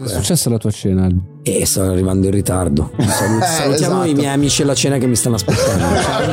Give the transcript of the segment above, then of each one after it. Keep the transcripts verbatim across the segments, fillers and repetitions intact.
È successo alla tua cena? E sto arrivando in ritardo. Salut- salutiamo esatto. i miei amici alla cena che mi stanno aspettando.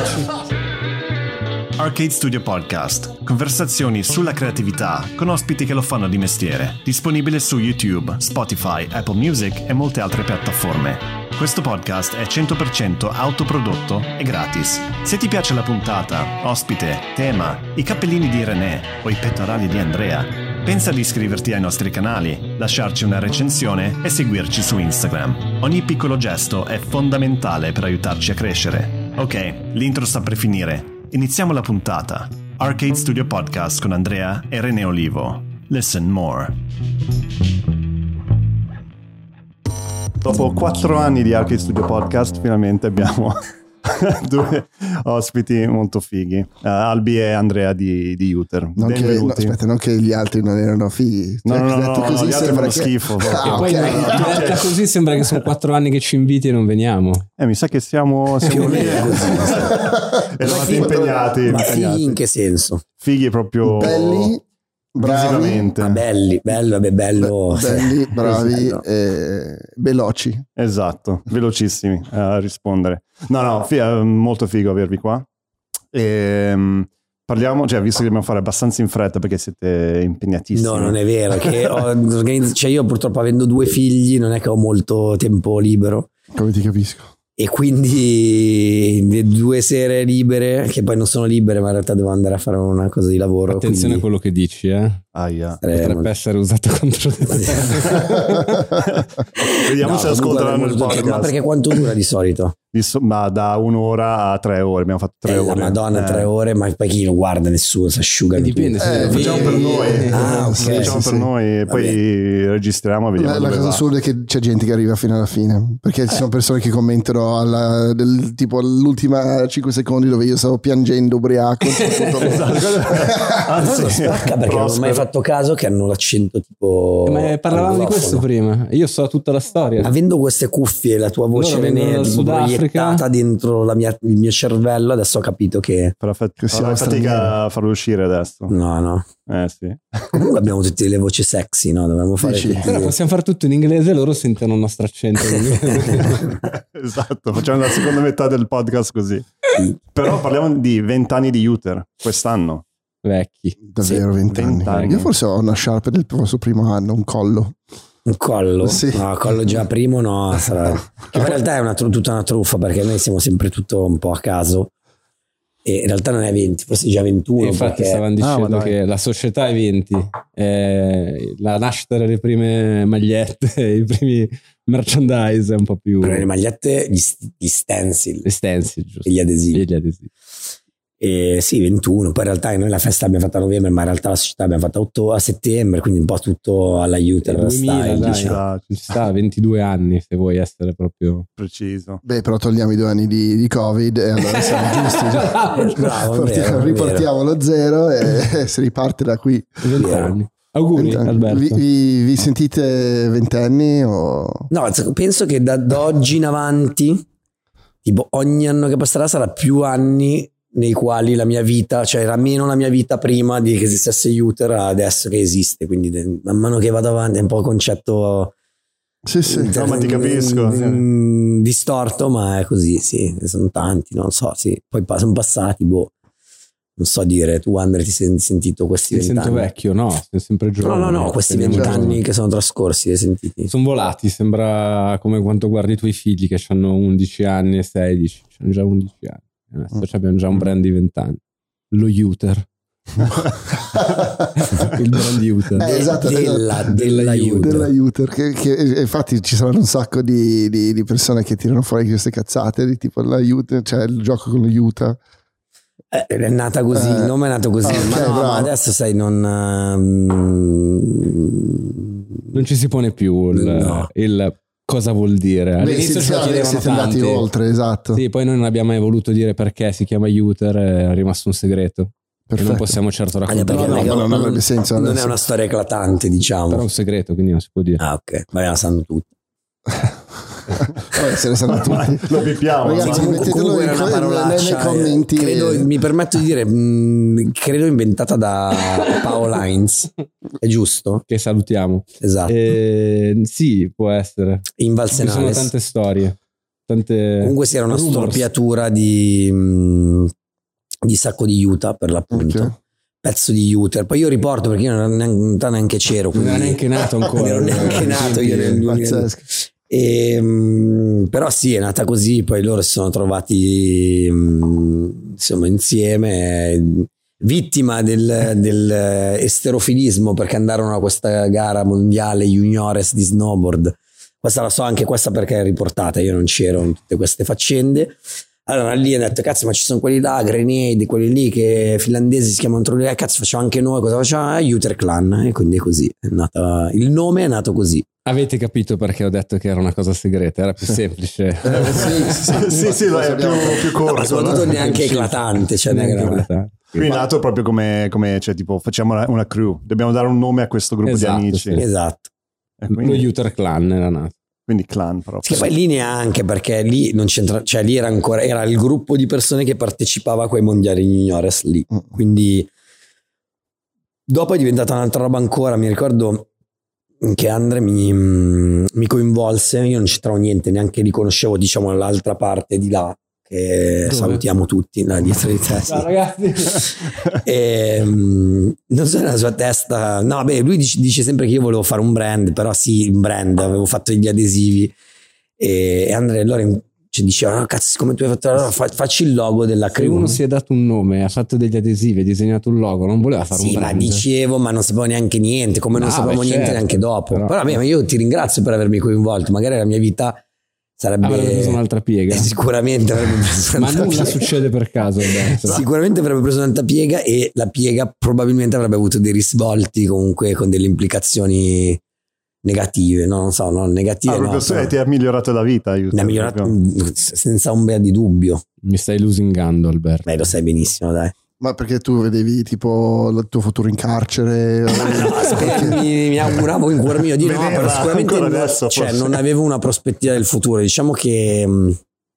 Arcade Studio Podcast. Conversazioni sulla creatività con ospiti che lo fanno di mestiere. Disponibile su YouTube, Spotify, Apple Music e molte altre piattaforme. Questo podcast è cento per cento autoprodotto e gratis. Se ti piace la puntata, ospite, tema, i cappellini di René o i pettorali di Andrea, pensa di iscriverti ai nostri canali, lasciarci una recensione e seguirci su Instagram. Ogni piccolo gesto è fondamentale per aiutarci a crescere. Ok, l'intro sta per finire. Iniziamo la puntata. Arcade Studio Podcast con Andrea e René Olivo. Listen more. Dopo quattro anni di Arcade Studio Podcast finalmente abbiamo due ospiti molto fighi, uh, Albi e Andrea di, di Uter. Non che, no, aspetta, non che gli altri non erano fighi. No, no, no, no, detto no, così gli altri fanno che... schifo. Ah, e poi okay. detta così sembra che sono quattro anni che ci inviti e non veniamo. Eh, mi sa che siamo, siamo lì. Eravate impegnati. Ma impegnati. fighi in che senso? Fighi proprio belli, bravi, ah, belli, bello, vabbè, bello, be- belli, sì. bravi, Bello. e veloci. Esatto, velocissimi a rispondere. No, no, fi- è molto figo avervi qua. E, um, parliamo, cioè, visto che dobbiamo fare abbastanza in fretta perché siete impegnatissimi. No, non è vero. Che ho organizz- cioè io purtroppo avendo due figli non è che ho molto tempo libero. Come ti capisco? E quindi le due sere libere, che poi non sono libere, ma in realtà devo andare a fare una cosa di lavoro. Attenzione a quello che dici, eh. Aia. Potrebbe molto... essere usato contro di te. Vediamo no, se ascolteranno il podcast. Ma perché quanto dura di solito? Ma da un'ora a tre ore, abbiamo fatto tre eh, ore. La Madonna, eh. tre ore, ma poi chi lo guarda? Nessuno, si asciuga. E dipende, tutto. Eh, lo facciamo per noi. Ah, ok. Lo facciamo sì, per sì. noi e poi Vabbè. registriamo e vediamo La, la dove cosa va. assurda è che c'è gente che arriva fino alla fine, perché ci sono persone che commentano alla, del, tipo all'ultima cinque secondi dove io stavo piangendo ubriaco. Anzi, Non spacca perché non ho mai fatto caso che hanno l'accento tipo Ma parlavamo di questo prima. Io so tutta la storia. Avendo queste cuffie, la tua voce Loro vengono dal tipo Sudafrica. proiettata dentro la mia, il mio cervello, adesso ho capito che Però fa- Che siamo fa fatica stranieri. a farlo uscire adesso. no, no. Eh sì. Comunque abbiamo tutte le voci sexy, no? Dovremmo fare Dici? tutti- Però possiamo fare tutto in inglese e loro sentono il nostro accento. Esatto, facciamo la seconda metà del podcast così. Però parliamo di vent'anni di Uter quest'anno. Vecchi. Davvero vent'anni. vent'anni. Io forse ho una sciarpa del vostro primo anno, un collo. Un collo? Sì. No, collo già primo no. Sarà... Che poi in realtà è una, tru- tutta una truffa perché noi siamo sempre tutto un po' a caso. E in realtà non è venti, forse è già ventuno. E infatti perché... stavano Ah, dicendo ma dai. che la società è venti, eh, la nascita delle prime magliette, i primi merchandise è un po' più Però le magliette, gli, gli stencil le stencil, giusto? e gli adesivi. E gli adesivi. E sì, ventuno. Poi in realtà noi la festa l'abbiamo fatta a novembre, ma in realtà la società l'abbiamo fatta a, otto- a settembre, quindi un po' tutto all'aiuto. duemila, dai, diciamo. ci sta, ventidue anni se vuoi essere proprio Preciso. Beh, però togliamo i due anni di, di Covid e allora siamo giusti. Bravo, è Portiamo- vero, è riportiamo lo zero e si riparte da qui. vent'anni. Auguri Vent'anni. Alberto. Vi, vi, vi sentite ventenni o... No, penso che da, da oggi in avanti, tipo ogni anno che passerà sarà più anni nei quali la mia vita, cioè era meno la mia vita prima di che esistesse Uter adesso che esiste, quindi de- man mano che vado avanti è un po' il concetto Sì, sì. No, ma ti capisco. mm, distorto, ma è così, sì, sono tanti, non so, sì, poi pa- sono passati, boh, non so dire, tu Andre ti sei sentito questi Mi sento vent'anni? vecchio, no, sono sempre No, giovane. no, no, questi Teniamo vent'anni giovane. che sono trascorsi, li hai sentiti? Sono volati, sembra come quando guardi i tuoi figli che hanno undici anni e sedici, hanno già undici anni. Adesso abbiamo già un brand di venti anni, lo Uter. Il brand Uter. Eh, esatto, della, esatto. della Uter. Della Uter, che, che infatti ci saranno un sacco di, di, di persone che tirano fuori queste cazzate di tipo la Uter, cioè il gioco con lo Utah. Eh, è nata così, Eh. il nome è nato così, Ah, ok, ma, no, bravo. ma adesso sai non um, Non ci si pone più il, No. il cosa vuol dire. Beh, All'inizio ce lo siete, chiedevano siete andati tanti. oltre, esatto. Sì, poi noi non abbiamo mai voluto dire perché si chiama Uter, è rimasto un segreto. E Perfetto. non possiamo certo anche raccontare. perché no, non, è che- ma non non- avrebbe senso non è adesso. una storia eclatante, diciamo. Però è un segreto, quindi non si può dire. Ah, ok, ma la sanno tutti. Vabbè, se ne sanno tutti. Lo pipiamo. Ragazzi, Comunque, mettetelo comunque era nei, una parolaccia, nei commenti. credo, mi permetto di dire, mh, credo inventata da Paolo Heinz, è giusto? Che salutiamo. Esatto. Eh, sì, può essere. In Ci sono Valsenales. tante storie. Tante Comunque si era una rumors. storpiatura di, mh, di sacco di Utah per l'appunto. Ok. Pezzo di Utah. Poi io riporto perché io non neanche, neanche c'ero. Non Quindi era neanche nato ancora. non ero neanche nato io nel duemila. Pazzesco. E, mh, però sì, è nata così. Poi loro si sono trovati mh, insomma insieme, eh, vittima del, del esterofilismo, perché andarono a questa gara mondiale juniores di snowboard. Questa la so anche questa perché è riportata, io non c'ero in tutte queste faccende. Allora lì hanno detto cazzo, ma ci sono quelli là, Grenade, quelli lì che finlandesi si chiamano Trulli, eh, cazzo facciamo anche noi, cosa facciamo? Eh, Uther Clan, e quindi è così, è nata, il nome è nato così. Avete capito perché ho detto che era una cosa segreta? Era più semplice. Eh, sì, sì, sì, Sì, sì, è più, più Ma corto. soprattutto no? neanche Sì. eclatante, cioè Neanche neanche- eclatante. Qui è nato proprio come, come cioè, tipo, facciamo una, una crew, dobbiamo dare un nome a questo gruppo Esatto, di amici. sì. esatto. E Lo quindi, Uther Clan era nato. quindi clan proprio. Che poi lì neanche, perché lì non c'entra, cioè lì era ancora, era il gruppo di persone che partecipava a quei mondiali juniores lì, Mm. quindi dopo è diventata un'altra roba ancora. Mi ricordo che Andre mi, mi coinvolse, io non c'entravo niente, neanche li conoscevo, diciamo l'altra parte di là, che Dove? salutiamo tutti là dietro di te, sì. Ciao ragazzi. E, mm, non so, nella sua testa, no, beh, lui dice, dice sempre che io volevo fare un brand, però sì, un brand, avevo fatto gli adesivi e, e Andrea allora ci diceva, no, cazzo, come tu hai fatto, allora fa- facci il logo della Se crew. uno si è dato un nome, ha fatto degli adesivi, ha disegnato un logo, non voleva fare Sì, un ma brand. dicevo, ma non sapevo neanche niente, come non No, sapevamo beh, niente certo, neanche dopo. però- Però, vabbè, ma io ti ringrazio per avermi coinvolto, magari la mia vita sarebbe Avrebbe preso un'altra piega. sicuramente avrebbe preso Ma un'altra nulla piega. succede per caso. Alberto. Sicuramente avrebbe preso un'altra piega e la piega probabilmente avrebbe avuto dei risvolti comunque con delle implicazioni negative, no? Non so, no, negative Ah, no, proprio però se ti ha migliorato la vita. Uther, mi ha migliorato proprio. senza ombra di dubbio. Mi stai lusingando, Alberto. Beh, lo sai benissimo, dai. Ma perché tu vedevi tipo il tuo futuro in carcere? Ma no, spero- mi, mi auguravo in cuor mio di no, Vedeva, però sicuramente ancora non, adesso, cioè, forse. non avevo una prospettiva del futuro. Diciamo che mh,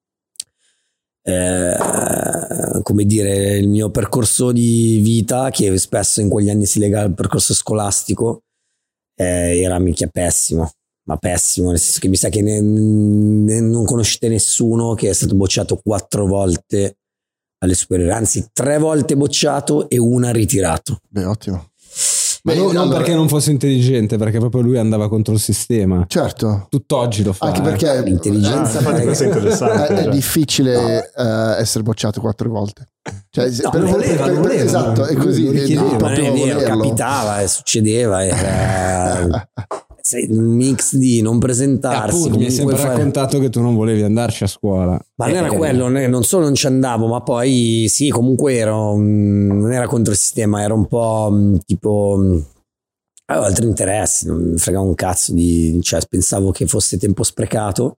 eh, come dire, il mio percorso di vita, che spesso in quegli anni si lega al percorso scolastico, eh, era minchia pessimo, ma pessimo, nel senso che mi sa che ne- ne- non conoscete nessuno che è stato bocciato quattro volte alle superiori, anzi tre volte bocciato e una ritirato. Beh, ottimo. Ma Beh, non, non allora- perché non fosse intelligente, perché proprio lui andava contro il sistema. Certo. Tutt'oggi lo fa. Anche eh. perché L'intelligenza Ah, infatti pare- questo è interessante. è, è cioè. difficile eh, essere bocciato quattro volte. Cioè, No, per- lo per- voleva, per- lo per- voleva. esatto, è così. Lo devi richiedeva, No, ma non è proprio vero, volerlo. capitava, eh, succedeva, era sai, un mix di non E presentarsi, appunto, mi hai comunque sempre fare- raccontato che tu non volevi andarci a scuola. ma non era Eh, quello, non è- non solo non ci andavo, ma poi sì, comunque ero, mh, non era contro il sistema, era un po' mh, tipo mh, avevo altri interessi, non mi fregava un cazzo di, cioè pensavo che fosse tempo sprecato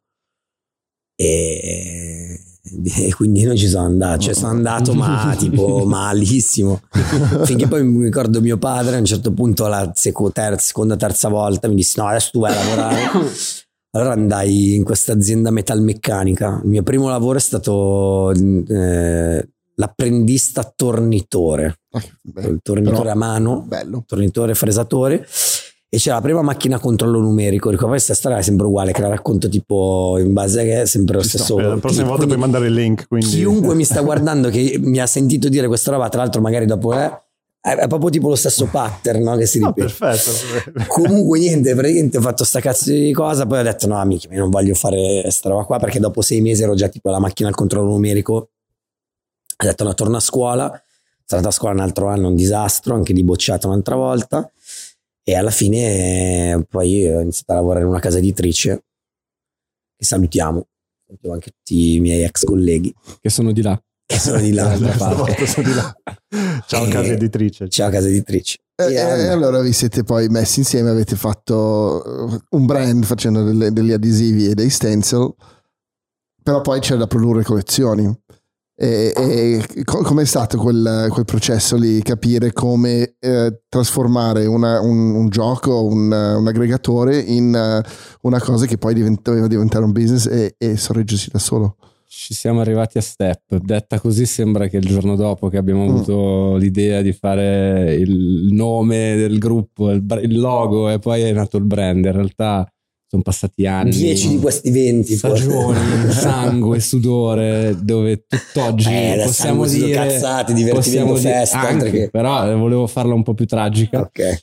e, e quindi non ci sono andato, cioè sono andato ma tipo malissimo, finché poi mi ricordo mio padre a un certo punto alla seco- terza, seconda terza volta mi disse no adesso tu vai a lavorare. Allora andai in questa azienda metalmeccanica. Il mio primo lavoro è stato eh, l'apprendista tornitore, Ah, beh, il tornitore però- a mano, bello. tornitore fresatore, e c'era la prima macchina a controllo numerico. Ricordo questa storia è sempre uguale, che la racconto tipo in base a che è sempre lo Ci sta. stesso. Eh, la prossima clip. volta puoi Quindi mandare il link. Quindi... chiunque mi sta guardando che mi ha sentito dire questa roba, tra l'altro magari dopo eh, è, è proprio tipo lo stesso pattern, no? Che si Ah, ripete. perfetto. Comunque niente, praticamente ho fatto sta cazzo di cosa, poi ho detto no amici, io non voglio fare sta roba qua, perché dopo sei mesi ero già tipo alla macchina al controllo numerico. Ho detto no, torno a scuola. Sono andato a scuola un altro anno, un disastro, anche lì bocciato un'altra volta, e alla fine eh, poi ho iniziato a lavorare in una casa editrice, che salutiamo, salutiamo anche tutti i miei ex colleghi Che sono di là. che sono di là dall'altra parte. Stavolta sono di là. Ciao Eh, casa editrice. Ciao casa editrice. E, E e- allora- e allora vi siete poi messi insieme, avete fatto eh, un brand facendo delle- degli adesivi e dei stencil, però poi c'è da produrre collezioni. E, e co- com'è stato quel, quel processo lì, capire come eh, trasformare una, un, un gioco, un, un aggregatore in uh, una cosa che poi divent- doveva diventare un business e, e sorreggersi da solo? Ci siamo arrivati a step. Detta così sembra che il giorno dopo che abbiamo avuto mm. l'idea di fare il nome del gruppo, il, il logo e poi è nato il brand, in realtà sono passati anni, dieci di questi venti, stagioni, sangue, sudore, dove tutt'oggi eh, possiamo dire cazzate, divertimento, festa, anche, che... però volevo farla un po' più tragica. Okay.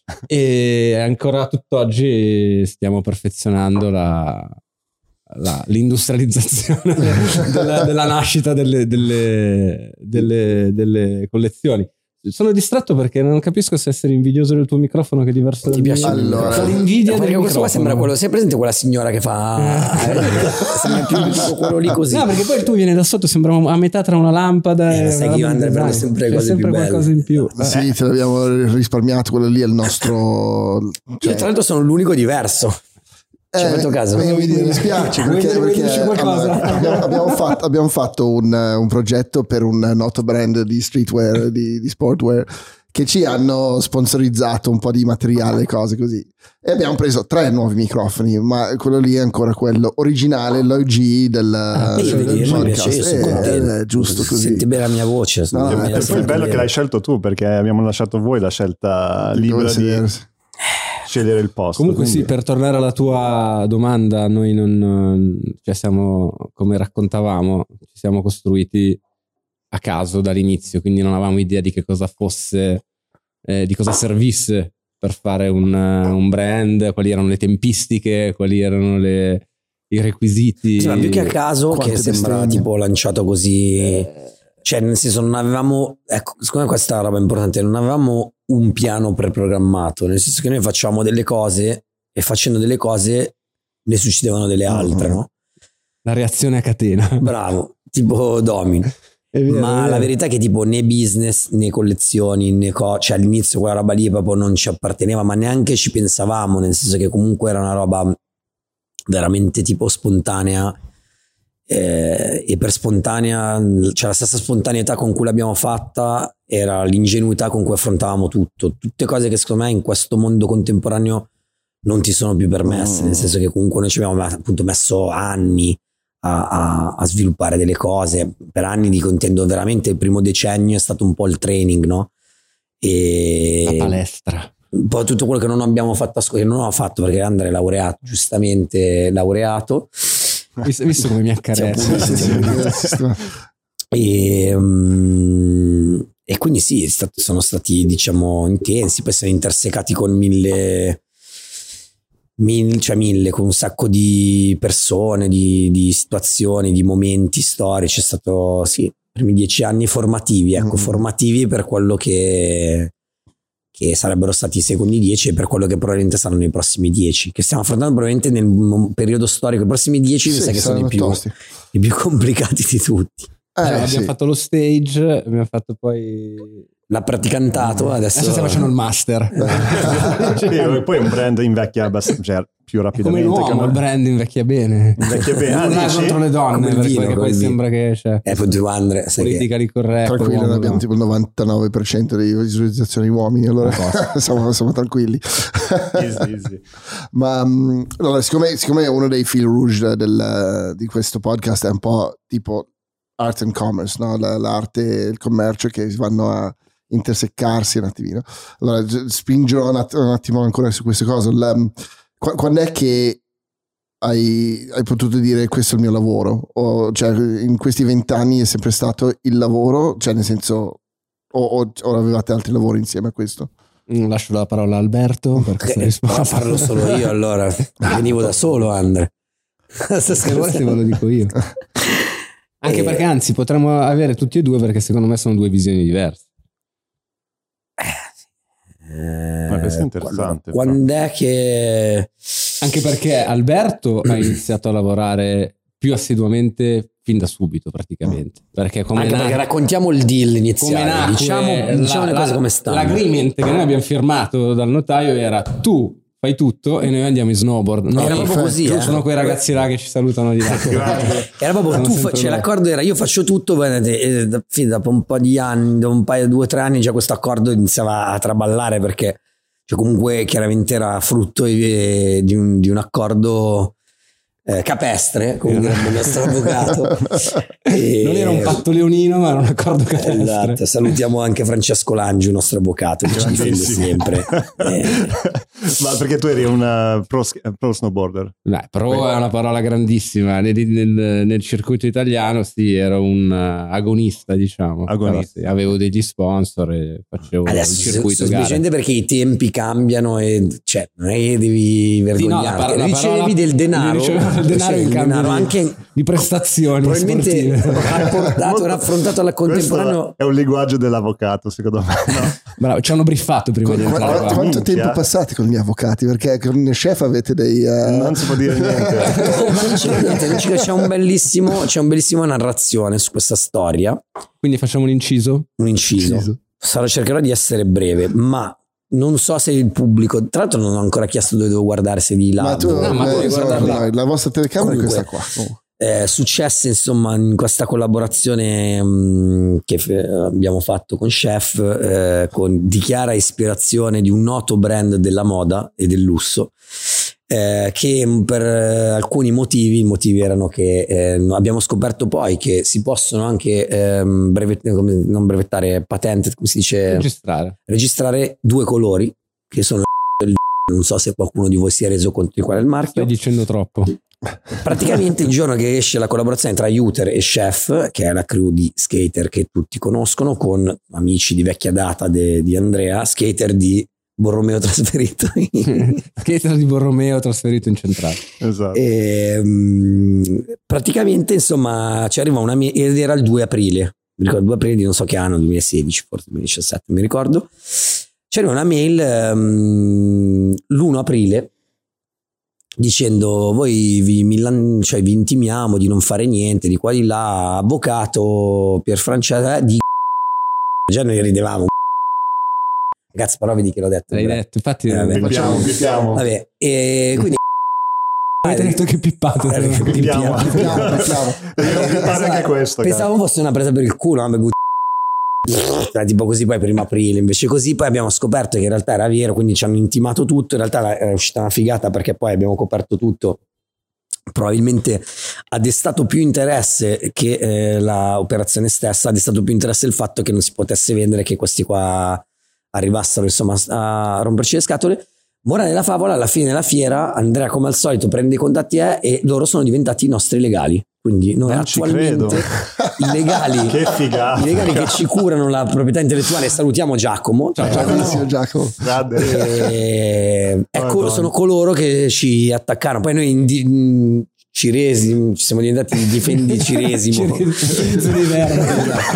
E ancora tutt'oggi stiamo perfezionando la, la, l'industrializzazione della, della nascita delle, delle, delle, delle collezioni. Sono distratto perché non capisco se essere invidioso del tuo microfono che è diverso dal mio. Ti piace allora, l'invidia perché questo qua sembra quello, sei presente quella signora che fa eh, sembra più tipo quello lì così. No, perché poi il tuo viene da sotto, sembra a metà tra una lampada eh, e sai che io Andrea prendo sempre c'è cose sempre più qualcosa in più. Eh. Sì, ce l'abbiamo risparmiato, quello lì è il nostro, cioè... Io tra l'altro sono l'unico diverso. Ci ho fatto caso. Eh, mi dispiace perché, perché allora, abbiamo, abbiamo, fatto, abbiamo fatto un, un progetto per un noto brand di streetwear, di, di sportwear, che ci hanno sponsorizzato un po' di materiale, cose così, e abbiamo preso tre nuovi microfoni, ma quello lì è ancora quello originale, l'O G del, ah, del, del podcast. È, è giusto così. Senti bene la mia voce. No, no, e poi il bello è che l'hai scelto tu, perché abbiamo lasciato voi la scelta libera di scegliere il posto. Comunque quindi... sì, per tornare alla tua domanda, noi non, cioè siamo, come raccontavamo, ci siamo costruiti a caso dall'inizio, quindi non avevamo idea di che cosa fosse, eh, di cosa servisse per fare un, un brand, quali erano le tempistiche, quali erano le, i requisiti. Sì, ma più che a caso, che sembra bestemmie. Tipo lanciato così, cioè nel senso non avevamo, ecco, secondo me questa è una roba importante, non avevamo un piano preprogrammato, nel senso che noi facciamo delle cose e facendo delle cose ne succedevano delle altre, no? La reazione a catena. Bravo, tipo domino. Vero, ma la verità è che tipo né business né collezioni né co- cioè all'inizio quella roba lì proprio non ci apparteneva, ma neanche ci pensavamo, nel senso che comunque era una roba veramente tipo spontanea, eh, e per spontanea, cioè la stessa spontaneità con cui l'abbiamo fatta era l'ingenuità con cui affrontavamo tutto, tutte cose che secondo me in questo mondo contemporaneo non ti sono più permesse, mm. nel senso che comunque noi ci abbiamo appunto messo anni A, a, a sviluppare delle cose per anni, dico, intendo veramente il primo decennio è stato un po' il training, no? E la palestra, un po' tutto quello che non abbiamo fatto a scuola, che non ho fatto perché Andrea è laureato, giustamente laureato, visto, visto come mi accarezza. e, um, e quindi sì, è stato, sono stati diciamo intensi, poi siamo intersecati con mille Mille, cioè mille, con un sacco di persone, di, di situazioni, di momenti storici. È stato sì, i primi dieci anni formativi, ecco, mm. formativi per quello che, che sarebbero stati i secondi dieci e per quello che probabilmente saranno i prossimi dieci, che stiamo affrontando probabilmente nel periodo storico. I prossimi dieci mi sa che sono i più, i più complicati di tutti. Eh, cioè, abbiamo sì. fatto lo stage, abbiamo fatto poi l'ha praticantato, adesso, adesso stiamo facendo il master. Sì, poi un brand invecchia cioè, più rapidamente. Come l'uomo, il brand invecchia bene. Invecchia bene. Non ah, è contro le donne, perché vino, poi, poi sembra che c'è eh, Andre, politica di corretto. Tranquillo, noi abbiamo tipo il novantanove per cento di visualizzazioni uomini, allora siamo, siamo tranquilli. Easy, easy. Ma allora, siccome, siccome uno dei fil rouge del, di questo podcast è un po' tipo art and commerce, no? L'arte e il commercio che vanno a interseccarsi un attimino. Allora spingerò un, att- un attimo ancora su queste cose. La, qu- quando è che hai, hai potuto dire questo è il mio lavoro? O, cioè, in questi vent'anni è sempre stato il lavoro? Cioè, nel senso, o, o, o avevate altri lavori insieme a questo? Lascio la parola a Alberto per questa risposta. Parlo solo io, allora venivo da solo, Andre. Se vuoi te lo dico io. Anche eh, perché anzi potremmo avere tutti e due, perché secondo me sono due visioni diverse. Eh, Ma questo è interessante. Quando è che... Anche perché Alberto ha iniziato a lavorare più assiduamente fin da subito praticamente. Perché, come Anche nacque, perché raccontiamo il deal iniziale. Nacque, diciamo, diciamo la, le cose la, come stanno. L'agreement che noi abbiamo firmato dal notaio era: tu fai tutto e noi andiamo in snowboard. No, era proprio così, eh. eh. Sono quei ragazzi là che ci salutano di là. Era proprio Sono tu, sempre cioè, loro. l'accordo era io faccio tutto, e da- fin dopo un po' di anni, dopo un paio, due o tre anni già questo accordo iniziava a traballare, perché cioè, comunque chiaramente era frutto di, di un, di un accordo eh, capestre, come direbbe il nostro avvocato. E- Non era un patto leonino, ma era un accordo capestre. Esatto, salutiamo anche Francesco Langi, il nostro avvocato, che ci difende Grandissimo. sempre. Eh, Ma perché tu eri un pro, pro snowboarder? Beh, pro è una parola grandissima. Nel, nel- nel circuito italiano, sì, ero un uh, agonista, diciamo. Agonista. Però sì, avevo degli sponsor e facevo Adesso il circuito gare. semplicemente perché i tempi cambiano e cioè non è che devi Sì, no, la vergognarti, par- la ricevi parola- del denaro, ricevevo del denaro Ricevi in del cambio denaro di- anche di prestazioni probabilmente sportive. rapportato, raffrontato alla contemporanea. Questo è un linguaggio dell'avvocato, secondo me. No? Bravo, ci hanno briffato prima di Qu- entrare quanto, qua. quanto Minchia. tempo passate con gli avvocati? Perché con il chef avete dei eh, Non si può dire niente. Ma non c'è niente, non c'è, c'è un bellissimo c'è un bellissima narrazione su questa storia, Quindi facciamo un inciso. un inciso. Inciso. Sarò, cercherò di essere breve, ma non so se il pubblico, tra l'altro non ho ancora chiesto dove devo guardare, se di là ma tu dove- no, ma eh, puoi insomma, guardarla. no, la vostra telecamera è Comunque, questa qua. Oh. eh, successe insomma in questa collaborazione mh, che f- abbiamo fatto con Chef, eh, con di chiara ispirazione di un noto brand della moda e del lusso, eh, che per eh, alcuni motivi i motivi erano che eh, abbiamo scoperto poi che si possono anche ehm, brevet- come- non brevettare, patente, come si dice, Registrare. registrare due colori che sono il non so se qualcuno di voi si è reso conto di qual è il marchio. Stai dicendo troppo. Praticamente il giorno che esce la collaborazione tra Uter e Chef, che è la crew di skater che tutti conoscono, con amici di vecchia data de- di Andrea, skater di Borromeo trasferito in- Skater di Borromeo trasferito in centrale. Esatto. e, mh, praticamente insomma ci arriva una mail ed era il due aprile, mi ricordo il due aprile di non so che anno, duemilasedici forse duemiladiciassette, non mi ricordo. C'era una mail um, l'primo aprile dicendo voi vi, millan- cioè, vi intimiamo di non fare niente di qua di là, avvocato Pier Francesco di già noi ridevamo, ragazzi, però vedi che l'ho detto. L'hai detto, infatti Eh, vabbè, Pippiamo, pippiamo. vabbè, e quindi avete detto che pippate. Eh, Pippiamo. Pippiamo, pippiamo. Devo pippare anche questo. pensavo fosse una presa per il culo, ma Cioè, tipo così poi primo aprile, invece così poi abbiamo scoperto che in realtà era vero, quindi ci hanno intimato tutto, in realtà è uscita una figata perché poi abbiamo coperto tutto, probabilmente ha destato più interesse che eh, la operazione stessa, ha destato più interesse il fatto che non si potesse vendere, che questi qua arrivassero insomma a romperci le scatole. Morale della favola, alla fine della fiera Andrea come al solito prende i contatti eh, e loro sono diventati i nostri legali, quindi noi Non ci attualmente credo. i legali Che figata. i legali che ci curano la proprietà intellettuale, salutiamo Giacomo. Ciao, Eh, Giacomo. Bellissimo, Giacomo. Grande. e- ecco, Madonna. sono coloro che ci attaccarono. Poi noi in di- in Ciresi ci siamo diventati i difendi Ciresimo. Utilizzo di verbo.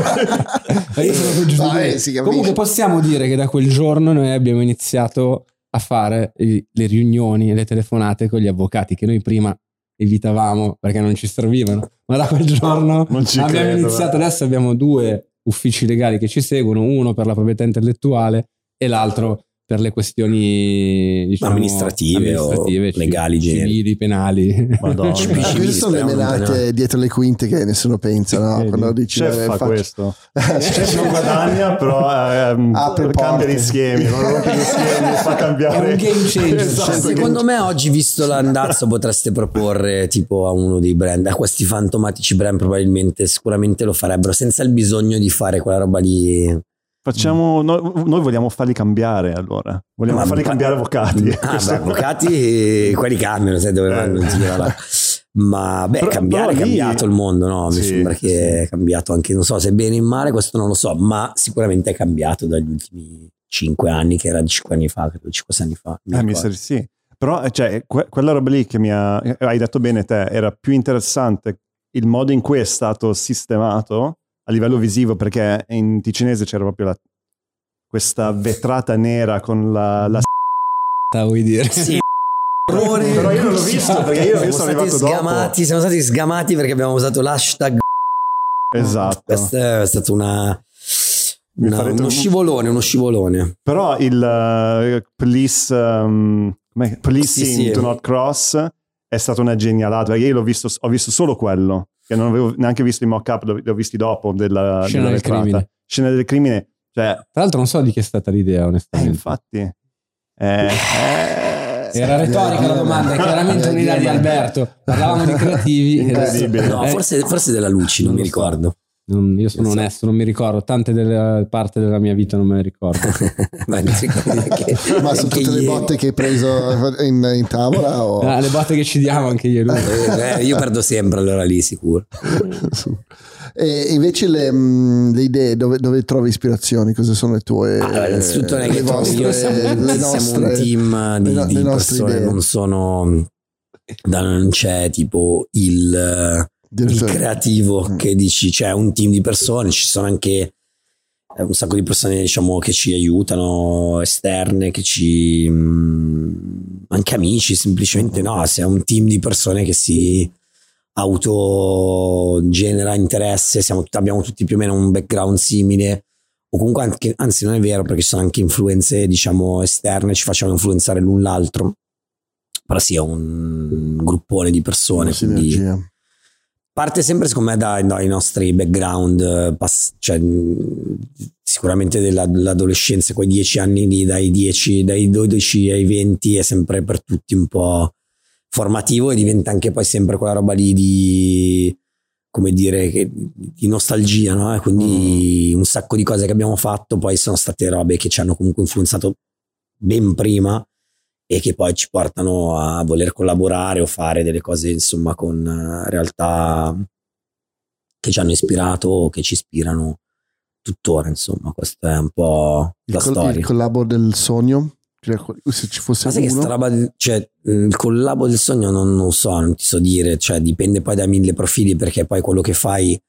Ma io sono giusto di Vai, me. si capisce. Comunque possiamo dire che da quel giorno noi abbiamo iniziato a fare i- le riunioni e le telefonate con gli avvocati che noi prima evitavamo perché non ci servivano, ma da quel giorno Non ci abbiamo credo, iniziato. guarda. Adesso abbiamo due uffici legali che ci seguono, uno per la proprietà intellettuale e l'altro per le questioni diciamo, Amministrative o amministrative, legali, civili, penali. Madonna. Ci Ma Ci queste sono le speriamo, menate no? dietro le quinte che nessuno pensa, no? Vedi. Quando dici Chef eh, fa faccio- questo. Chef non guadagna, però ehm, Apre cambia porte. gli schemi, non rompe gli schemi, fa cambiare. È un game changer. Esatto, Cioè, game secondo me oggi, visto l'andazzo, potreste proporre tipo a uno dei brand, a questi fantomatici brand probabilmente sicuramente lo farebbero senza il bisogno di fare quella roba lì. Facciamo, noi, noi vogliamo farli cambiare allora. Vogliamo Ma- farli ma- cambiare avvocati. Ah, Questo- beh, avvocati quelli cambiano, sai dove vanno, non si gira là. Ma beh, Però- cambiare però è lì- cambiato il mondo, no? Mi Sì, sembra sì, che sì. è cambiato anche, non so se bene o in male, questo non lo so, ma sicuramente è cambiato dagli ultimi cinque anni, che era di cinque anni fa, credo cinque anni fa. mi Eh, mi ricordo. sa di sì. Però eh, cioè, que- quella roba lì che mi ha, eh, hai detto bene te, era più interessante il modo in cui è stato sistemato a livello visivo, perché in ticinese c'era proprio la- questa vetrata nera con la, la Vuoi dire? Sì. Errore. Però io non l'ho visto, perché io- io siamo sono stati arrivato dopo. sgamati, siamo stati sgamati perché abbiamo usato l'hashtag. esatto. Questo è stato una, Mi una- farete uno un- scivolone, uno scivolone. Però il uh, police, um, come Policing Sì, sì. Do Not Cross è stata una genialata, perché io l'ho visto, ho visto solo quello, che non avevo neanche visto i mock-up, li ho visti dopo della, Scena della del crimine. Scena del crimine, cioè, Tra l'altro non so di chi è stata l'idea, eh, onestamente. infatti, eh, eh, Era retorica la domanda, è chiaramente un'idea di Alberto. Parlavamo di creativi. Incredibile. No, Eh, forse, forse della Luci, non, Non mi lo so. ricordo. non- io sono Non so. onesto, non mi ricordo. Tante delle parte della mia vita non me le ricordo. Beh, mi ricordo neanche- Ma sono neanche tutte le ieri. botte che hai preso in, in tavola? O... Ah, le botte che ci diamo anche io e lui. Eh, io perdo sempre allora lì, sicuro. E invece le, mh, le idee, dove, dove trovi ispirazioni? Cosa sono le tue? Allora, innanzitutto non è le che vostre, io siamo, le siamo nostre, un team di, le no- di le nostre persone, idee. non sono da, non c'è tipo il, il Direttore. creativo Mm. che dici, c'è un team di persone, ci sono anche eh, un sacco di persone, diciamo, che ci aiutano, esterne, che ci mh, anche amici, semplicemente no, se è un team di persone che si autogenera interesse, siamo, abbiamo tutti più o meno un background simile, o comunque anche, anzi non è vero, perché ci sono anche influenze, diciamo, esterne, ci facciamo influenzare l'un l'altro, però sì, è un gruppone di persone, Una quindi sinergia. parte sempre secondo me dai, dai nostri background, eh, pass- cioè, mh, sicuramente della- dell'adolescenza, quei dieci anni lì, dai dieci, dai dodici ai venti è sempre per tutti un po' formativo, e diventa anche poi sempre quella roba lì di, come dire, che, di nostalgia, no? E quindi un sacco di cose che abbiamo fatto poi sono state robe che ci hanno comunque influenzato ben prima e che poi ci portano a voler collaborare o fare delle cose, insomma, con eh, realtà che ci hanno ispirato o che ci ispirano tuttora, insomma. Questa è un po' Il, la col- storia. il collabo del sogno, cioè, se ci fosse Ma sai che uno, sta roba, di- cioè, il collabo del sogno non, non so, non ti so dire, cioè dipende poi da mille profili, perché poi quello che fai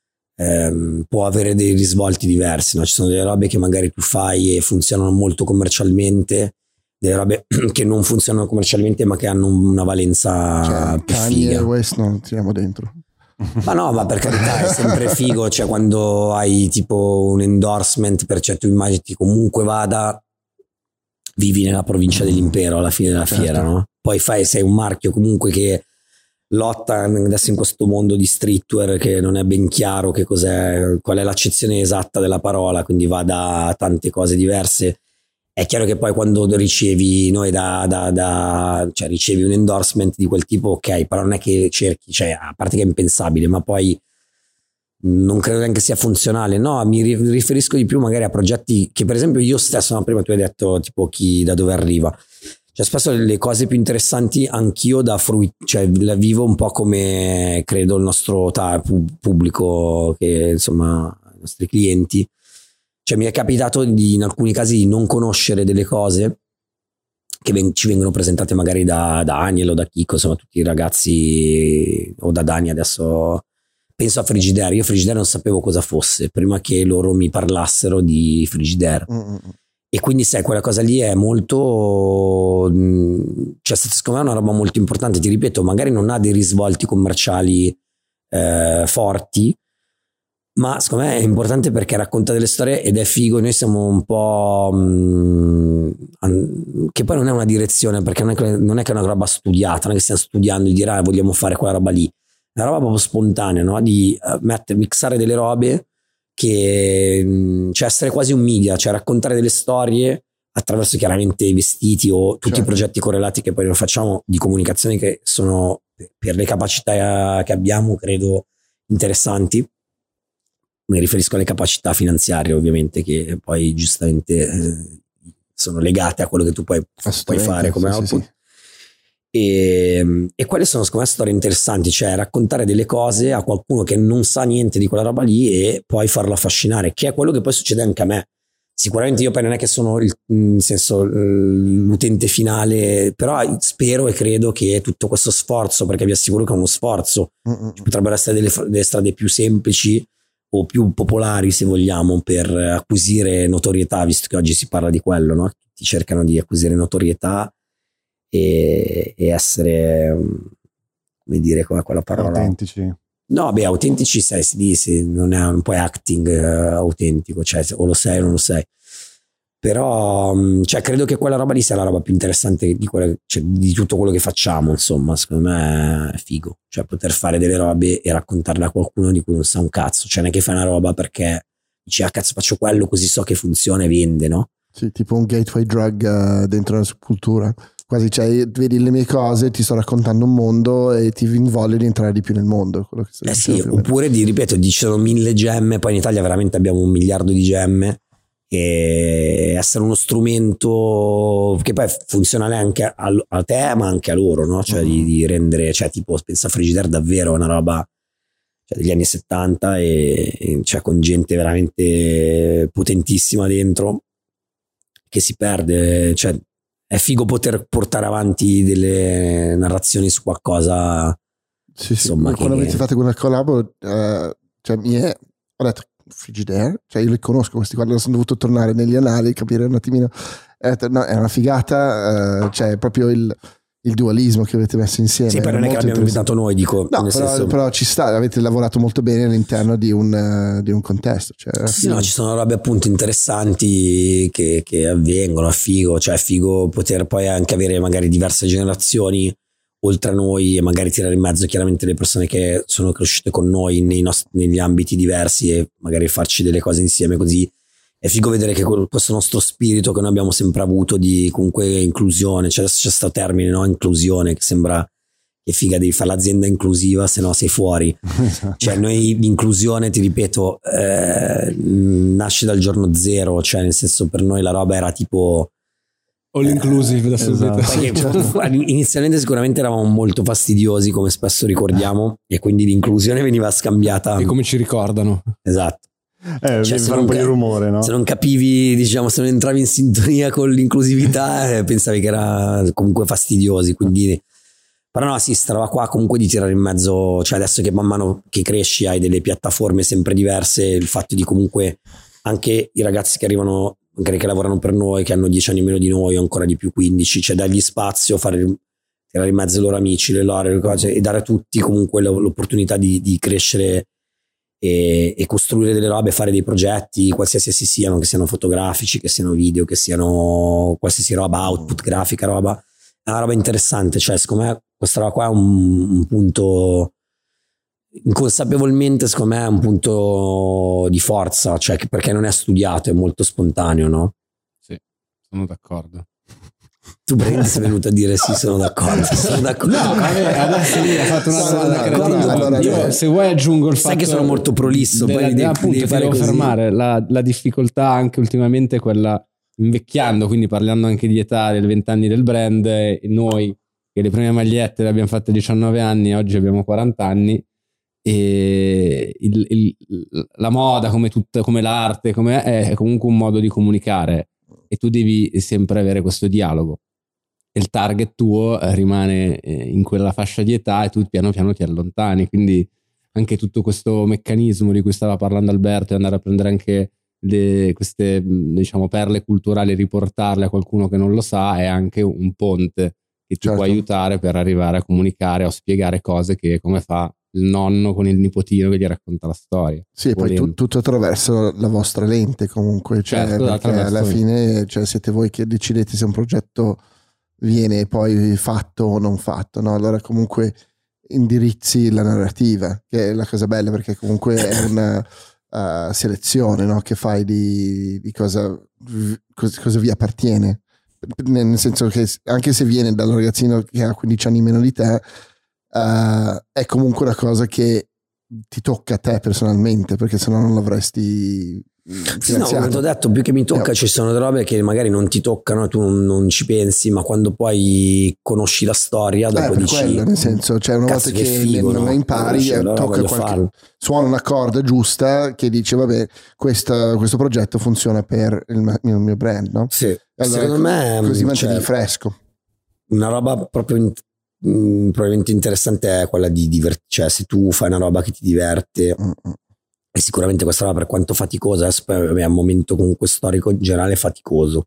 ehm, può avere dei risvolti diversi, no? Ci sono delle robe che magari tu fai e funzionano molto commercialmente, delle robe che non funzionano commercialmente ma che hanno una valenza cioè, più Kanye figa. West non tiriamo dentro. Ma no, ma per carità è sempre figo, cioè quando hai tipo un endorsement per, cioè tu immagini comunque vada, vivi nella provincia dell'impero alla fine della Certo. fiera, no? Poi fai, sei un marchio comunque che lotta adesso in questo mondo di streetwear che non è ben chiaro che cos'è, qual è l'accezione esatta della parola, quindi va da tante cose diverse. È chiaro che poi quando ricevi noi da, da, da cioè ricevi un endorsement di quel tipo, ok, però non è che cerchi, cioè a parte che è impensabile, ma poi non credo neanche sia funzionale. No, mi ri- riferisco di più magari a progetti che per esempio io stesso, no, prima tu hai detto tipo chi da dove arriva, cioè spesso le cose più interessanti anch'io da fruit, cioè la vivo un po' come credo il nostro ta- pu- pubblico, che insomma i nostri clienti. Cioè mi è capitato di, in alcuni casi, di non conoscere delle cose che ven- ci vengono presentate magari da, da Daniel o da Chico, insomma tutti i ragazzi, o da Dani adesso. Penso a Frigidaire, io Frigidaire non sapevo cosa fosse prima che loro mi parlassero di Frigidaire. Mm-mm. E quindi sai, quella cosa lì è molto, mh, cioè secondo me è una roba molto importante, ti ripeto, magari non ha dei risvolti commerciali eh, forti, ma secondo me è importante perché racconta delle storie ed è figo. Noi siamo un po' mh, an- che poi non è una direzione, perché non è che, non è che è una roba studiata, non è che stiamo studiando di dire ah, vogliamo fare quella roba lì, è una roba proprio spontanea, no? Di uh, mettere, mixare delle robe che mh, cioè essere quasi un media, cioè raccontare delle storie attraverso chiaramente i vestiti o tutti Certo. i progetti correlati che poi noi facciamo di comunicazione, che sono per le capacità che abbiamo credo interessanti. Mi riferisco alle capacità finanziarie, ovviamente, che poi giustamente eh, sono legate a quello che tu puoi, puoi Assolutamente, fare come sì, output. sì, sì. E, e quelle sono secondo me storie interessanti, cioè raccontare delle cose a qualcuno che non sa niente di quella roba lì e poi farlo affascinare, che è quello che poi succede anche a me. Sicuramente io poi non è che sono il, nel senso, l'utente finale, però spero e credo che tutto questo sforzo, perché vi assicuro che è uno sforzo, Mm-mm. ci potrebbero essere delle, delle strade più semplici o più popolari, se vogliamo, per acquisire notorietà, visto che oggi si parla di quello, no? Tutti cercano di acquisire notorietà e, e essere, come dire, come quella parola, autentici. no, beh, autentici sei, si dice, non è un po' acting uh, autentico, cioè o lo sei o non lo sei, però cioè, credo che quella roba lì sia la roba più interessante di, quella, cioè, di tutto quello che facciamo, insomma, secondo me è figo, cioè poter fare delle robe e raccontarle a qualcuno di cui non sa un cazzo, cioè non è che fai una roba perché dici ah cazzo faccio quello così so che funziona e vende, no? Sì, tipo un gateway drug uh, dentro la subcultura. Quasi cioè, vedi le mie cose, ti sto raccontando un mondo e ti invoglia di entrare di più nel mondo. Quello che eh sì, oppure di, ripeto, ci sono mille gemme, poi in Italia veramente abbiamo un miliardo di gemme, e essere uno strumento che poi è funzionale anche a, a te ma anche a loro, no? Cioè mm. di, di rendere, cioè tipo pensa a Frigidaire davvero una roba cioè, degli anni settanta e, e cioè con gente veramente potentissima dentro che si perde, cioè è figo poter portare avanti delle narrazioni su qualcosa. Sì, insomma, sì. Quando che... avete fatto quella collab, uh, cioè mi è, ho detto Frigidaire, cioè io li conosco questi qua, sono dovuto tornare negli anali, capire un attimino, ho detto, no, è una figata, uh, cioè proprio il il dualismo che avete messo insieme. Sì, però non è che l'abbiamo inventato noi, dico. No, nel però, senso... però ci sta, avete lavorato molto bene all'interno di un, uh, di un contesto. Cioè, sì, no, ci sono robe appunto interessanti che, che avvengono, è figo, cioè è figo poter poi anche avere magari diverse generazioni oltre a noi e magari tirare in mezzo chiaramente le persone che sono cresciute con noi nei nostri, negli ambiti diversi e magari farci delle cose insieme così. È figo vedere che questo nostro spirito che noi abbiamo sempre avuto di comunque inclusione, cioè adesso c'è questo termine, no? Inclusione, che sembra che figa, devi fare l'azienda inclusiva, se no sei fuori. Cioè noi l'inclusione, ti ripeto, eh, nasce dal giorno zero, cioè nel senso per noi la roba era tipo all inclusive da subito. Esatto. Inizialmente sicuramente eravamo molto fastidiosi, come spesso ricordiamo, e quindi l'inclusione veniva scambiata. E come ci ricordano. Esatto. Eh, cioè, fare un po' di rumore, no? Se non capivi, diciamo, se non entravi in sintonia con l'inclusività, eh, pensavi che era comunque fastidiosi. Quindi, però no, sì, sta roba qua comunque di tirare in mezzo, cioè adesso che man mano che cresci hai delle piattaforme sempre diverse, il fatto di comunque anche i ragazzi che arrivano, magari che lavorano per noi, che hanno dieci anni meno di noi o ancora di più quindici, cioè dargli spazio, fare tirare in mezzo i loro amici, le loro le cose, e dare a tutti comunque l'opportunità di, di crescere e, e costruire delle robe, fare dei progetti qualsiasi essi siano, che siano fotografici, che siano video, che siano qualsiasi roba, output, grafica, roba, è una roba interessante. Cioè secondo me questa roba qua è un, un punto inconsapevolmente, secondo me è un punto di forza, cioè perché non è studiato, è molto spontaneo, no? Sì, sono d'accordo. Tu prendi, sei venuto a dire sì, sono d'accordo, sono d'accordo. No, vabbè, adesso lì ha fatto una domanda creativa. Io, se vuoi aggiungo il sai fatto, che sono molto prolisso, della, poi devi, appunto devi ti devo così. fermare la, la difficoltà anche ultimamente è quella invecchiando, quindi parlando anche di età, del vent'anni del brand, e noi che le prime magliette le abbiamo fatte a diciannove anni, oggi abbiamo quaranta anni, e il, il, la moda come tutta, come l'arte, come è, è comunque un modo di comunicare, e tu devi sempre avere questo dialogo, e il target tuo rimane in quella fascia di età e tu piano piano ti allontani. Quindi anche tutto questo meccanismo di cui stava parlando Alberto, e andare a prendere anche le, queste, diciamo, perle culturali, riportarle a qualcuno che non lo sa, è anche un ponte che ti certo. può aiutare per arrivare a comunicare o spiegare cose che, come fa il nonno con il nipotino che gli racconta la storia. Sì, e poi tu, tutto attraverso la vostra lente comunque, cioè, certo, perché alla fine, cioè, siete voi che decidete se un progetto viene poi fatto o non fatto, no? Allora comunque indirizzi la narrativa, che è la cosa bella, perché comunque è una uh, selezione, no? Che fai di, di cosa, cosa, cosa vi appartiene, nel senso che anche se viene dal ragazzino che ha quindici anni meno di te, Uh, è comunque una cosa che ti tocca a te personalmente, perché sennò non l'avresti sì, no, come ti ho detto, più che mi tocca, eh. Ci sono delle robe che magari non ti toccano, tu non, non ci pensi, ma quando poi conosci la storia dopo eh, dici quello, nel senso, cioè una volta che, che figo, non no? impari eh, tocca qualche, suona una corda giusta che dice vabbè, questa, questo progetto funziona per il mio, il mio brand, no? Sì. Allora, secondo me così mantieni cioè, fresco. Una roba proprio in, mh, probabilmente interessante è quella di divertirti, cioè se tu fai una roba che ti diverte, mm-hmm. e sicuramente questa roba, per quanto faticosa, è un momento comunque storico in generale faticoso,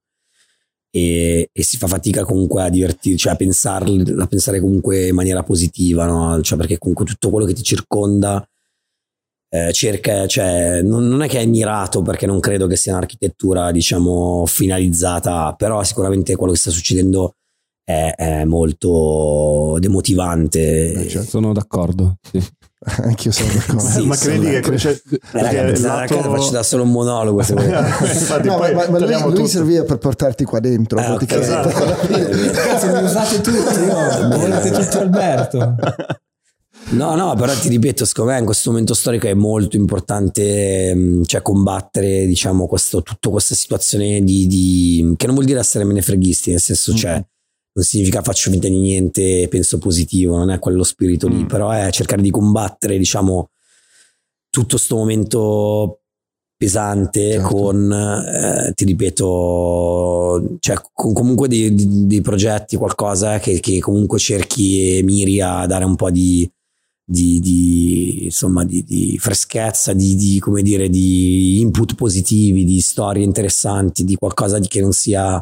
e, e si fa fatica comunque a divertirsi, cioè a pensare, a pensare comunque in maniera positiva, no? Cioè perché comunque tutto quello che ti circonda eh, cerca, cioè non, non è che è mirato, perché non credo che sia un'architettura diciamo finalizzata, però sicuramente quello che sta succedendo è, è molto demotivante. Eh, certo. Sono d'accordo, sì. Anch'io sono d'accordo. Sì, ma sono credi che d'accordo. cresce Eh, raga, perché il raga, lato- faccio da solo un monologo se volete. Infatti, No, poi ma, ma lui, togliamo lui tutto. serviva per portarti qua dentro. Eh, ok. praticamente. Cazzo, mi usate tutti, io volete tutto Alberto. No, no, però ti ripeto, secondo me in questo momento storico è molto importante, mh, cioè combattere, diciamo, questo, tutta questa situazione di, di che non vuol dire essere menefreghisti, nel senso, cioè, non significa faccio finta di niente, penso positivo, non è quello spirito lì, Mm. però è cercare di combattere, diciamo, tutto sto momento pesante, Certo. con, eh, ti ripeto, cioè con comunque dei, dei- dei progetti, qualcosa che, che comunque cerchi e miri a dare un po' di Di, di insomma di, di freschezza, di, di come dire, di input positivi, di storie interessanti, di qualcosa di che non sia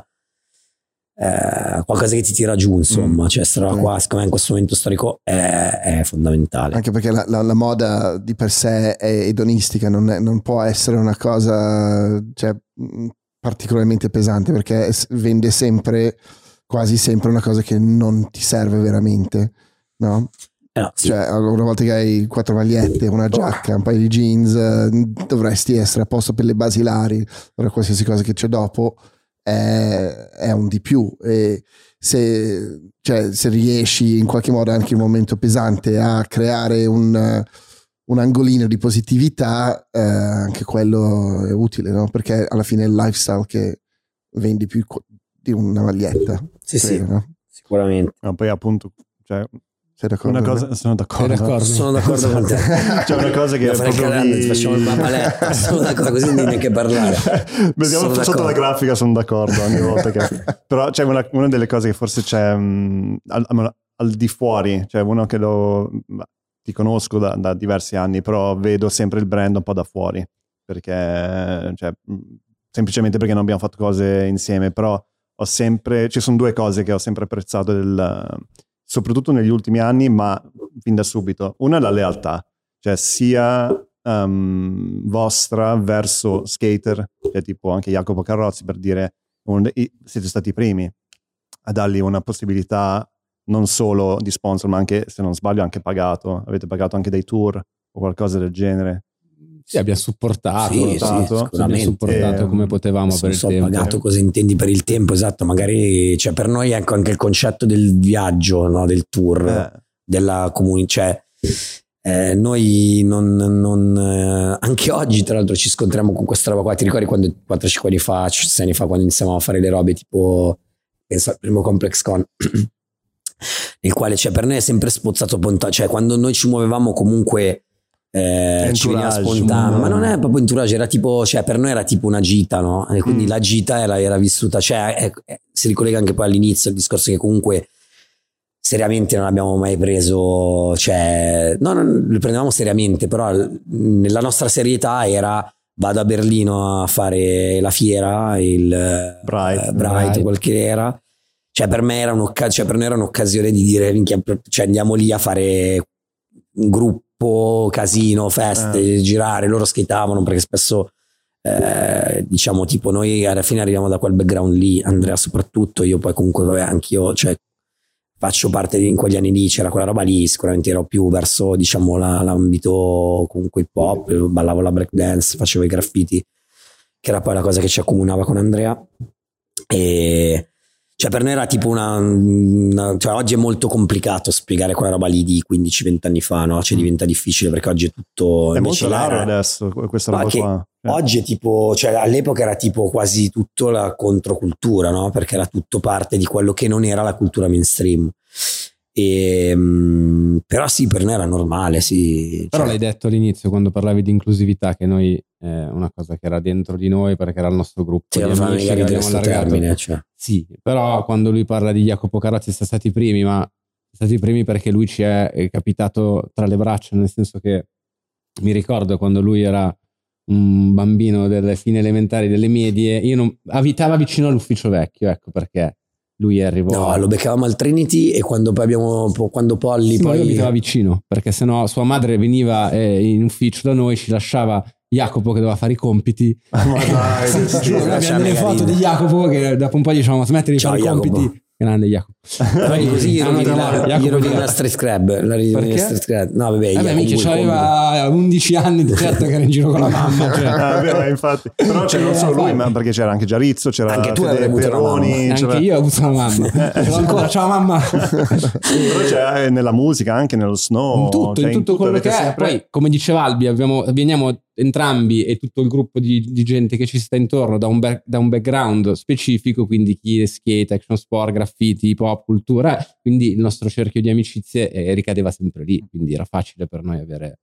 eh, qualcosa che ti tira giù, insomma. Mm. Cioè sta roba Sì. qua secondo me in questo momento storico è, è fondamentale. Anche perché la, la- la moda di per sé è edonistica, non, è- non può essere una cosa cioè, mh, particolarmente pesante, perché s- vende sempre, quasi sempre, una cosa che non ti serve veramente, no? Eh no, sì. Cioè, una volta che hai quattro magliette, una giacca, un paio di jeans, eh, dovresti essere a posto per le basilari, per qualsiasi cosa che c'è dopo è, è un di più. E se, cioè, se riesci in qualche modo anche in un momento pesante a creare un, un angolino di positività, eh, anche quello è utile, no? Perché alla fine è il lifestyle che vendi più co- di una maglietta. Sì, sì, credo, no? sicuramente. Ma poi appunto, cioè, Sei d'accordo? una cosa, sono d'accordo. Sei d'accordo? Sono d'accordo con te. C'è una cosa che Devo è fare il proprio calando, di- ti facciamo il mammaletta. Sono d'accordo, così non devi neanche parlare. Vediamo Sono sotto d'accordo. la grafica, sono d'accordo ogni volta che... Però c'è una, una delle cose che forse c'è mh, al, al- al di fuori, cioè uno che lo... ti conosco da, da diversi anni, però vedo sempre il brand un po' da fuori, perché cioè, mh, semplicemente perché non abbiamo fatto cose insieme, però ho sempre... ci sono due cose che ho sempre apprezzato del... soprattutto negli ultimi anni, ma fin da subito. Una è la lealtà, cioè sia um, vostra verso skater, cioè tipo anche Jacopo Carrozzi, per dire, un, i, siete stati i primi a dargli una possibilità non solo di sponsor, ma anche, se non sbaglio, anche pagato. Avete pagato anche dei tour o qualcosa del genere. Sì, abbiamo supportato, Sì, sì, supportato, sicuramente. abbiamo supportato Eh, come potevamo per Non il so tempo. pagato cosa intendi per il tempo, esatto, magari cioè, per noi ecco anche il concetto del viaggio, no? Del tour, Eh, della comunità, cioè eh, noi non, non eh, anche oggi tra l'altro ci scontriamo con questa roba qua. Ti ricordi quando quattro cinque anni fa, sei anni fa, quando iniziamo a fare le robe tipo, penso al primo Complex Con nel quale cioè, per noi è sempre spozzato ponta, cioè quando noi ci muovevamo comunque eh, ci veniva Entourage, spontaneo, no? ma non è proprio entourage, era tipo, cioè per noi era tipo una gita, no? E quindi Mm. la gita era, era vissuta, cioè è- è- si ricollega anche poi all'inizio il discorso che comunque seriamente non abbiamo mai preso, cioè no, non lo prendevamo seriamente, però l- nella nostra serietà era vado a Berlino a fare la fiera, il eh, Bright. Bright, Bright. quel che era. Cioè per me era un'occasione, cioè per noi era un'occasione di dire minchia, cioè andiamo lì a fare un gruppo, casino, feste, girare, loro skateavano perché spesso eh, diciamo tipo noi alla fine arriviamo da quel background lì, Andrea soprattutto, io poi comunque vabbè anch'io cioè faccio parte di, in quegli anni lì c'era quella roba lì, sicuramente ero più verso diciamo la, l'ambito comunque hip hop, ballavo la break dance, facevo i graffiti, che era poi la cosa che ci accomunava con Andrea. E cioè per noi era tipo una, una cioè oggi è molto complicato spiegare quella roba lì di quindici venti anni fa, no? Cioè diventa difficile perché oggi è tutto è invece molto là raro era- adesso questa Ma roba che qua. Eh. oggi è tipo, cioè all'epoca era tipo quasi tutto la controcultura, no? Perché era tutto parte di quello che non era la cultura mainstream. E, mh, però sì, per noi era normale, sì. Però Cioè, l'hai detto all'inizio quando parlavi di inclusività, che noi è una cosa che era dentro di noi perché era il nostro gruppo sì, di non fa amici mica che ridere abbiamo sto allargato. termine, cioè. Sì, però quando lui parla di Jacopo Carrozzi siamo stati i primi, ma siamo stati i primi perché lui ci è è capitato tra le braccia, nel senso che mi ricordo quando lui era un bambino delle fine elementari, delle medie, io non abitava vicino all'ufficio vecchio, ecco perché lui arrivò. No, lo beccavamo al Trinity e quando poi abbiamo quando Polly sì, poi ma lui abitava vicino, perché sennò sua madre veniva eh, in ufficio da noi, ci lasciava Jacopo che doveva fare i compiti. Ma dai, sì, sì, sì, giuro, abbiamo delle foto carino. di Jacopo che dopo un po' dicevamo smetti di Ciao, fare Jacopo. i compiti. Grande Jacopo. Poi così gli Ah, no, rovini di là, la, Jacopo gli rovini di là. la Street Crab, la rovini la Street Crab. No, vabbè, Vabbè, Jacopo, minchia, il c'aveva undici anni, certo che era in giro con la mamma. Cioè. Ah, vero, infatti. Però c'era non solo lui, ma perché c'era anche Giarizzo, c'era Anche tu Fede avevi avuto una Peroni, mamma. Anche c'era- io ho avuto una mamma. Ce l'ho ancora, ciao mamma. Però c'è nella musica, anche nello snow, In tutto, cioè in tutto quello avete che è. sempre- Poi, come diceva Albi, abbiamo, veniamo entrambi e tutto il gruppo di, di gente che ci sta intorno da un, back- da un background specifico, quindi chi skate, action sport, graffiti, hip hop, cultura, quindi il nostro cerchio di amicizie eh, ricadeva sempre lì, quindi era facile per noi avere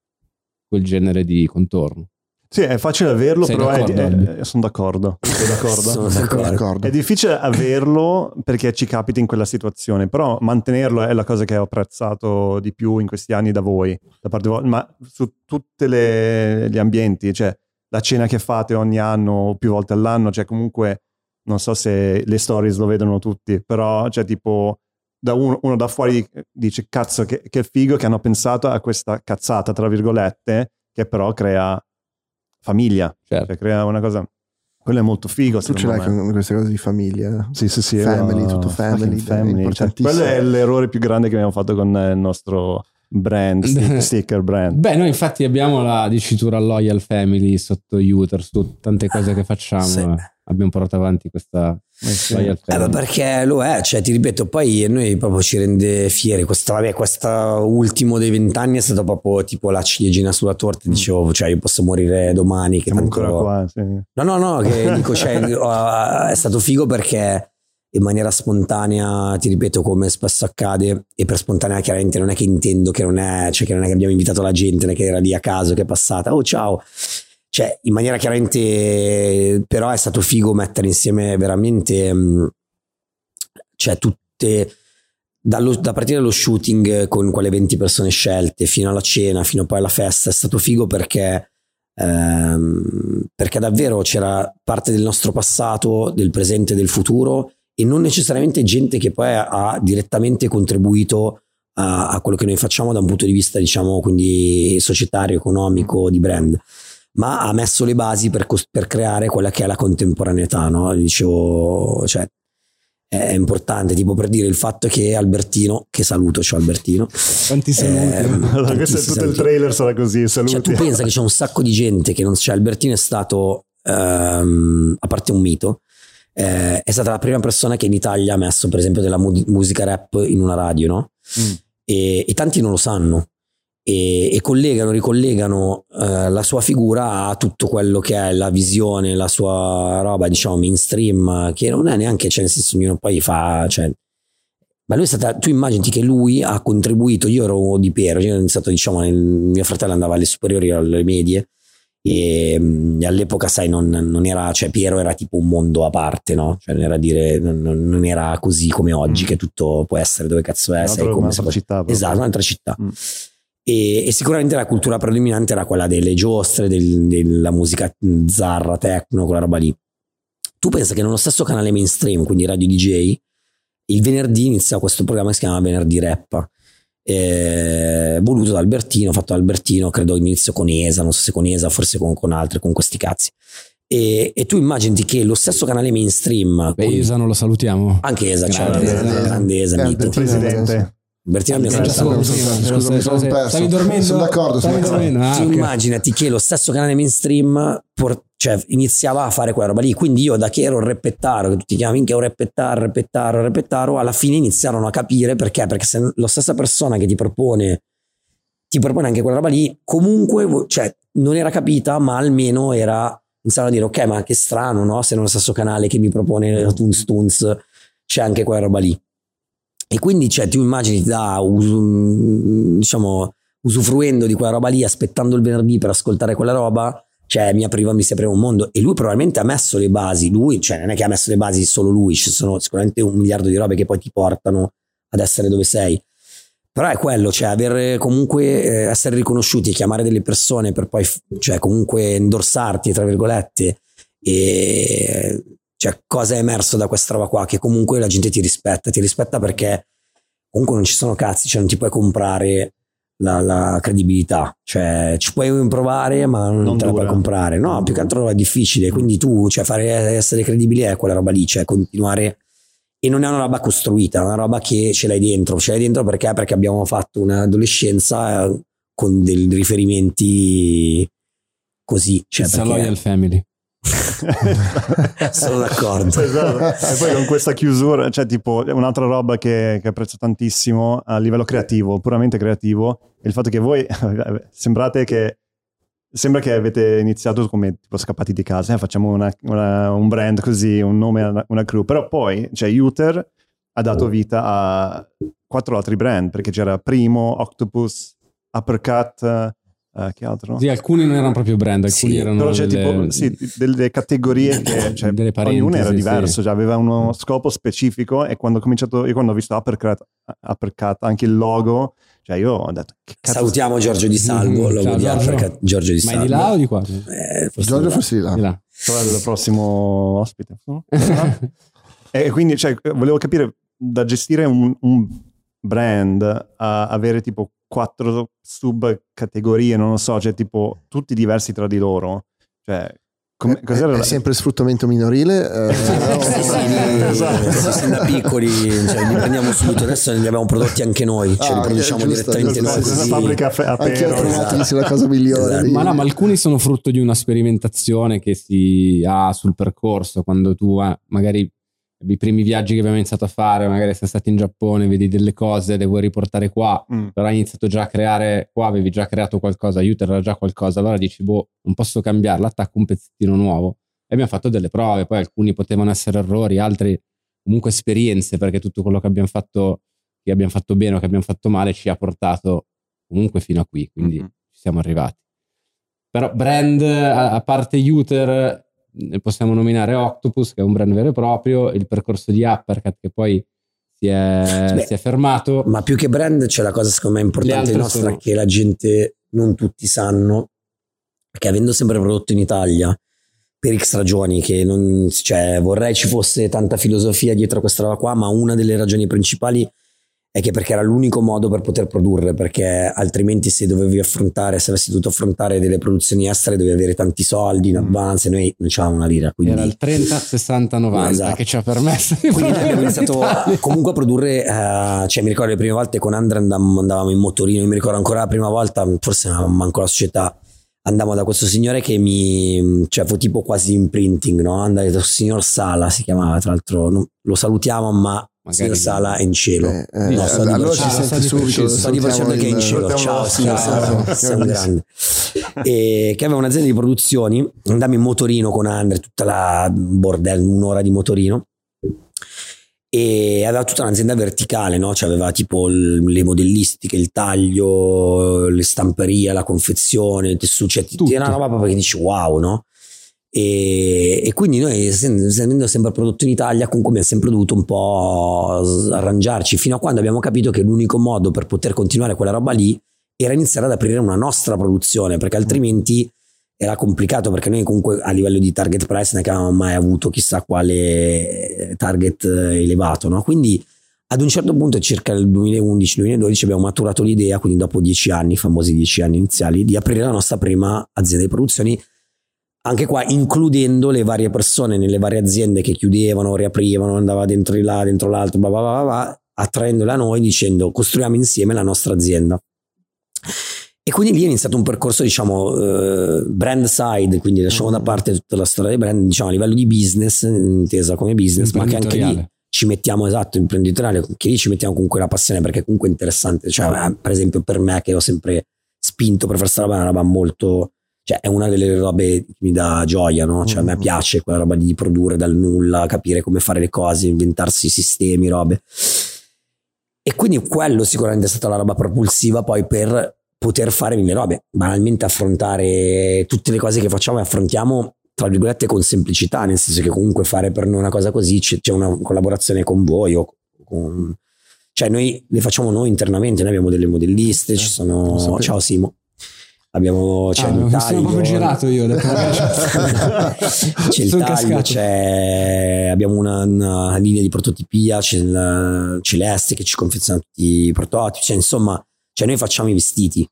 quel genere di contorno. Sì, è facile averlo, Sei però è, d'accordo, è- Albi? è- sono d'accordo. Sono d'accordo. Sono Sono d'accordo. d'accordo. È difficile averlo perché ci capita in quella situazione, però mantenerlo è la cosa che ho apprezzato di più in questi anni da voi, da parte vostra, ma su tutti gli ambienti, cioè la cena che fate ogni anno o più volte all'anno, cioè comunque non so se le stories lo vedono tutti, però cioè tipo da uno, uno da fuori dice cazzo che, che figo che hanno pensato a questa cazzata tra virgolette che però crea famiglia, Certo. cioè crea una cosa, quello è molto figo Tu ce secondo l'hai me. con queste cose di famiglia? Sì, sì, sì. Family, uh, tutto family, fucking family. Cioè, importantissimo. quello è l'errore più grande che abbiamo fatto con il nostro brand, stick- sticker brand. Beh, noi infatti abbiamo la dicitura Loyal Family sotto Uter, su tante cose che facciamo. Sì. eh. Abbiamo portato avanti questa Loyal Eh, ma Family. perché lo è, cioè ti ripeto, poi a noi proprio ci rende fieri. Questa, vabbè, questa ultimo dei vent'anni è stato proprio tipo la ciliegina sulla torta. Dicevo, cioè io posso morire domani. Che Siamo tanto... ancora qua. Sì. No, no, no, che dico, cioè, uh, è stato figo perché in maniera spontanea, ti ripeto, come spesso accade, e per spontanea chiaramente non è che intendo che non è, cioè che non è che abbiamo invitato la gente, non è che era lì a caso che è passata, oh ciao. Cioè, in maniera chiaramente, però è stato figo mettere insieme veramente, mh, cioè tutte, dallo, da partire dallo shooting con quelle venti persone scelte, fino alla cena, fino poi alla festa, è stato figo perché, ehm, perché davvero c'era parte del nostro passato, del presente e del futuro, e non necessariamente gente che poi ha direttamente contribuito a, a quello che noi facciamo da un punto di vista, diciamo, quindi societario, economico, di brand, ma ha messo le basi per, cos- per creare quella che è la contemporaneità, no? Dicevo, cioè, è importante, tipo per dire il fatto che Albertino, che saluto, ciao Albertino. Quanti saluti. ehm, Allora, questo è tantissimi tutto il saluti. trailer, sarà così. Saluti. Cioè, tu pensa che c'è un sacco di gente che non c'è. Albertino è stato, ehm, a parte un mito, eh, è stata la prima persona che in Italia ha messo, per esempio, della mu- musica rap in una radio, no? Mm. E, e tanti non lo sanno. E, e collegano, ricollegano eh, la sua figura a tutto quello che è la visione, la sua roba, diciamo, mainstream, che non è neanche, cioè, nel senso, ognuno poi fa, cioè, ma lui è stata, tu immaginati che lui ha contribuito. Io ero di Piero, io ho iniziato, diciamo, nel, mio fratello andava alle superiori, alle medie, e, e all'epoca, sai, non, non era, cioè Piero era tipo un mondo a parte, no? Cioè non era dire, non, non era così come oggi, Mm. che tutto può essere dove cazzo è, Un sai altro- come un'altra si può- città proprio. esatto, un'altra città. Mm. E, e sicuramente la cultura predominante era quella delle giostre, del- della musica zarra, techno, quella roba lì. Tu pensa che nello stesso canale mainstream, quindi Radio D J, il venerdì inizia questo programma che si chiama Venerdì Rap, eh, voluto da Albertino, fatto da Albertino, credo inizio con Esa, non so se con Esa, forse con, con altri, con questi cazzi. E, e tu immagini che lo stesso canale mainstream, Beh, con- Isano lo salutiamo. anche Esa, cioè, Grande grande, Esa. grande Esa, Eh, mito. Albertino. Presidente. Albertino mi ha Scusa, salutato. mi sono scusa, perso, scusa, mi sono scusa, perso. stavi dormendo? Sono d'accordo, Stavi sono dormendo? Ah, Tu ok. immaginati che lo stesso canale mainstream por- cioè, iniziava a fare quella roba lì, quindi io da che ero il reppettaro, che tutti chiamano minchia un reppettaro, reppettaro, reppettaro, alla fine iniziarono a capire perché, perché se la stessa persona che ti propone ti propone anche quella roba lì, comunque, cioè, non era capita, ma almeno era, iniziavano a dire ok, ma che strano, no? Se nello stesso canale che mi propone Tunes Tunes c'è anche quella roba lì. E quindi, cioè, tu immagini da usu- diciamo usufruendo di quella roba lì, aspettando il venerdì per ascoltare quella roba, cioè mi apriva, mi si apriva un mondo. E lui probabilmente ha messo le basi, lui, cioè non è che ha messo le basi solo lui, ci sono sicuramente un miliardo di robe che poi ti portano ad essere dove sei. Però è quello, cioè aver comunque eh, essere riconosciuti e chiamare delle persone per poi, cioè comunque indorsarti, tra virgolette, e cioè cosa è emerso da questa roba qua? Che comunque la gente ti rispetta, ti rispetta perché comunque non ci sono cazzi, cioè non ti puoi comprare la, la credibilità, cioè ci puoi provare ma non, non te dura. La puoi comprare, no, più che altro è difficile, quindi tu, cioè fare essere credibili è quella roba lì, cioè continuare, e non è una roba costruita, è una roba che ce l'hai dentro, ce l'hai dentro perché? Perché abbiamo fatto un'adolescenza con dei riferimenti così, cioè perché... Loyal Family. Sono d'accordo. Esatto. E poi con questa chiusura, cioè tipo un'altra roba che, che apprezzo tantissimo a livello creativo, puramente creativo, è il fatto che voi sembrate che sembra che avete iniziato come tipo scappati di casa, eh, facciamo una, una, un brand così, un nome, una, una crew, però poi cioè Uther ha dato vita a quattro altri brand, perché c'era Primo, Octopus, Uppercut. Uh, che altro? Sì, alcuni non erano proprio brand, alcuni sì, erano però c'è delle... tipo sì, delle categorie che cioè, delle ognuno era diverso, sì. Cioè, aveva uno scopo specifico, e quando ho cominciato, io quando ho visto Uppercut, Uppercut anche il logo, cioè io ho detto che cazzo. Salutiamo Giorgio Di Salvo, mm-hmm. logo di Uppercut, Giorgio Di Salvo. Ma è di là o di qua? Eh, forse Giorgio forse di là, di là. Sarà il prossimo ospite. E quindi cioè, volevo capire, da gestire un, un brand a avere tipo quattro subcategorie, non lo so, cioè tipo tutti diversi tra di loro, cioè come, è, cos'era è la... sempre sfruttamento minorile, eh, sì, sì, sì, esatto. Sì, sì, da piccoli, cioè, li prendiamo subito, adesso li abbiamo prodotti anche noi, cioè ah, li produciamo giusto, direttamente giusto, noi, una fabbrica a anche ho trovato che sia la cosa migliore. Esatto. Ma no, ma alcuni sono frutto di una sperimentazione che si ha sul percorso, quando tu eh, magari i primi viaggi che abbiamo iniziato a fare, magari sei stato in Giappone, vedi delle cose, le vuoi riportare qua, mm. però hai iniziato già a creare qua, avevi già creato qualcosa, Uther era già qualcosa, allora dici boh, non posso cambiarla, attacco un pezzettino nuovo, e abbiamo fatto delle prove, poi alcuni potevano essere errori, altri comunque esperienze, perché tutto quello che abbiamo fatto, che abbiamo fatto bene o che abbiamo fatto male ci ha portato comunque fino a qui, quindi mm-hmm. ci siamo arrivati. Però brand, a, a parte Uther, possiamo nominare Octopus, che è un brand vero e proprio, il percorso di Uppercut che poi si è, Beh, si è fermato. Ma più che brand c'è la cosa secondo me importante nostra sono... che la gente non tutti sanno, che avendo sempre prodotto in Italia per X ragioni, che non, cioè vorrei ci fosse tanta filosofia dietro a questa roba qua, ma una delle ragioni principali è che perché era l'unico modo per poter produrre, perché altrimenti se dovevi affrontare, se avessi dovuto affrontare delle produzioni estere dovevi avere tanti soldi in avance, noi non c'avevamo una lira, quindi... era il trenta sessanta novanta esatto. che ci ha permesso di quindi abbiamo iniziato comunque a produrre, uh, cioè mi ricordo le prime volte con Andre andavamo, andavamo in motorino, io mi ricordo ancora la prima volta, forse manco la società, andavo da questo signore che mi, cioè fu tipo quasi imprinting, no? Andai da signor Sala, si chiamava, tra l'altro no, lo salutiamo, ma signor Sala è in cielo. Eh, eh, no, so allora ci senti subito. Sto di perché è in cielo. Ciao signor Sala, sei un grande. E che aveva un'azienda di produzioni, andammo in motorino con Andre, tutta la bordello, un'ora di motorino. E aveva tutta un'azienda verticale, no? Cioè aveva tipo le modellistiche, il taglio, le stamperie, la confezione, il tessuto, cioè era una roba proprio che dici wow, no? E, e quindi noi, essendo sempre prodotto in Italia, comunque abbiamo sempre dovuto un po' arrangiarci, fino a quando abbiamo capito che l'unico modo per poter continuare quella roba lì era iniziare ad aprire una nostra produzione, perché altrimenti era complicato, perché noi comunque a livello di target price non è che avevamo mai avuto chissà quale target elevato, no? Quindi ad un certo punto, circa il duemilaundici duemiladodici, abbiamo maturato l'idea, quindi dopo dieci anni, i famosi dieci anni iniziali, di aprire la nostra prima azienda di produzioni, anche qua includendo le varie persone nelle varie aziende che chiudevano, riaprivano, andava dentro di là, dentro l'altro, bla bla bla bla, attraendola a noi dicendo costruiamo insieme la nostra azienda. E quindi lì è iniziato un percorso, diciamo, eh, brand side, quindi lasciamo da parte tutta la storia dei brand, diciamo a livello di business, intesa come business, ma che anche lì ci mettiamo, esatto, imprenditoriale, che lì ci mettiamo comunque la passione, perché comunque è interessante, cioè per esempio per me che ho sempre spinto per fare sta roba, è una roba molto, cioè è una delle robe che mi dà gioia, no? Cioè a me piace quella roba di produrre dal nulla, capire come fare le cose, inventarsi sistemi, robe, e quindi quello sicuramente è stata la roba propulsiva poi per poter fare mille robe, banalmente affrontare tutte le cose che facciamo e affrontiamo tra virgolette con semplicità, nel senso che comunque fare per noi una cosa così c'è, c'è una collaborazione con voi o con, cioè noi le facciamo noi internamente, noi abbiamo delle modelliste, ci sono, ciao Simo, abbiamo c'è Ah, il mi sono taglio, proprio girato io, ho detto, magari c'è il sono taglio, cascato. c'è, abbiamo una, una linea di prototipia, c'è il Celeste che ci confeziona tutti i prototipi, cioè insomma, cioè noi facciamo i vestiti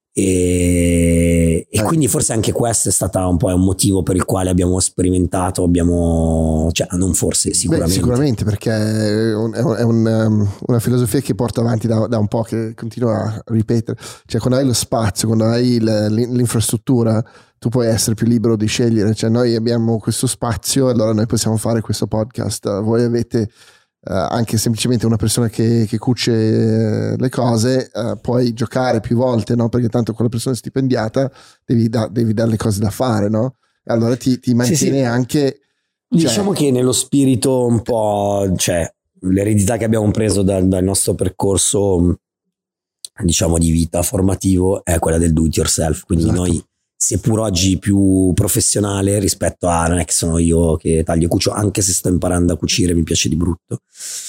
e, e Eh. quindi forse anche questo è stato un po' un motivo per il quale abbiamo sperimentato, abbiamo, cioè non forse, sicuramente. Beh, sicuramente, perché è, un- è un- è un, um, una filosofia che porto avanti da, da un po', che continuo a ripetere. Cioè, quando hai lo spazio, quando hai il- l'infrastruttura, tu puoi essere più libero di scegliere. Cioè, noi abbiamo questo spazio, allora noi possiamo fare questo podcast. Voi avete uh, anche semplicemente una persona che, che cuce le cose, uh, puoi giocare più volte, no? Perché tanto quella persona è stipendiata, devi, da, devi dare le cose da fare, no? Allora ti, ti mantiene sì. anche... Diciamo che nello spirito un po', cioè l'eredità che abbiamo preso dal, dal nostro percorso, diciamo, di vita formativo è quella del do it yourself. Quindi Esatto. noi, seppur oggi più professionale rispetto a, non è che sono io che taglio e cucio, anche se sto imparando a cucire, mi piace di brutto.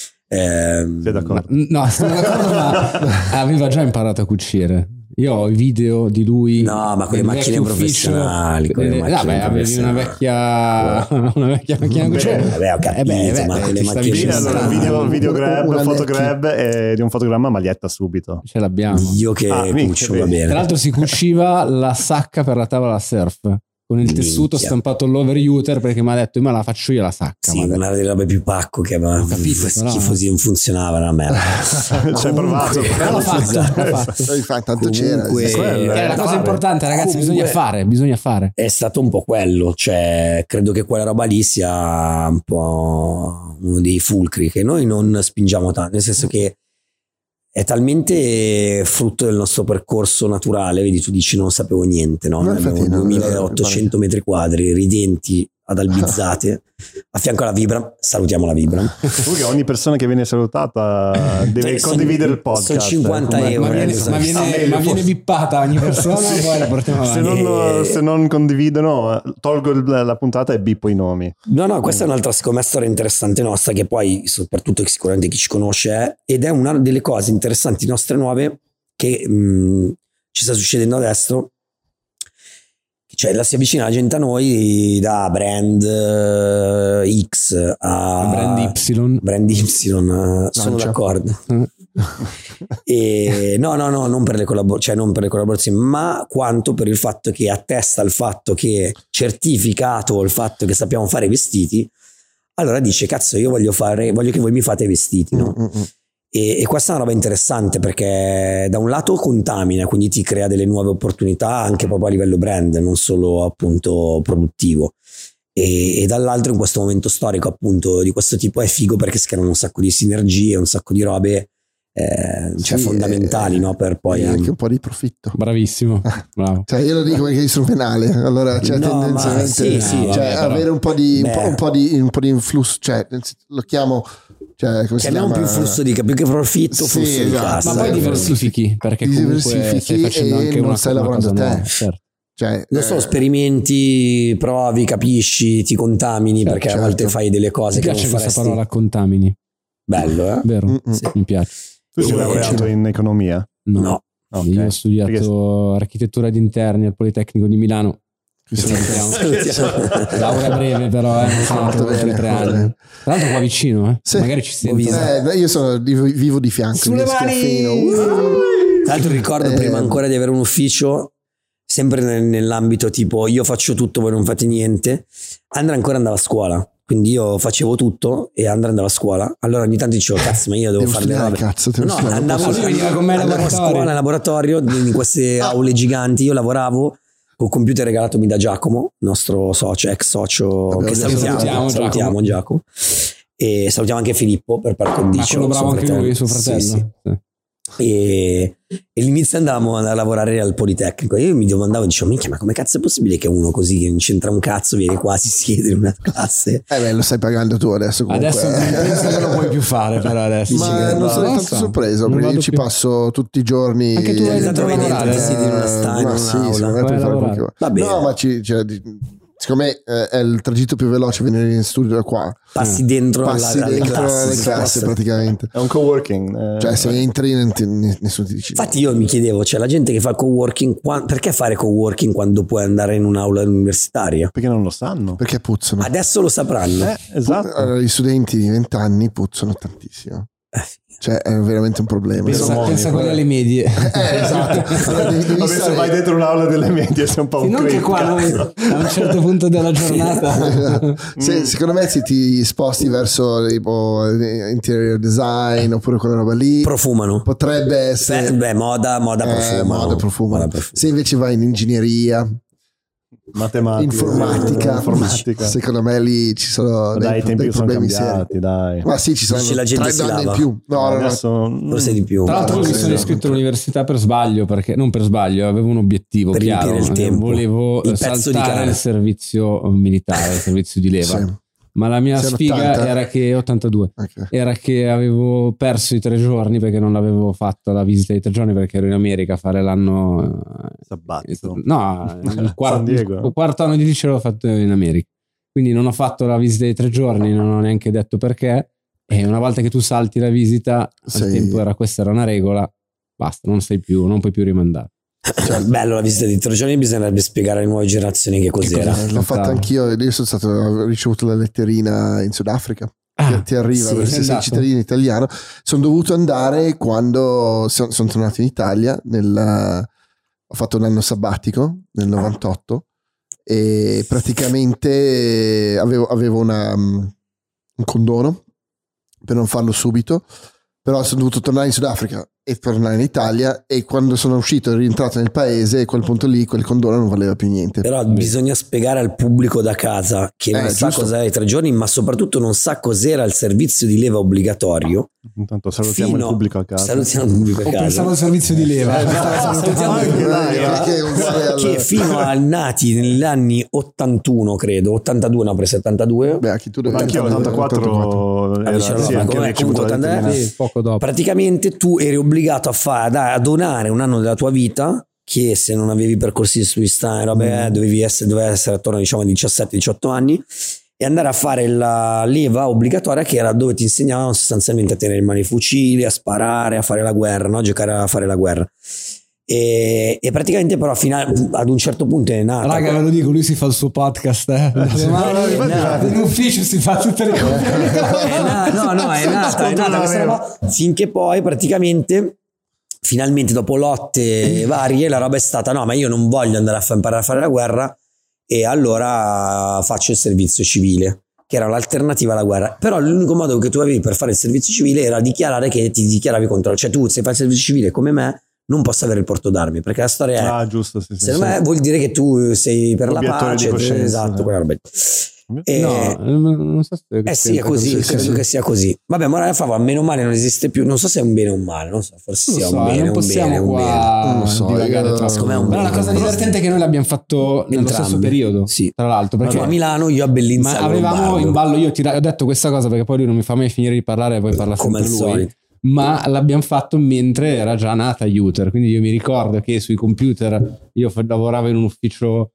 Ehm, Sei d'accordo? No, sono d'accordo, ma aveva già imparato a cucire. Io ho i video di lui. No, ma con le nel macchine vecchio professionali, con le Eh, macchine vabbè, avevi una professionali. vecchia una vecchia macchina a Beh, cucire. vabbè, ho capito, Eh beh, beh, ma beh, con le ti stavi macchine Sì, allora citando. video, video grab, Una foto Necchi. grab e di un fotogramma maglietta subito. Ce l'abbiamo. Io che Ah, minchia, cucio, vedi. va bene. Tra l'altro si cuciva la sacca per la tavola surf con il Minchia. tessuto stampato all'overuter, perché mi ha detto ma la faccio io la sacca. Sì, Ma una delle robe più pacco che aveva capito, però- schifosi, non funzionava, una merda. Ci hai provato. Però l'ha fatto, l'ha fatto. Infatti, tanto c'era. Comunque- sì. quello, Che è la eh, cosa no, importante, ragazzi, comunque- bisogna fare, bisogna fare. È stato un po' quello, cioè credo che quella roba lì sia un po' uno dei fulcri che noi non spingiamo tanto, nel senso che è talmente frutto del nostro percorso naturale. Vedi, tu dici non sapevo niente, no? No, Noi infatti abbiamo no, duemilaottocento metri quadri ridenti ad albizzate a fianco alla Vibram. Salutiamo la Vibram. Comunque ogni persona che viene salutata deve Cioè, sono- condividere il podcast. sono cinquanta eh. euro. Ma viene, esatto. ma viene- Ah, meglio, ma viene forse. bippata ogni persona Sì. e poi la portiamo Se avanti. non, Eh. se non condividono, tolgo il- la puntata e bippo i nomi. No, no, questa è un'altra secondo me storia interessante nostra, che poi soprattutto sicuramente chi ci conosce è, ed è una delle cose interessanti nostre nuove che mh, ci sta succedendo adesso. Cioè la si avvicina la gente a noi da brand eh, X a Brand Y. brand Y, eh, sono Lancia. d'accordo. Mm. E no, no, no, non per le collabor- cioè non per le collaborazioni, ma quanto per il fatto che attesta il fatto che certificato il fatto che sappiamo fare i vestiti, allora dice cazzo, io voglio fare, voglio che voi mi fate i vestiti, no? Mm, mm, mm. E, e questa è una roba interessante perché da un lato contamina, quindi ti crea delle nuove opportunità anche proprio a livello brand, non solo appunto produttivo. E, e dall'altro in questo momento storico appunto di questo tipo è figo perché si creano un sacco di sinergie, un sacco di robe eh, cioè Sì, fondamentali, eh, no? Per poi E anche un po' di profitto. Bravissimo, bravo. Cioè, io lo dico perché sono penale, allora cioè, No, ma tendenzialmente sì, sì, cioè, vabbè, però- avere un po' di un po', Beh. un po' di un po' di influsso, cioè nel senso, lo chiamo, cioè come si chiamiamo chiama? più flusso di più che profitto, Sì, flusso di esatto. cassa. Ma poi Sì, diversifichi, perché Ti comunque diversifichi stai facendo e anche non una, stai una lavorando cosa te. nuova, certo. Cioè, Non so, eh, sperimenti, provi, capisci, ti contamini Certo, perché a certo. volte fai delle cose Mi che non piace questa faresti. parola contamini, Bello, eh? vero? Mm, mm. Sì. Mi piace. Tu sei Eh, laureato in economia? No, No. Ok. io ho studiato Perché- architettura di interni al Politecnico di Milano. questo- Laurea breve però, eh, non sono Molto andato oltre bene, tre molto anni. bene. Tra l'altro qua vicino, eh. Sì. Magari ci sentono. Vicino. Eh, io sono di- vivo di fianco, Sulle via mani! Schiaffino. Uh! Tra l'altro ricordo Eh, prima ancora di avere un ufficio, sempre nel- nell'ambito tipo io faccio tutto, voi non fate niente, Andrea ancora andava a scuola, quindi io facevo tutto e Andrea andava a scuola, allora ogni tanto dicevo cazzo ma io devo, Devo fare le studiare, robe. cazzo, devo No, studiare, non andavo, posso- Lui veniva con me ai andavo a laboratori. scuola, in laboratorio, in queste aule giganti, io lavoravo col computer regalatomi da Giacomo, nostro socio, ex socio, Abbiamo che già salutiamo, salutiamo, salutiamo, Giacomo. E salutiamo anche Filippo per par Ma condicio, collaborava suo anche lui, suo fratello. fratello. Sì, sì. Sì. E, e all'inizio andavamo a lavorare al Politecnico e io mi domandavo, dicevo minchia, ma come cazzo è possibile che uno così che non c'entra un cazzo viene qua, si siede in una classe? Eh beh, lo stai pagando tu adesso comunque. Adesso non penso che lo puoi più fare per adesso. Ma Dici che non no, sono non tanto so. sorpreso Non perché io vado ci più. passo tutti i giorni. Anche tu hai Esatto, dentro vai dentro, lavorare. ti siedi in una sta- in ma sì, un'aula. secondo me Vai puoi a fare lavorare. qualche cosa. Va bene. No, ma ci, cioè, di- secondo me eh, è il tragitto più veloce venire in studio da qua. Passi dentro, Passi alla, dentro alle classi, le classi praticamente. È un co-working. Eh. Cioè se entri non ti, nessuno ti dice. Infatti io mi chiedevo, cioè la gente che fa co-working, qua- perché fare co-working quando puoi andare in un'aula universitaria? Perché non lo sanno. Perché puzzano. Adesso lo sapranno. Eh, esatto. Allora, gli studenti di venti anni puzzano tantissimo. Cioè è veramente un problema. Pensa, Sono pensa a moni, quelli alle medie. Eh, esatto. Allora, devi, devi Vabbè, se stare- vai dentro un'aula delle medie sei un po' un Non che creep, qua noi cazzo. a un certo punto della giornata Se- secondo me se ti sposti verso tipo interior design oppure quella roba lì Profumano. potrebbe essere Beh, beh, moda, moda eh, profuma. moda profuma. Moda profuma. Se invece vai in ingegneria, Matematica, informatica, informatica. secondo me lì ci sono Ma dei, dai, i tempi dei sono problemi seri. cambiati, dai. Ma sì, ci sono Dici la gente tre si donne in lava? più. No, no, no. Adesso Forse di più. Tra l'altro No, mi sì, sono no. iscritto all'università per sbaglio, perché non per sbaglio, avevo un obiettivo Per chiaro. riempire il tempo. Volevo Il pezzo di saltare carne. il servizio militare, il servizio di leva. Sì. Ma la mia Sei sfiga ottanta? era che ottantadue Ok. era che avevo perso i tre giorni perché non avevo fatto la visita di tre giorni perché ero in America a fare l'anno eh, Sabbatico. no, il San quarto, Diego. il quarto anno di liceo l'ho fatto in America, quindi non ho fatto la visita di tre giorni, non ho neanche detto perché, e una volta che tu salti la visita al Sei- tempo era questa era una regola, basta, non sei più, non puoi più rimandare. Cioè, bello la visita di tre giorni, bisognerebbe spiegare alle nuove generazioni che cos'era. Eh, L'ho fatta anch'io. Io sono stato, ho ricevuto la letterina in Sudafrica. Ah, Ti- ti arriva sì, perché se sei esatto. cittadino italiano. Sono dovuto andare quando sono, sono tornato in Italia. Nel, ho fatto un anno sabbatico nel novantotto e praticamente avevo, avevo una, um, un condono per non farlo subito. Però sono dovuto tornare in Sudafrica e tornare in Italia, e quando sono uscito e rientrato nel paese, a quel punto lì quel condono non valeva più niente. Però bisogna spiegare al pubblico da casa che non Eh, sa giusto. cos'era i tre giorni, ma soprattutto non sa cos'era il servizio di leva obbligatorio. Intanto salutiamo Fino- il pubblico a casa. Salutiamo il pubblico a Ho casa. pensato al servizio di leva. Salutiamo il Anche pubblico a dai, casa. perché è uguale al- Che fino a nati negli anni ottantuno, credo, ottantadue, no, preso settantadue. Beh, anche tu devi Anch'io ottantaquattro Ah, era, vicino sì, alla anche Come- ho ricevuto comunque la ottanta letterina. Sì, poco dopo. Praticamente tu eri obbligato a, fare, a donare un anno della tua vita, che se non avevi percorsi di studi strani, vabbè, dovevi essere, doveva essere attorno diciamo ai diciassette diciotto anni, e andare a fare la leva obbligatoria, che era dove ti insegnavano sostanzialmente a tenere in mano i fucili, a sparare, a fare la guerra, no? A giocare a fare la guerra. E, e praticamente però fino a- ad un certo punto è nata. Raga, ve lo dico, lui si fa il suo podcast, eh. Domani, no, no, in ufficio si fa tutte le cose. È na- no, no, è nata, è nata questa roba, finché poi praticamente finalmente dopo lotte varie la roba è stata no, ma io non voglio andare a fa- imparare a fare la guerra, e allora faccio il servizio civile, che era l'alternativa alla guerra. Però l'unico modo che tu avevi per fare il servizio civile era dichiarare che ti dichiaravi contro, cioè tu se fai il servizio civile come me non posso avere il porto d'armi, perché la storia è Ah, giusto, sì, sì, secondo sì. me vuol dire che tu sei per la Obiettore di pace, coscienza, esatto, sì. quella roba lì. E- No, non so se eh sì, è così, credo che sia così. Vabbè, morale favola, meno male non esiste più. Non so se è un bene o un male, non so, forse Non sia so, un bene, non un possiamo bene, un bene. qua Non lo so, divagare io- troppo. Secondo me è un Però la bene. cosa divertente è che noi l'abbiamo fatto nello Entrambi. stesso periodo, Sì. tra l'altro, perché Tu a Milano, io a Bellinzona. ma avevamo in ballo, io ti ho detto questa cosa perché poi lui non mi fa mai finire di parlare e poi parla Come sempre al lui. solito. Ma l'abbiamo fatto mentre era già nata Uter, quindi io mi ricordo che sui computer io fa- lavoravo in un ufficio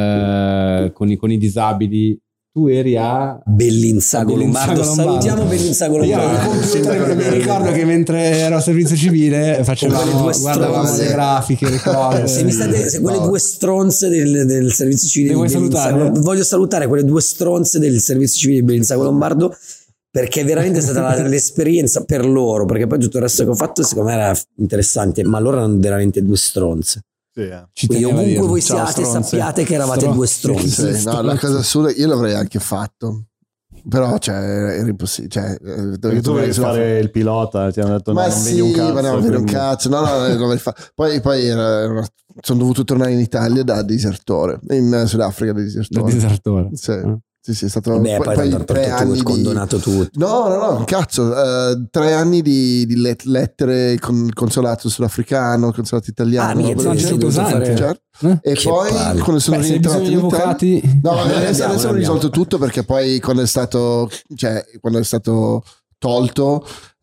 eh, con, i, con i disabili, tu eri a Bellinzago Bellinzago Lombardo. Lombardo. Salutiamo Bellinzago Io Lombardo. avevo il computer e mi ricordo che mentre ero a servizio civile Con facevamo, quelle due guardavamo stronze. le grafiche, le cose. Se mi state, se quelle no. due stronze del, del servizio civile Le di vuoi Bellinzago, salutare? voglio salutare quelle due stronze del servizio civile di Bellinzago Lombardo, perché veramente è stata la- l'esperienza per loro, perché poi tutto il resto che ho fatto secondo me era interessante, ma loro erano veramente due stronze. Sì, eh. Ci Quindi teneva a ovunque dirlo. voi Ciao, siate stronze. sappiate che eravate Stronze. due stronze. Sì, no, la cosa assurda, io l'avrei anche fatto. Però cioè, era impossibile. Cioè, eh, Perché dovevi tu volevi tornare fare il pilota, ti hanno detto Ma no, non sì, vedi un cazzo. ma no, non vedi un quindi- cazzo. No, no, no, l'avrei fatto. Poi, poi era- era una- sono dovuto tornare in Italia da disertore, in Sudafrica da Da disertore. disertore. Sì, Eh. sì, sì, è stato Beh, poi, poi tanto tre tutto, anni di... condonato tutto. No, no, no, cazzo, eh, tre anni di, di let- lettere con il consolato sudafricano, il consolato italiano. Ah, mica, roba tu non del ci sei genere. dovuto fare- Certo. Eh? E Che poi palle. quando sono Beh, se hai rientrato bisogno in di Italia... avvocati, No, Ne adesso, abbiamo, adesso ne ho abbiamo. risolto tutto, perché poi quando è stato, cioè, quando è stato tolto,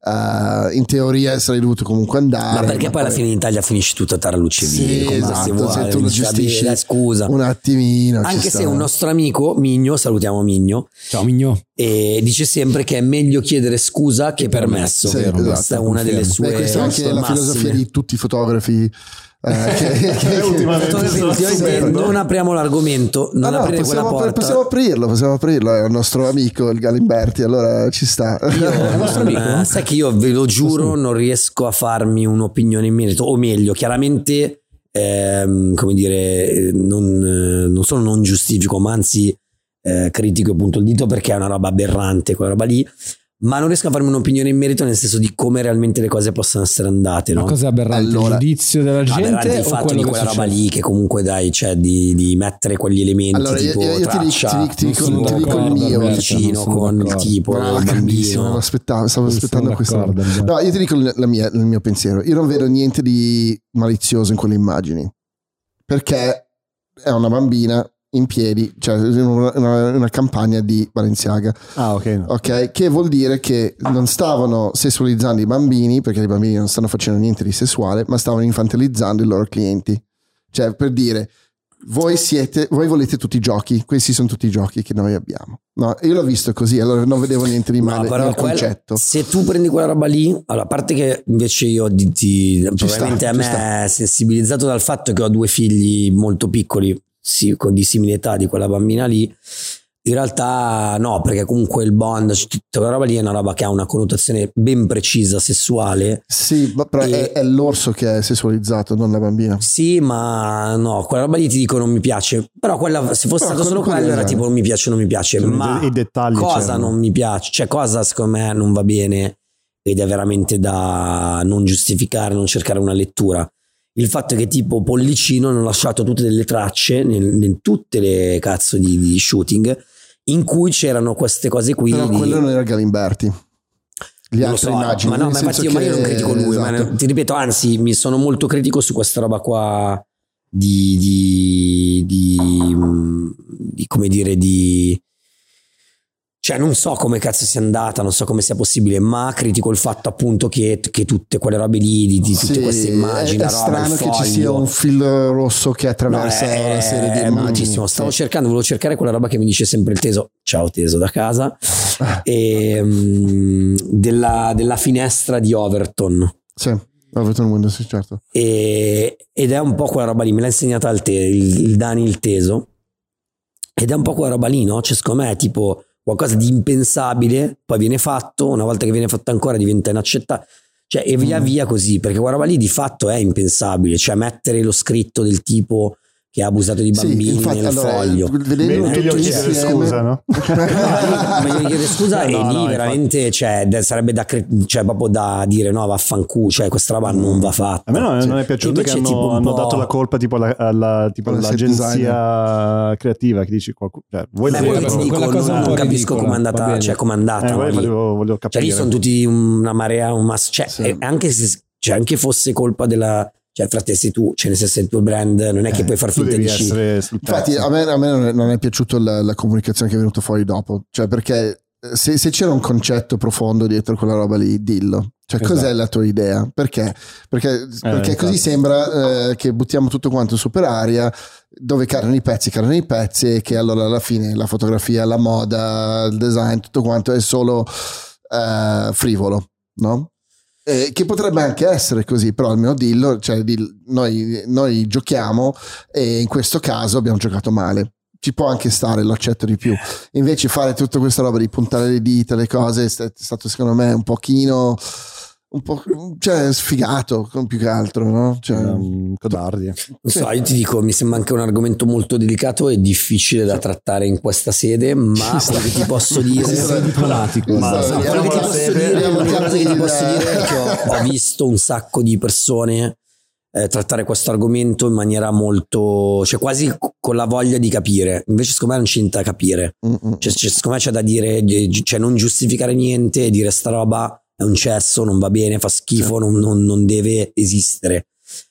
Uh, in teoria sarei dovuto comunque andare, ma perché ma poi alla fine in Italia finisci tutto a Tarlucci sì, esatto, se tu lo gestisci bene, scusa un attimino, anche se un nostro amico Migno, salutiamo Migno, ciao Migno, e dice sempre che è meglio chiedere scusa che permesso, sì, esatto, questa è una delle sue. Beh, questa è anche la massime. Filosofia di tutti i fotografi. Eh, che, che, che, ultimamente non apriamo l'argomento, non no, no, aprire possiamo, quella porta. possiamo aprirlo, possiamo aprirlo, è un nostro amico il Galimberti, allora ci sta. Io, eh, sai che io ve lo giuro non riesco a farmi un'opinione in merito, o meglio, chiaramente ehm, come dire, non, non solo non giustifico, ma anzi eh, critico e punto il dito perché è una roba aberrante quella roba lì, ma non riesco a farmi un'opinione in merito nel senso di come realmente le cose possono essere andate, no? Ma cosa aberrante? Allora, il giudizio della gente aberrante il o fatto quello di che quella roba succede? lì che comunque dai, cioè di, di mettere quegli elementi allora, tipo io, io ti, dico, traccia, ti, dico, ti, non dico, sono ti dico il d'accordo, mio Alberto, vicino non sono con il d'accordo. tipo Ah, il grandissimo, bambino. aspettavo, stavo Non aspettando sono questo. d'accordo, Alberto. No, io ti dico la mia, il mio pensiero. Io non vedo niente di malizioso in quelle immagini, perché è una bambina in piedi, cioè una, una, una campagna di Balenciaga. Ah, ok. No. Ok, che vuol dire che non stavano sessualizzando i bambini, perché i bambini non stanno facendo niente di sessuale, ma stavano infantilizzando i loro clienti. Cioè, per dire, voi siete, voi volete tutti i giochi, questi sono tutti i giochi che noi abbiamo. No, io l'ho visto così, allora non vedevo niente di male No, però nel quella- concetto. se tu prendi quella roba lì, allora a parte che invece io di, di- probabilmente sta, a ci me sta. è sensibilizzato dal fatto che ho due figli molto piccoli, sì, con di simile età di quella bambina lì. In realtà no, perché comunque il bond, cioè, tutta quella roba lì è una roba che ha una connotazione ben precisa sessuale. Sì, ma però E- è, è l'orso che è sessualizzato, non la bambina. Sì, ma no, quella roba lì ti dico non mi piace. Però quella, se fosse Però stato solo quello- quello, era quello- tipo non mi piace, non mi piace. Cioè, ma i dettagli cosa c'erano. non mi piace? Cioè, cosa secondo me non va bene ed è veramente da non giustificare, non cercare una lettura. Il fatto è che tipo Pollicino hanno lasciato tutte delle tracce nel- in tutte le cazzo di, di shooting in cui c'erano queste cose qui. Però di- quello non era Galimberti. Gli non lo altri so, immagini. ma no, nel ma infatti senso io, ma io non che- critico lui, ma esatto. ti ripeto, anzi, mi sono molto critico su questa roba qua di, di, di, di come dire, di cioè non so come cazzo sia andata, non so come sia possibile, ma critico il fatto appunto che, che tutte quelle robe lì, di, di tutte Sì, queste immagini, è, la è roba, strano il che ci sia foglio. un filo rosso che No, attraversa è, una serie di è immagini. moltissimo. Stavo Sì. cercando, volevo cercare quella roba che mi dice sempre il Teso. Ciao Teso da casa. e, mm, della, della finestra di Overton. Sì, Overton Windows, sì, certo. E, ed è un po' quella roba lì. Me l'ha insegnata il, te, il, il Dani il Teso. Ed è un po' quella roba lì, no? Cioè, secondo me è tipo qualcosa di impensabile, poi viene fatto, una volta che viene fatto ancora diventa inaccettabile. Cioè, e via Mm. via così, perché quella roba lì di fatto è impensabile. Cioè, mettere lo scritto del tipo che ha abusato di bambini Sì, infatti, nel allora, foglio. vedendolo Meglio tutto chiedere insieme- scusa, no? Meglio chiedere scusa Eh, e no, lì no, veramente cioè, de- sarebbe da cre- cioè, proprio da dire no vaffanculo, cioè questa roba non va fatta. A me no, Sì. non è piaciuto E che invece tipo hanno, un hanno po'- dato la colpa tipo alla, alla- tipo Alla set all'agenzia creativa che dici qualcuno, cioè, voi Beh, Sì, poi vabbè, ti quella dico, cosa non, è un non po' capisco ridicola, come è va andata, bene. cioè come è andata. eh, no, volevo, lì. volevo, volevo Cioè capire. lì sono tutti una marea, un mass- cioè, Sì. e anche se cioè, anche fosse colpa della cioè frate sei tu, cioè nel senso è il tuo brand, non è che Eh, puoi far tu finta devi di sci. essere sul Infatti pezzo. a me, a me non, è, non è piaciuta la, la comunicazione che è venuta fuori dopo, cioè perché eh, se, se c'era un concetto profondo dietro quella roba lì, dillo. Cioè Esatto. cos'è la tua idea? Perché? Perché, perché esatto. così sembra eh, che buttiamo tutto quanto su per aria, dove cadono i pezzi, cadono i pezzi e che allora alla fine la fotografia, la moda, il design, tutto quanto è solo eh, frivolo, no? Eh, che potrebbe anche essere così, però almeno dillo, cioè dill- noi, noi giochiamo e in questo caso abbiamo giocato male. Ci può anche stare, lo accetto di più. Invece fare tutta questa roba di puntare le dita, le cose, è st- è stato secondo me un pochino, un po', cioè sfigato, con più che altro, no? Cioè, Um, codardi. Non so, io ti dico, mi sembra anche un argomento molto delicato e difficile da trattare in questa sede, ma quello che ti posso dire Sei diplomatico. Ma- No, Vediamo quello che ti la posso sede, dire, vediamo una la cosa che ti sede. posso dire è che ho, ho visto un sacco di persone eh, trattare questo argomento in maniera molto, cioè quasi con la voglia di capire. Invece secondo me non c'è niente da capire. Mm-mm. Cioè, cioè, secondo me c'è da dire, cioè non giustificare niente e dire sta roba è un cesso, non va bene, fa schifo, non, non- non deve esistere.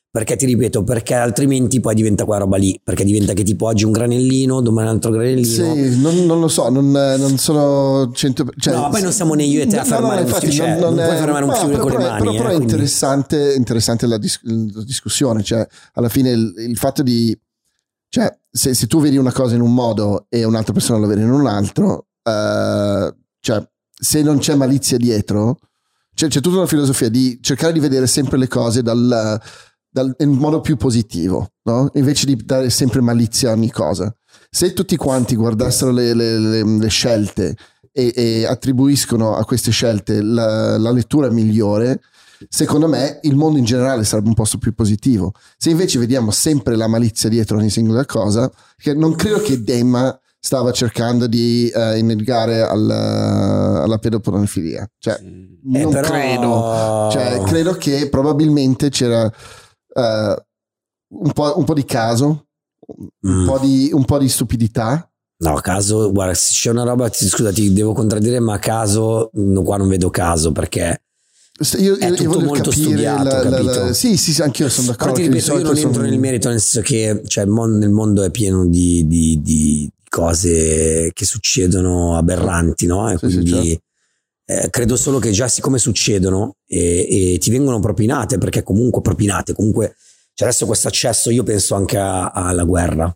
Perché ti ripeto, perché altrimenti poi diventa quella roba lì, perché diventa che tipo oggi un granellino, domani un altro granellino. Sì, non, non lo so, non, non sono cento cioè, no, poi non siamo né io e te a fermare no, no, infatti, un fiume, non, non, non puoi fermare un fiume con le mani. Però, però eh, è interessante, interessante la, dis- la discussione, cioè alla fine il, il fatto di, cioè se, se tu vedi una cosa in un modo e un'altra persona la vede in un altro, uh, cioè se non c'è malizia dietro, cioè, c'è tutta una filosofia di cercare di vedere sempre le cose dal... Dal, in modo più positivo, no? Invece di dare sempre malizia a ogni cosa. Se tutti quanti guardassero le, le, le, le scelte e, e attribuiscono a queste scelte la, la lettura migliore, secondo me il mondo in generale sarebbe un posto più positivo. Se invece vediamo sempre la malizia dietro ogni singola cosa, che non credo che Dema stava cercando di uh, innegare alla, alla pedopornofilia, cioè eh, non però... credo, cioè credo che probabilmente c'era Uh, un, po', un po' di caso, un, mm. po' di, un po' di stupidità. No, caso, guarda, se c'è una roba, scusa, ti devo contraddire, ma caso, no, qua non vedo caso perché io, è io, tutto io molto studiato, la, la, capito? La, sì, sì, sì, anch'io sono d'accordo. Però ti ripeto, io non entro sono... nel merito, nel senso che cioè, il mondo, il mondo è pieno di, di, di cose che succedono aberranti, no? E sì, quindi... sì, certo. Eh, credo solo che già siccome succedono e, e ti vengono propinate, perché comunque propinate, comunque c'è adesso questo accesso, io penso anche a, alla guerra,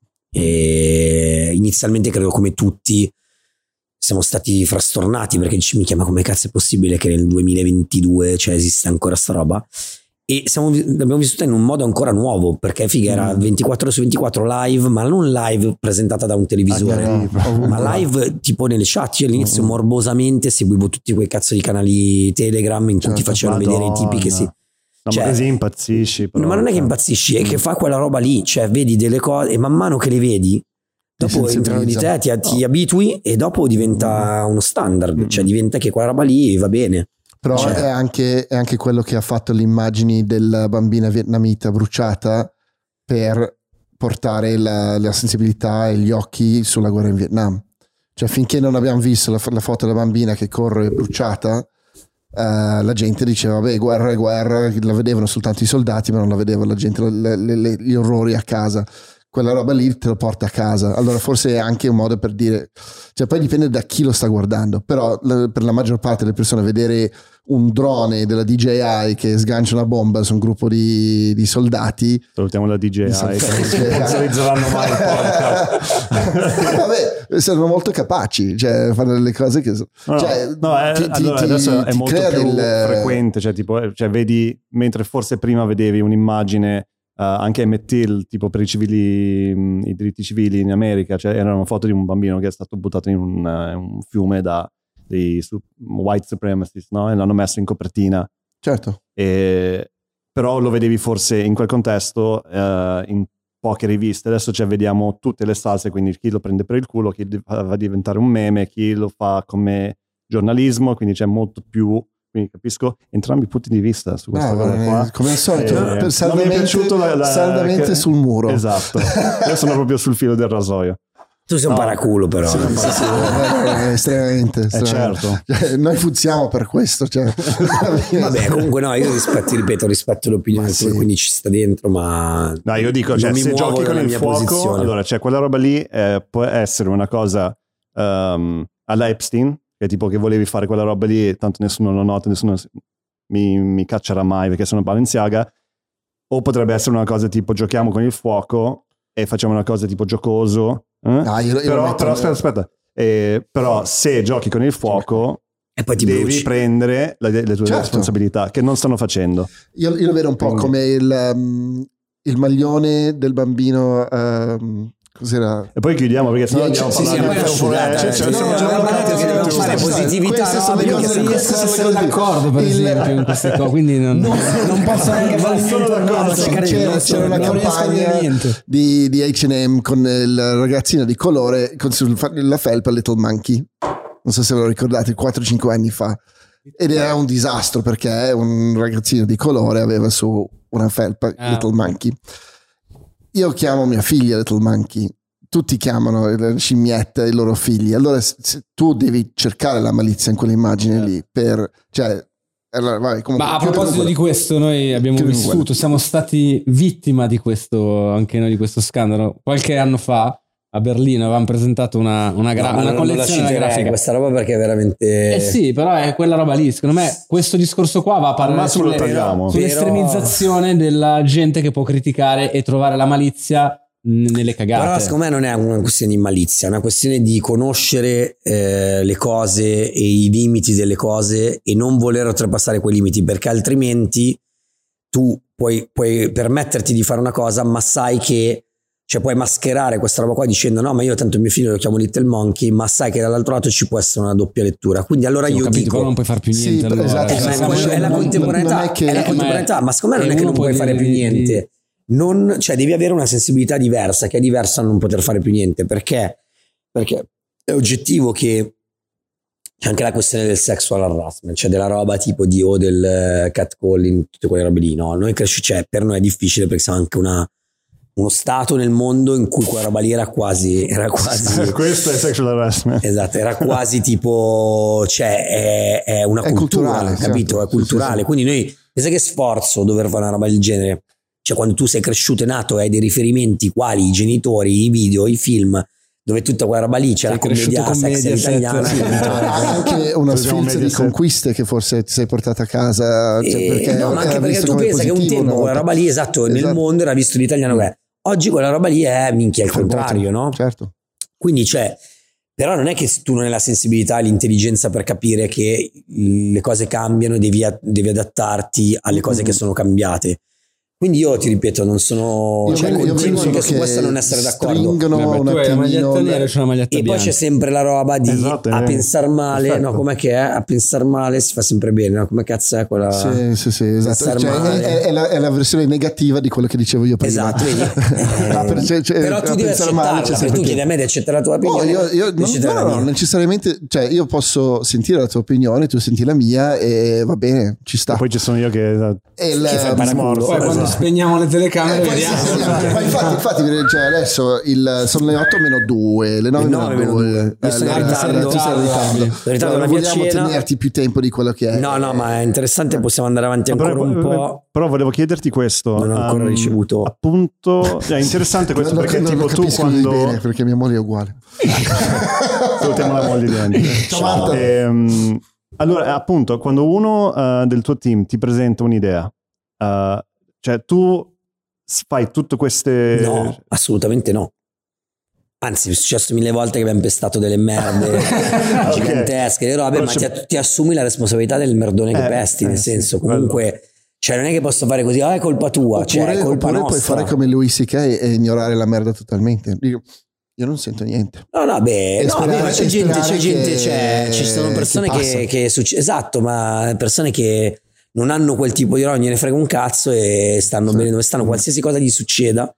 e inizialmente credo come tutti siamo stati frastornati perché dici mica ma come cazzo è possibile che nel duemilaventidue cioè esiste ancora sta roba, e siamo, l'abbiamo vissuta in un modo ancora nuovo perché figa era ventiquattro ore su ventiquattro live, ma non live presentata da un televisore, ah, no, ma live tipo nelle chat. Io all'inizio uh-huh. morbosamente seguivo tutti quei cazzo di canali Telegram in cui certo, ti facevano Madonna. vedere i tipi che si no, cioè, ma così impazzisci però, ma non è che impazzisci, è che fa quella roba lì, cioè vedi delle cose e man mano che le vedi dopo entrano di te, ti, ti abitui e dopo diventa uno standard, uh-huh. cioè diventa che quella roba lì va bene. Però cioè. è, anche, è anche quello che ha fatto le immagini della bambina vietnamita bruciata per portare la, la sensibilità e gli occhi sulla guerra in Vietnam. Cioè finché non abbiamo visto la, la foto della bambina che corre bruciata, uh, la gente diceva vabbè guerra è guerra, la vedevano soltanto i soldati ma non la vedeva la gente, le, le, le, gli orrori a casa. Quella roba lì te lo porta a casa, allora forse è anche un modo per dire, cioè poi dipende da chi lo sta guardando, però la, per la maggior parte delle persone vedere un drone della D J I che sgancia una bomba su un gruppo di, di soldati, salutiamo la D J I, sponsorizzeranno mai il podcast. Vabbè, sono molto capaci, cioè fanno delle cose che no, cioè, no, è, ti, allora, ti, adesso ti, è ti molto più del... frequente, cioè tipo cioè vedi, mentre forse prima vedevi un'immagine Uh, anche M T L tipo per i civili, mh, i diritti civili in America, cioè era una foto di un bambino che è stato buttato in un, uh, un fiume da dei su, white supremacists, no? E l'hanno messo in copertina, certo, e, però lo vedevi forse in quel contesto uh, in poche riviste. Adesso cioè vediamo tutte le salse, quindi chi lo prende per il culo, chi va a diventare un meme, chi lo fa come giornalismo, quindi c'è molto più. Quindi capisco entrambi i punti di vista su questa no, cosa qua. Come al solito, eh, per saldamente, mi è piaciuto la, la, saldamente che, sul muro. Esatto, io sono proprio sul filo del rasoio. Tu sei un no. paraculo però. Sì, sì, sì, eh, estremamente, estremamente. Eh, certo. Cioè, noi funzioniamo per questo. Cioè. Vabbè, comunque no, io rispetto, ripeto, rispetto l'opinione sì. quindi ci sta dentro, ma no, io dico, cioè, se giochi con il fuoco, posizione. Allora, cioè, quella roba lì eh, può essere una cosa um, alla Epstein, che tipo che volevi fare quella roba lì, tanto nessuno lo nota, nessuno mi, mi caccerà mai perché sono Balenciaga, o potrebbe essere una cosa tipo giochiamo con il fuoco e facciamo una cosa tipo giocoso, eh? no, io, io però, però aspetta aspetta eh, però se giochi con il fuoco e poi ti devi bruci. prendere le, le tue certo. responsabilità che non stanno facendo. Io, io lo vedo un po' come il, um, il maglione del bambino um, cos'era? E poi chiudiamo perché sennò andiamo a parlare di fugata, cioè siamo già parlati che dobbiamo fare positività, no? Io sono d'accordo per esempio in queste cose, quindi non, non, non posso neanche fare sono d'accordo. C'era, c'era una campagna di, di H and M con il ragazzino di colore con sulla felpa Little Monkey, non so se ve lo ricordate, quattro cinque anni fa, ed era un disastro perché un ragazzino di colore aveva su una felpa ah. Little Monkey. Io chiamo mia figlia Little Monkey, tutti chiamano la scimmietta i loro figli, allora se tu devi cercare la malizia in quell'immagine lì per, cioè Allora, vai, comunque, Ma a chiudi proposito con di quello. questo, noi abbiamo Chiudi con vissuto, quello. siamo stati vittima di questo, anche noi di questo scandalo. Qualche anno fa a Berlino avevamo presentato una, una, gra- No, ma una non, non la collezione della citerei grafica. questa roba perché è veramente... Eh sì, però è quella roba lì. Secondo me questo discorso qua va a parlare massimo lo sulle- tagliamo. sull'estremizzazione della gente che può criticare e trovare la malizia n- nelle cagate. Però secondo me non è una questione di malizia, è una questione di conoscere eh, le cose e i limiti delle cose e non voler oltrepassare quei limiti, perché altrimenti tu puoi, puoi permetterti di fare una cosa, ma sai che, cioè puoi mascherare questa roba qua dicendo no, ma io tanto mio figlio lo chiamo Little Monkey, ma sai che dall'altro lato ci può essere una doppia lettura. Quindi allora Sì, ho io capito, dico però non puoi far più Sì, niente. allora. esatto, Eh, ma esatto. è, quello- è la Non- contemporaneità, non è che- è la eh, contemporaneità, ma secondo me non e è che uno non puoi può fare più dire di- niente. Non, cioè devi avere una sensibilità diversa, che è diversa da non poter fare più niente, perché perché è oggettivo che c'è anche la questione del sexual harassment, cioè della roba tipo di o del eh, catcalling, tutte quelle robe lì. No, noi cresci, cioè per noi è difficile perché siamo anche una, uno stato nel mondo in cui quella roba lì era quasi era quasi Questo è sexual harassment. esatto, era quasi tipo, cioè è, è una È cultura, culturale, capito? certo. È culturale. Sì, sì, sì. Quindi noi, pensa che sforzo dover fare una roba del genere. Cioè quando tu sei cresciuto e nato e hai dei riferimenti quali i genitori, i video, i film, dove tutta quella roba lì c'è Sei la commedia cresciuto con sex Mediaset, italiana, sì. capito? Anche una Usiamo sfilza di Mediaset. conquiste che forse ti sei portata a casa, cioè, Eh, perché no, ma era anche perché visto tu come pensa che un positivo tempo una quella volta. roba lì, esatto, nel Esatto. mondo era visto l'italiano che è. Oggi quella roba lì è minchia il contrario, no? Certo. Quindi c'è, però non è che tu non hai la sensibilità e l'intelligenza per capire che le cose cambiano e devi, devi adattarti alle cose che sono cambiate. Quindi io ti ripeto, non sono, Io cioè vedo- io continuo vedo anche su che questo a non essere d'accordo. stringono Vabbè, un tu hai la maglietta attimino nera e c'è una maglietta E poi bianca. c'è sempre la roba di Esatto, a eh. pensar male, Perfetto. no, com'è che è? A pensar male si fa sempre bene, no? Come cazzo è quella? Sì, sì, sì, esatto. Pensar Cioè, male. è, è la, è la versione negativa di quello che dicevo io prima. Esatto, vedi? Ma per- cioè, cioè, Però tu a devi pensare male c'è accettarla, perché sempre tu più. chiedi a me di accettare la tua No, opinione. io, io di non, accettare no, la no, mia. necessariamente, cioè io posso sentire la tua opinione, tu senti la mia e va bene, ci sta. E poi ci sono io che esatto. E il- Che fai paraculo. Poi quando Esatto. spegniamo le telecamere Eh, poi vediamo. sì, sì, sì. Ma infatti, infatti cioè adesso il, sono le otto meno due, le nove Le meno nove meno due. due. Io sono in ritardo. Tu sei in ritardo. in ritardo No, alla non mia vogliamo cena. tenerti più tempo di quello che è. No, no, ma è interessante, possiamo andare avanti Però, ancora un po'. però volevo chiederti questo. Non ho ancora um, ricevuto. Appunto, è interessante questo Non- perché non tipo lo tu capisco quando bene, perché mia moglie è uguale. salutiamo la moglie di Andy. Ciao, Marta. Ehm, allora, appunto, quando uno uh, del tuo team ti presenta un'idea, uh, cioè tu fai tutte queste... No, assolutamente no. Anzi, è successo mille volte che abbiamo pestato delle merde gigantesche, le robe, Però ma c'è- ti, ti assumi la responsabilità del merdone che Eh, pesti, eh, nel sì, senso, quello. comunque, cioè non è che posso fare così, ah, è colpa tua, cioè Oppure, è colpa oppure puoi nostra. fare come Louis C K e ignorare la merda totalmente. Dico, io non sento niente. No, no, beh, E no, sperare- beh, ma c'è e gente, c'è sperare gente, che- c'è, ci sono persone che passa. che, che succe- esatto, ma persone che non hanno quel tipo di roba, non gliene frega un cazzo e stanno Sì. bene dove stanno, qualsiasi cosa gli succeda.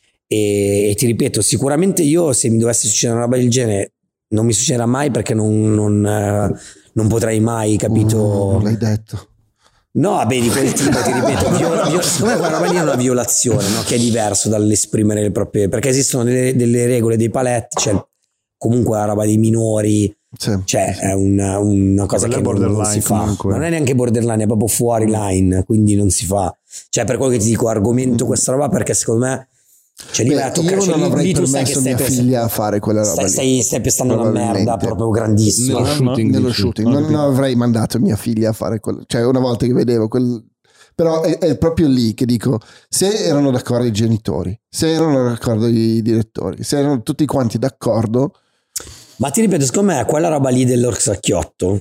E, e ti ripeto, sicuramente io se mi dovesse succedere una roba del genere non mi succederà mai perché non, non, eh, non potrei mai, capito? Uh, l'hai detto. No, vabbè, di quel tipo, ti ripeto, viola, viola, secondo me quella roba lì è una violazione, no? Che è diverso dall'esprimere le proprie, perché esistono delle, delle regole, dei paletti, cioè comunque la roba dei minori, Sì. cioè è una, una cosa Quella che è non, non borderline si fa, comunque. non è neanche borderline, è proprio fuori line, quindi non si fa, cioè per quello che ti dico argomento questa roba perché secondo me cioè lì Beh, vai a toccare, io cioè, non lì- avrei lì tu sai che permesso a stai mia pes- figlia a fare quella roba stai, lì. stai, stai pestando una merda Probabilmente. proprio grandissima. Nello shooting, Nello dici. shooting. Non, non avrei mandato mia figlia a fare quello. Cioè, una volta che vedevo quel. Però è, è proprio lì che dico: se erano d'accordo i genitori, se erano d'accordo i direttori, se erano tutti quanti d'accordo, Ma ti ripeto, secondo me quella roba lì dell'orsacchiotto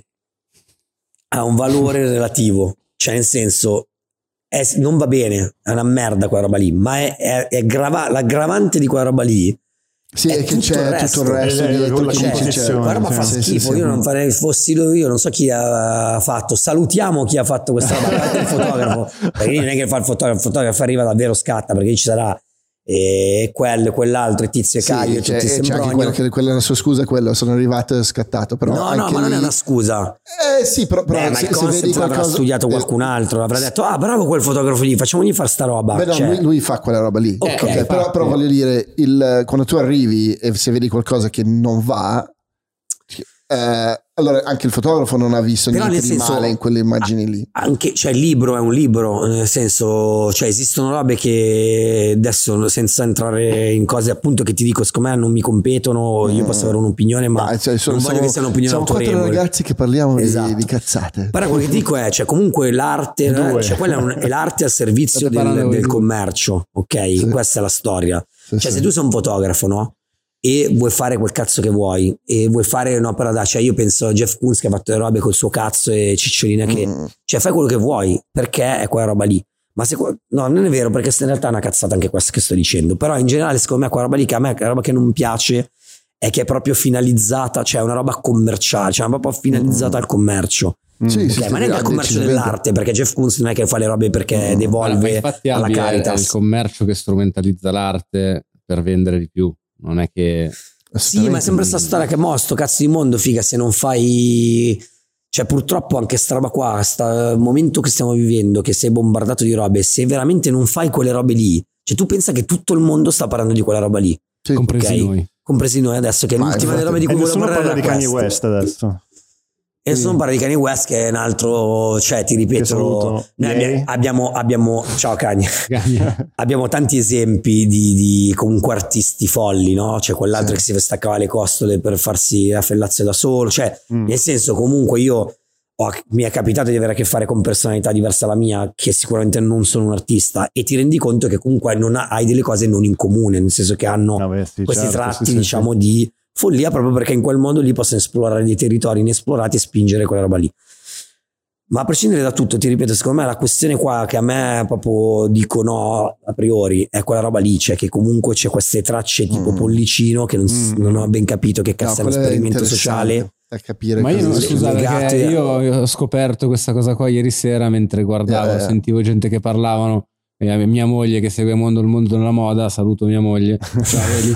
ha un valore relativo, cioè nel senso è- non va bene, è una merda quella roba lì, ma è, è- è grava- l'aggravante di quella roba lì sì, è è che tutto c'è il resto. tutto il resto Eh, dietro con la che dici, composizione. cioè, quella roba fa sì, sì, schifo, sì, io sì. non farei, fossi io non so chi ha fatto, salutiamo chi ha fatto questa roba, a parte il fotografo, perché lì non è che fa il fotografo, il fotografo arriva davvero scatta, perché lì ci sarà e quello, quell'altro, e Tizio e Sì, Caio, e c'è, tutti c'è anche sembrognano. quella, che, quella è la sua scusa, quello sono arrivato e scattato. Però No, no, anche ma non lì- è una scusa. Eh sì, però, però Beh, ma se, il se vedi concept l'avrà qualcosa studiato eh, qualcun altro, avrà detto ah bravo quel fotografo lì, facciamogli fare sta roba. Beh, no, Cioè, lui, lui fa quella roba lì. Ok, Ok, però, infatti. però voglio dire, il, quando tu arrivi e se vedi qualcosa che non va, eh, allora anche il fotografo non ha visto Però niente nel di senso, male in quelle immagini lì. Anche, cioè, il libro è un libro, nel senso, cioè, esistono robe che adesso, senza entrare in cose appunto che ti dico, secondo me non mi competono, io posso avere un'opinione, ma Dai, cioè, sono, non voglio siamo, che sia un'opinione siamo quattro autorevole. ragazzi che parliamo di- Esatto. di, cazzate. Però quello che ti dico è, cioè, comunque l'arte, Due. cioè, quella è, un- è l'arte al servizio State parlando del, voi del due. commercio, ok? Sì. Questa è la storia. Sì, Cioè, sì. se tu sei un fotografo, no? E vuoi fare quel cazzo che vuoi e vuoi fare un'opera da, cioè io penso a Jeff Koons che ha fatto le robe col suo cazzo e Cicciolina che, Mm. cioè fai quello che vuoi perché è quella roba lì. Ma se, no, non è vero, perché in realtà è una cazzata anche questa che sto dicendo, però in generale secondo me quella roba lì, che a me è la roba che non piace è che è proprio finalizzata, cioè è una roba commerciale, cioè è proprio finalizzata al commercio. Sì, Ok, sì, sì, ma neanche al sì, commercio decisamente. dell'arte, perché Jeff Koons non è che fa le robe perché Guarda, devolve ma infatti alla Albi è, è il Caritas. commercio che strumentalizza l'arte per vendere di più, non è che Sì, ma è sempre questa storia che mo sto cazzo di mondo, figa, se non fai, cioè purtroppo anche sta roba qua, sta momento che stiamo vivendo, che sei bombardato di robe, se veramente non fai quelle robe lì, cioè tu pensa che tutto il mondo sta parlando di quella roba lì, Sì. compresi ok? noi. Compresi noi adesso, che è Ma l'ultima delle robe infatti- di E cui volevo nessuno parlare parla era di Kanye questa. West adesso. E nessuno parla di Kanye West, che è un altro, cioè ti Che ripeto, saluto. noi Yay. abbiamo, abbiamo, ciao Kanye. Kanye. Abbiamo tanti esempi di, di comunque artisti folli, no? C'è quell'altro Sì. che si staccava le costole per farsi la fellazio da solo, cioè Mm. nel senso comunque io ho- mi è capitato di avere a che fare con personalità diverse dalla mia che sicuramente non sono un artista e ti rendi conto che comunque non ha- hai delle cose non in comune, nel senso che hanno No, beh, sì, questi certo, tratti sì, sì, diciamo di follia proprio perché in quel modo lì possono esplorare dei territori inesplorati e spingere quella roba lì. Ma a prescindere da tutto, ti ripeto, secondo me la questione qua che a me proprio dico no a priori è quella roba lì, cioè che comunque c'è queste tracce tipo Mm. pollicino che non, s- Mm. non ho ben capito che cazzo è uno quello è esperimento interessante sociale. a capire Ma io non, cosa- scusate, legate che a- io, io ho scoperto questa cosa qua ieri sera mentre guardavo, Eh, eh. sentivo gente che parlavano, e mia moglie che segue il mondo, il mondo della moda, saluto mia moglie, ciao, vedi?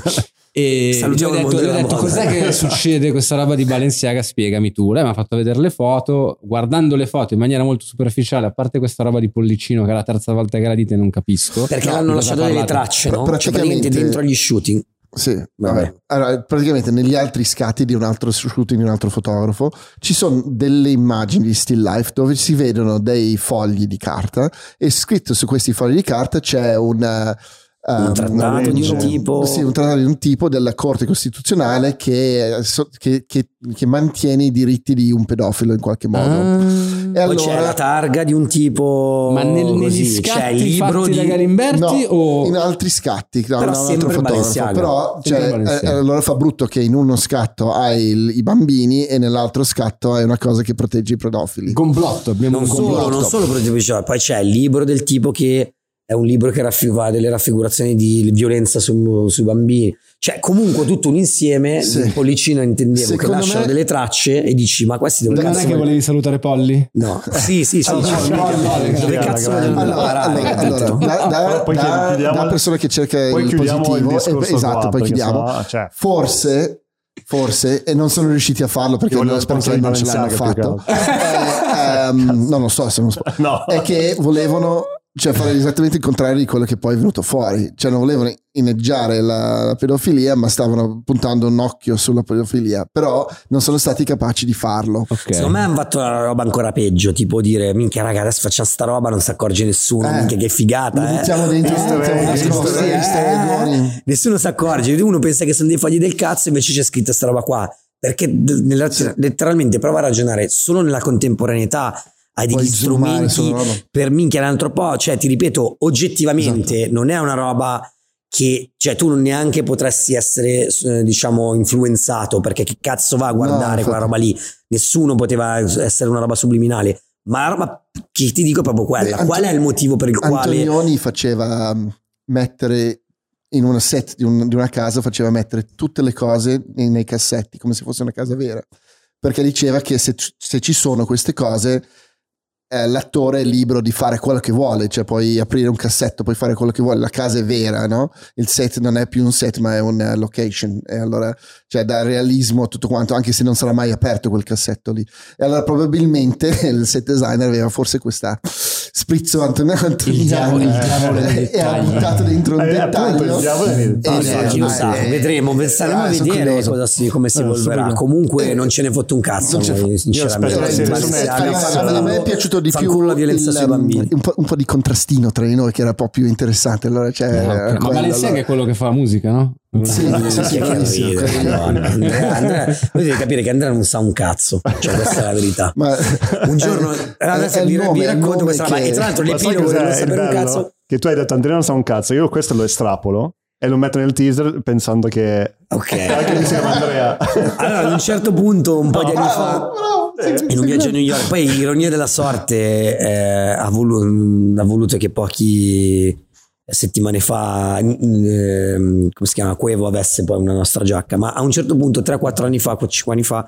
E gli ho Salutiamo il detto, mondo gli ho della detto moda. cos'è che succede questa roba di Balenciaga, spiegami tu. Lei mi ha fatto vedere le foto, guardando le foto in maniera molto superficiale, a parte questa roba di pollicino che è la terza volta che la dite non capisco Perché No, l'hanno di cosa lasciato delle parlate. tracce, Pra- no? Cioè praticamente praticamente- dentro gli shooting. Sì, Vabbè. vabbè. Allora, praticamente negli altri scatti di un altro shooting di un altro fotografo ci sono delle immagini di still life dove si vedono dei fogli di carta e scritto su questi fogli di carta c'è un Un um, trattato di un legge. tipo. sì, un trattato di un tipo della Corte Costituzionale che, che, che, che mantiene i diritti di un pedofilo in qualche modo. Ah. E Poi allora, c'è la targa di un tipo. Ma nel, negli così, c'è scatti il libro fatti di. da Galimberti no, o in altri scatti da Però un altro sempre fotografo, Balenciaga. però Sempre cioè, Balenciaga. eh, allora fa brutto che in uno scatto hai il- i bambini e nell'altro scatto hai una cosa che protegge i pedofili. complotto? Abbiamo Non un solo, complotto. non solo per esempio, poi c'è il libro del tipo che è un libro che raffigura delle raffigurazioni di violenza su- sui bambini, cioè comunque tutto un insieme. Sì. Il pollicino intendevo che Secondo lasciano me- delle tracce e dici ma questi dove Non cazzo è che vogliono- volevi salutare Polly? no sì sì sì, Allora, cioè, no, no, dove no, cazzo no, vogliono no, Allora, parare, allora, capito? allora, da, da- Poi da- chiudiamo da il- persona che cerca poi il chiudiamo il positivo, discorso eh, esatto, qua, poi perché chiudiamo. sennò, cioè- Forse, forse, e non sono riusciti a farlo perché, Io voglio non, lo perché sponsor di non ce l'hanno Balenciaga, più fatto. Eh, ehm, non lo so, se non so. No. È che volevano, cioè, fare esattamente il contrario di quello che poi è venuto fuori. Cioè, non volevano inneggiare la, la pedofilia, ma stavano puntando un occhio sulla pedofilia. Però non sono stati capaci di farlo. Ok. Secondo me hanno fatto una roba ancora peggio, tipo dire minchia raga adesso facciamo sta roba non si accorge nessuno, Eh, minchia che figata, Lo eh. buttiamo dentro, Easter mettiamo egg, nascosto, Easter egg, easter egg, eh. buoni. Nessuno si accorge, uno pensa che sono dei fogli del cazzo invece c'è scritta sta roba qua, perché d- nella- letteralmente prova a ragionare solo nella contemporaneità, hai degli Puoi zoomare strumenti sulla roba. per minchia un altro po', cioè ti ripeto oggettivamente Esatto. non è una roba che, cioè tu non neanche potresti essere eh, diciamo influenzato, perché che cazzo va a guardare No, quella infatti. roba lì, nessuno poteva essere una roba subliminale, ma la roba che ti dico è proprio quella. Beh, qual è il motivo per il quale Antonioni faceva um, mettere in una set di, un- di una casa, faceva mettere tutte le cose nei, nei cassetti come se fosse una casa vera, perché diceva che se, se ci sono queste cose eh, l'attore è libero di fare quello che vuole, cioè puoi aprire un cassetto, puoi fare quello che vuole, la casa è vera, no? Il set non è più un set ma è una location, e allora cioè dà realismo a tutto quanto, anche se non sarà mai aperto quel cassetto lì. E allora probabilmente il set designer aveva forse questa sprizzo Antonino Il diavolo, il diavolo nei e ha dettagli. buttato dentro un Eh, dettaglio. appunto, il diavolo nei dettagli. E- chi lo eh, sa, eh, vedremo, staremo ah, a sono vedere curioso. cosa si, come si Eh, evolverà. subito. Comunque non ce ne fotte un cazzo, Non ce ne noi, fo- sinceramente. Io aspetto la serie Ma su se Netflix. abbiamo fatto a me è quello- piaciuto di più fanculo la violenza il, sui bambini. un, po', un po' di contrastino tra di noi che era un po' più interessante. Allora c'è Ah, ok. Ma quello, Balenciaga allora. è quello che fa la musica, no? Sì, sì, sì, Che bravissimo, ride, quello. Madonna. Andrea, Andrea, voi dovete capire che Andrea non sa un cazzo, cioè questa è la verità. Ma Un giorno adesso è il vi, nome, vi è il racconto nome questa roba che- e tra l'altro Ma sai l'epilogo cos'è di non il sapere un bello? cazzo. Che tu hai detto Andrea non sa un cazzo, io questo lo estrapolo e lo metto nel teaser pensando che Ok. anche lui si chiama Andrea. Allora ad un certo punto un po' di anni fa bravo, sì, in un viaggio a New York, poi ironia della sorte eh, ha, volu- ha voluto che pochi settimane fa eh, come si chiama Quevo avesse poi una nostra giacca, ma a un certo punto tre quattro anni fa, cinque anni fa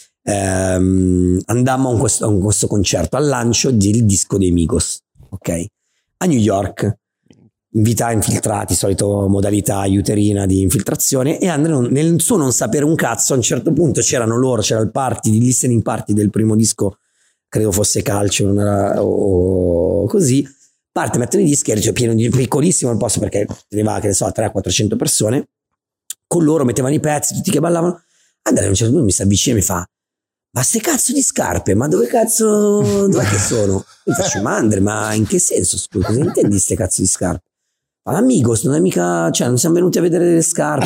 ehm, andammo a un questo, a un questo concerto al lancio del disco dei Migos, ok, a New York, invita infiltrati, solito modalità uterina di infiltrazione, e Andrea non- nel suo non sapere un cazzo a un certo punto c'erano loro, c'era il party, il listening party del primo disco, credo fosse Calcio non era, o così, parte, mettono i dischi, era pieno di, piccolissimo il posto perché teneva che ne so trecento quattrocento persone, con loro mettevano i pezzi tutti che ballavano. Andrea a un certo punto mi si avvicina e mi fa: ma ste cazzo di scarpe, ma dove cazzo dov'è che sono? Io faccio: ma Andre, ma in che senso, scusa, cosa intendi ste cazzo di scarpe? Ma Amigos non è mica, cioè non siamo venuti a vedere le scarpe.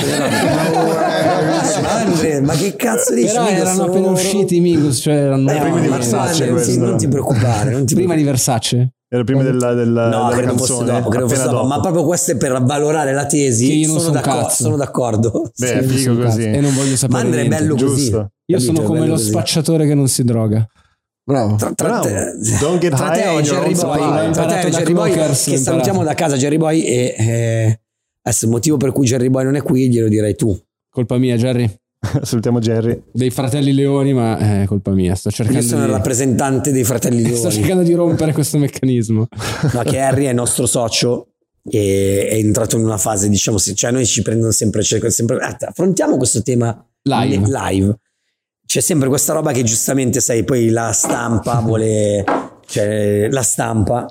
Ma Andre, ma che cazzo dici? Però Amigos erano sono appena loro. usciti i Migos, cioè erano Eh, prima di ma Versace Andre, questo. non ti preoccupare, non ti prima di preoccupare. Versace. Era prima della, della, No, della credo fosse canzone, dopo, credo fosse appena dopo. dopo. Ma proprio questo è per avvalorare la tesi. Che io non sono, so un d'accordo, cazzo. sono d'accordo. Beh, Sì, è figo sul così. cazzo. E non voglio sapere Ma Andre è niente. bello così. Giusto. Io Capito? sono È come bello lo così. spacciatore che non si droga. bravo. Tra, tra Bravo. te, Don't get tra high te on e your Jerry own Boy, supply. tra te Imparato e da Jerry Boy, Clockers, che imparato. salutiamo da casa Jerry Boy, e eh, adesso il motivo per cui Jerry Boy non è qui glielo direi tu. Colpa mia, Jerry. Salutiamo Jerry. Dei fratelli Leoni, ma è colpa mia. Sto cercando, Io sono il di... rappresentante dei fratelli sto Leoni. cercando di rompere questo meccanismo. No, che Harry è il nostro socio e è entrato in una fase, diciamo, se- cioè noi ci prendono sempre, cioè, sempre ah, affrontiamo questo tema Live. ne- live. C'è sempre questa roba che giustamente sai, poi la stampa vuole, cioè la stampa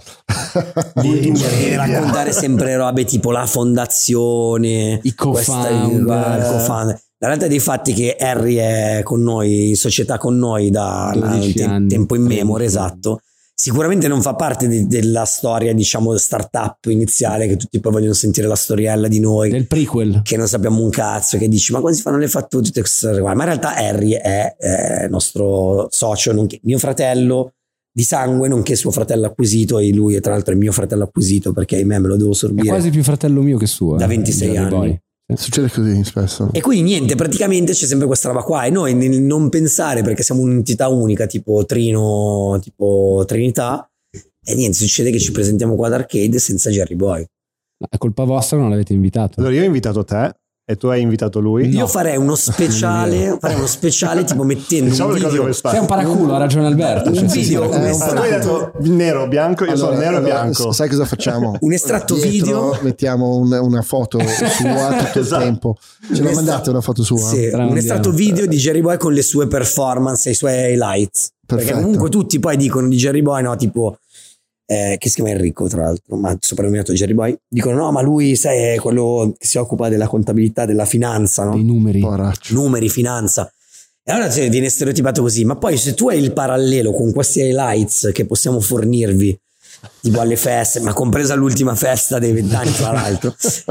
di, di raccontare sempre robe tipo la fondazione, I questa- co-founder. il co-founder. La realtà dei fatti è che Harry è con noi, in società con noi da dodici te- anni. tempo immemore, tredici. esatto. Sicuramente non fa parte di- della storia, diciamo, startup iniziale, che tutti poi vogliono sentire la storiella di noi, Del prequel. che non sappiamo un cazzo, che dici ma come si fanno le fatture, tutte queste cose qua. Ma in realtà Harry è, è nostro socio, nonché mio fratello di sangue, nonché suo fratello acquisito, e lui è tra l'altro è mio fratello acquisito perché ahimè me lo devo È sorbire quasi più fratello mio che suo. da eh, ventisei Jerry anni. Boy. Succede così spesso. E quindi niente, praticamente c'è sempre questa roba qua, e noi nel non pensare, perché siamo un'entità unica tipo Trino, tipo Trinità, e niente, succede che ci presentiamo qua ad Arcade senza Jerry Boy. È colpa vostra, non l'avete invitato. Allora io ho invitato te e tu hai invitato lui. Io farei uno speciale, farei uno speciale tipo mettendo Diciamo un le cose video, come Sei stanno. un paraculo, ha ragione Alberto. un cioè, sì, video, sì, un Eh, un Ah, tu hai estratto, detto nero, bianco, io sono nero e allora, bianco. sai cosa facciamo? un estratto Dietro video, mettiamo un- una foto sua tutto il Esatto. tempo. Ce la mandate una foto sua? sì, Tra un un estratto andiamo. video di Jerry Boy con le sue performance e i suoi highlights. Perché Perfetto. comunque tutti poi dicono di Jerry Boy, no, tipo eh, che si chiama Enrico tra l'altro, ma soprannominato Jerry Boy, dicono no ma lui sai è quello che si occupa della contabilità, della finanza, no? Dei numeri. Poraccio. Numeri, finanza. E allora cioè, viene stereotipato così, ma poi se tu hai il parallelo con questi highlights che possiamo fornirvi tipo alle feste, ma compresa l'ultima festa dei vent'anni tra l'altro,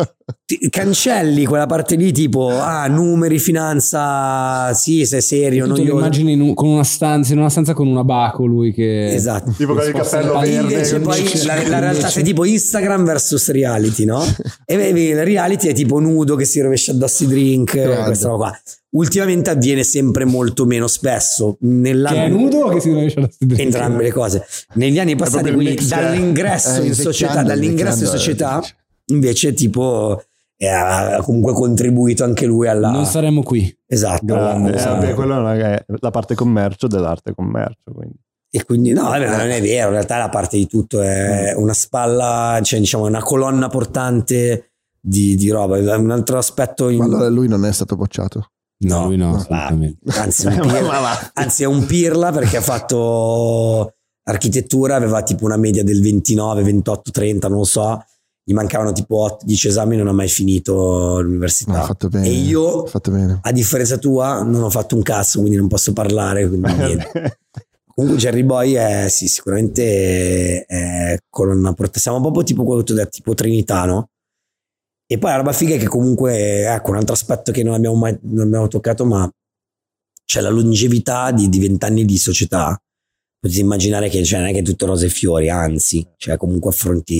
ti- cancelli quella parte lì tipo ah numeri, finanza, sì sei serio, Tu te lo noioso. immagini in, un- con una stanza, in una stanza con una baco lui che... Esatto. Tipo con il sposta cappello le palle. verde. Invece poi invece- la, la realtà invece- è tipo Instagram versus reality, no? E beh, il reality è tipo nudo che si rovescia addosso i drink, Grande. questa roba qua. Ultimamente avviene sempre molto meno spesso. Che è Nell'anno, nudo o che si rovescia la studia? entrambe le cose. Negli anni passati, proprio il quindi mix, eh. dall'ingresso Eh, in società, invecchiando, dall'ingresso in invecchiando, società, eh. invece tipo eh, ha comunque contribuito anche lui alla... Non saremmo qui. Esatto. Grande. alla- Eh, vabbè, quello non è la parte commercio dell'arte commercio. Quindi. E quindi no, vabbè, non è vero, in realtà la parte di tutto è una spalla, cioè diciamo una colonna portante di, di roba. Un altro aspetto in... Ma allora lui non è stato bocciato? No, No, lui no, no, assolutamente. Anzi, un pirla, anzi è un pirla perché ha fatto architettura, aveva tipo una media del ventinove, ventotto, trenta, non lo so, gli mancavano tipo otto dieci esami, non ha mai finito l'università. No, ha fatto bene, e io ha fatto bene. a differenza tua non ho fatto un cazzo, quindi non posso parlare, quindi niente. Comunque Jerry Boy è sì, sicuramente è colonna portante, siamo proprio tipo quello che ti ho detto, tipo Trinità, no? E poi la roba figa è che comunque, ecco, un altro aspetto che non abbiamo mai non abbiamo toccato, ma c'è la longevità di, di vent'anni di società. Potete immaginare che cioè, non è che è tutto rose e fiori, anzi, cioè comunque affronti.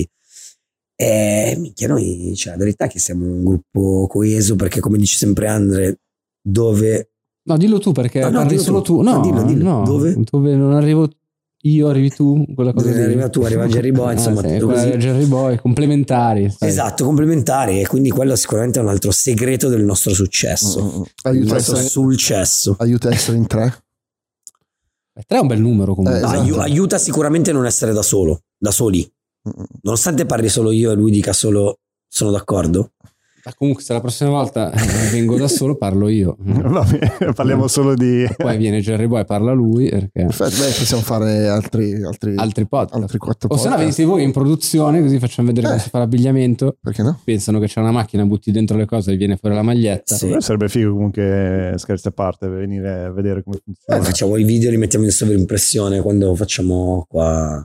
E minchia, noi, cioè, la verità è che siamo un gruppo coeso, perché come dice sempre Andre, dove... No, dillo tu perché No, no, parli dillo solo tu. tu. No, No, dillo, dillo. no, Dove? dove non arrivo io, arrivi tu, quella cosa Dove lì. arriva tu, arriva Jerry Boy, insomma, ah, sì, tutto quella così. del Jerry Boy, complementari. sai. Esatto, complementari, e quindi quello sicuramente è un altro segreto del nostro successo. Mm, mm. Il Aiuta, a nostro essere, successo. aiuta a essere in tre. Eh, Tre è un bel numero comunque. Eh, esatto. Aiu- aiuta sicuramente a non essere da solo, da soli. Mm, mm. Nonostante parli solo io e lui dica solo sono d'accordo. Ma comunque se la prossima volta vengo da solo parlo io. Vabbè, parliamo solo di... Poi viene Jerry Boy, parla lui perché Perfetto, beh, possiamo fare altri, altri, altri podcast. altri quattro O se no podcast. venite voi in produzione così facciamo vedere Eh. come si fa l'abbigliamento. Perché no? Pensano che c'è una macchina, butti dentro le cose e viene fuori la maglietta. Sì. Sarebbe figo comunque, scherzi a parte, venire a vedere come Eh, funziona. facciamo i video, li mettiamo in sovrimpressione quando facciamo qua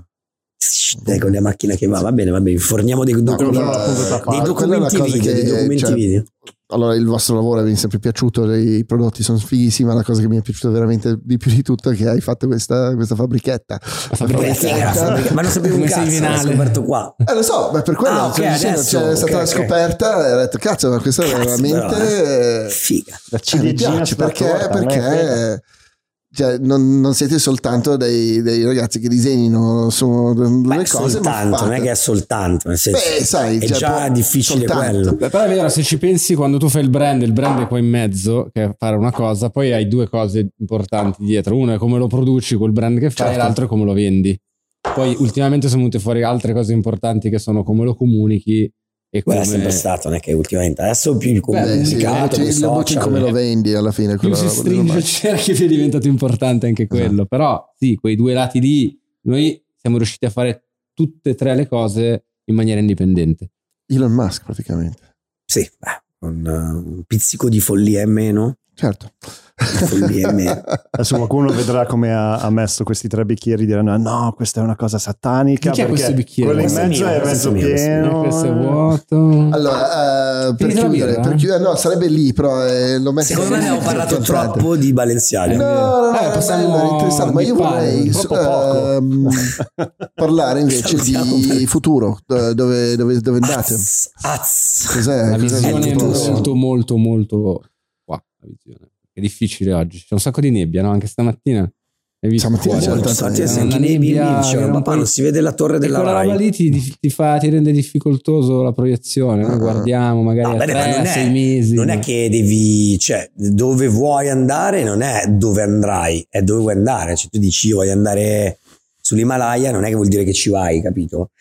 dai, con le macchine che va, va bene, va bene, forniamo dei, docu- quella- dei quella è documenti una cosa video, che, dei documenti cioè, video. Allora, il vostro lavoro mi è sempre piaciuto, i prodotti sono fighissimi, ma la cosa che mi è piaciuta veramente di più di tutto è che hai fatto questa, questa fabbrichetta. La fabbrichetta. Beh, figa, fabbrica- ma non sapevo un Come sei cazzo, l'ho venale. scoperto qua. Eh, lo so, ma per quello Ah, ok, cioè, dicendo, adesso, c'è stata ok, la ok. scoperta e ho detto, cazzo, ma questa Cazzo, veramente... però, eh, figa. La Eh, mi ciliegina piace sulla perché, torta, a me frega. perché cioè, non, non siete soltanto dei, dei ragazzi che disegnino su Beh, le cose, ma soltanto, non è fate. che è soltanto, nel senso, Beh, sai, è cioè, già può- difficile soltanto. quello. Beh, però è vero, se ci pensi, quando tu fai il brand, il brand è qua in mezzo, che è fare una cosa, poi hai due cose importanti dietro. Uno è come lo produci quel brand che fai, Certo. e l'altro è come lo vendi. Poi ultimamente sono venute fuori altre cose importanti che sono come lo comunichi e Quello come... è sempre stato, non è che ultimamente, adesso più il Beh, sì, comunicato, lo i butti- lo butti in social, come lo eh. vendi alla fine. più quella si roba lì, stringe ormai. il cerchio più è diventato importante anche quello. Però sì, quei due lati lì, noi siamo riusciti a fare tutte e tre le cose in maniera indipendente. Elon Musk praticamente. Sì, beh, con uh, un pizzico di follia in meno. Certo. Follia in meno. Adesso qualcuno vedrà come ha, ha messo questi tre bicchieri, diranno no, questa è una cosa satanica. Di chi è perché questo bicchiere? quello in Questo è mezzo mio, è questo mezzo è mio, questo è Eh, pieno. questo è vuoto. Allora, eh, per Finita la chiudere, birra? per chiudere, no, sarebbe lì, però eh, l'ho messo. Secondo me abbiamo parlato troppo di Balenciaga. No, no, no, Eh, è possiamo bello, è interessante, ma io bippare, vorrei troppo poco. ehm, parlare invece Salutiamo di per- futuro, do- dove, dove, dove andate? Az, az. Cos'è? La Cos'è il visione è futuro? molto, molto, molto qua. La visione è difficile oggi. C'è un sacco di nebbia, no? Anche stamattina. Hai visto Stamattina fuori? c'era Molto, tanta stamattina nebbia. sì, Una anche nei B nebbia, B dicevano, era un papà, po' non si vede la torre E della quella roba Rai. lì ti, ti fa, ti rende difficoltoso la proiezione. Noi Ah. guardiamo magari No, a bene, ma tre, non a è- sei mesi. Non è che devi, cioè, dove vuoi andare non è dove andrai, è dove vuoi andare. Cioè, tu dici io voglio andare sull'Himalaya, non è che vuol dire che ci vai, capito?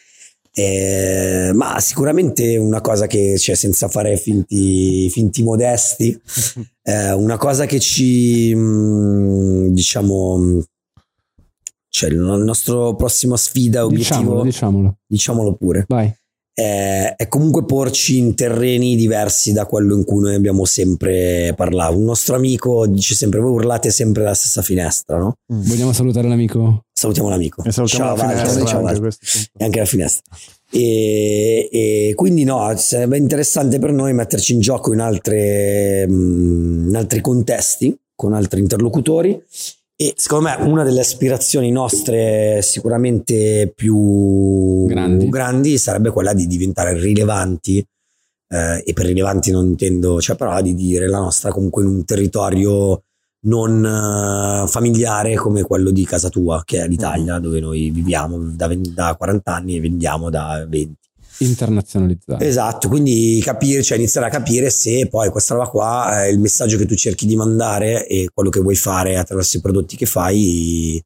Eh, ma sicuramente una cosa che, cioè, senza fare finti, finti modesti, eh, una cosa che ci, mh, diciamo, mh, cioè il nostro prossimo sfida, obiettivo, Diciamolo, diciamolo. diciamolo pure, Vai. è, è comunque porci in terreni diversi da quello in cui noi abbiamo sempre parlato. Un nostro amico dice sempre: voi urlate sempre dalla stessa finestra, no? Vogliamo salutare l'amico? Salutiamo l'amico. E salutiamo Ciao, la Walter, finestra ciao, anche a Walter. questo punto. E anche la finestra. E, e quindi no, sarebbe interessante per noi metterci in gioco in, altre, mh, in altri contesti, con altri interlocutori. E secondo me una delle aspirazioni nostre sicuramente più Grandi. grandi sarebbe quella di diventare rilevanti, eh, e per rilevanti non intendo, cioè però di dire la nostra comunque in un territorio non eh, familiare come quello di casa tua, che è l'Italia, dove noi viviamo da, venti da quaranta anni e vendiamo da venti. Internazionalizzare. Esatto, quindi capire, cioè iniziare a capire se poi questa roba qua, eh, il messaggio che tu cerchi di mandare e quello che vuoi fare attraverso i prodotti che fai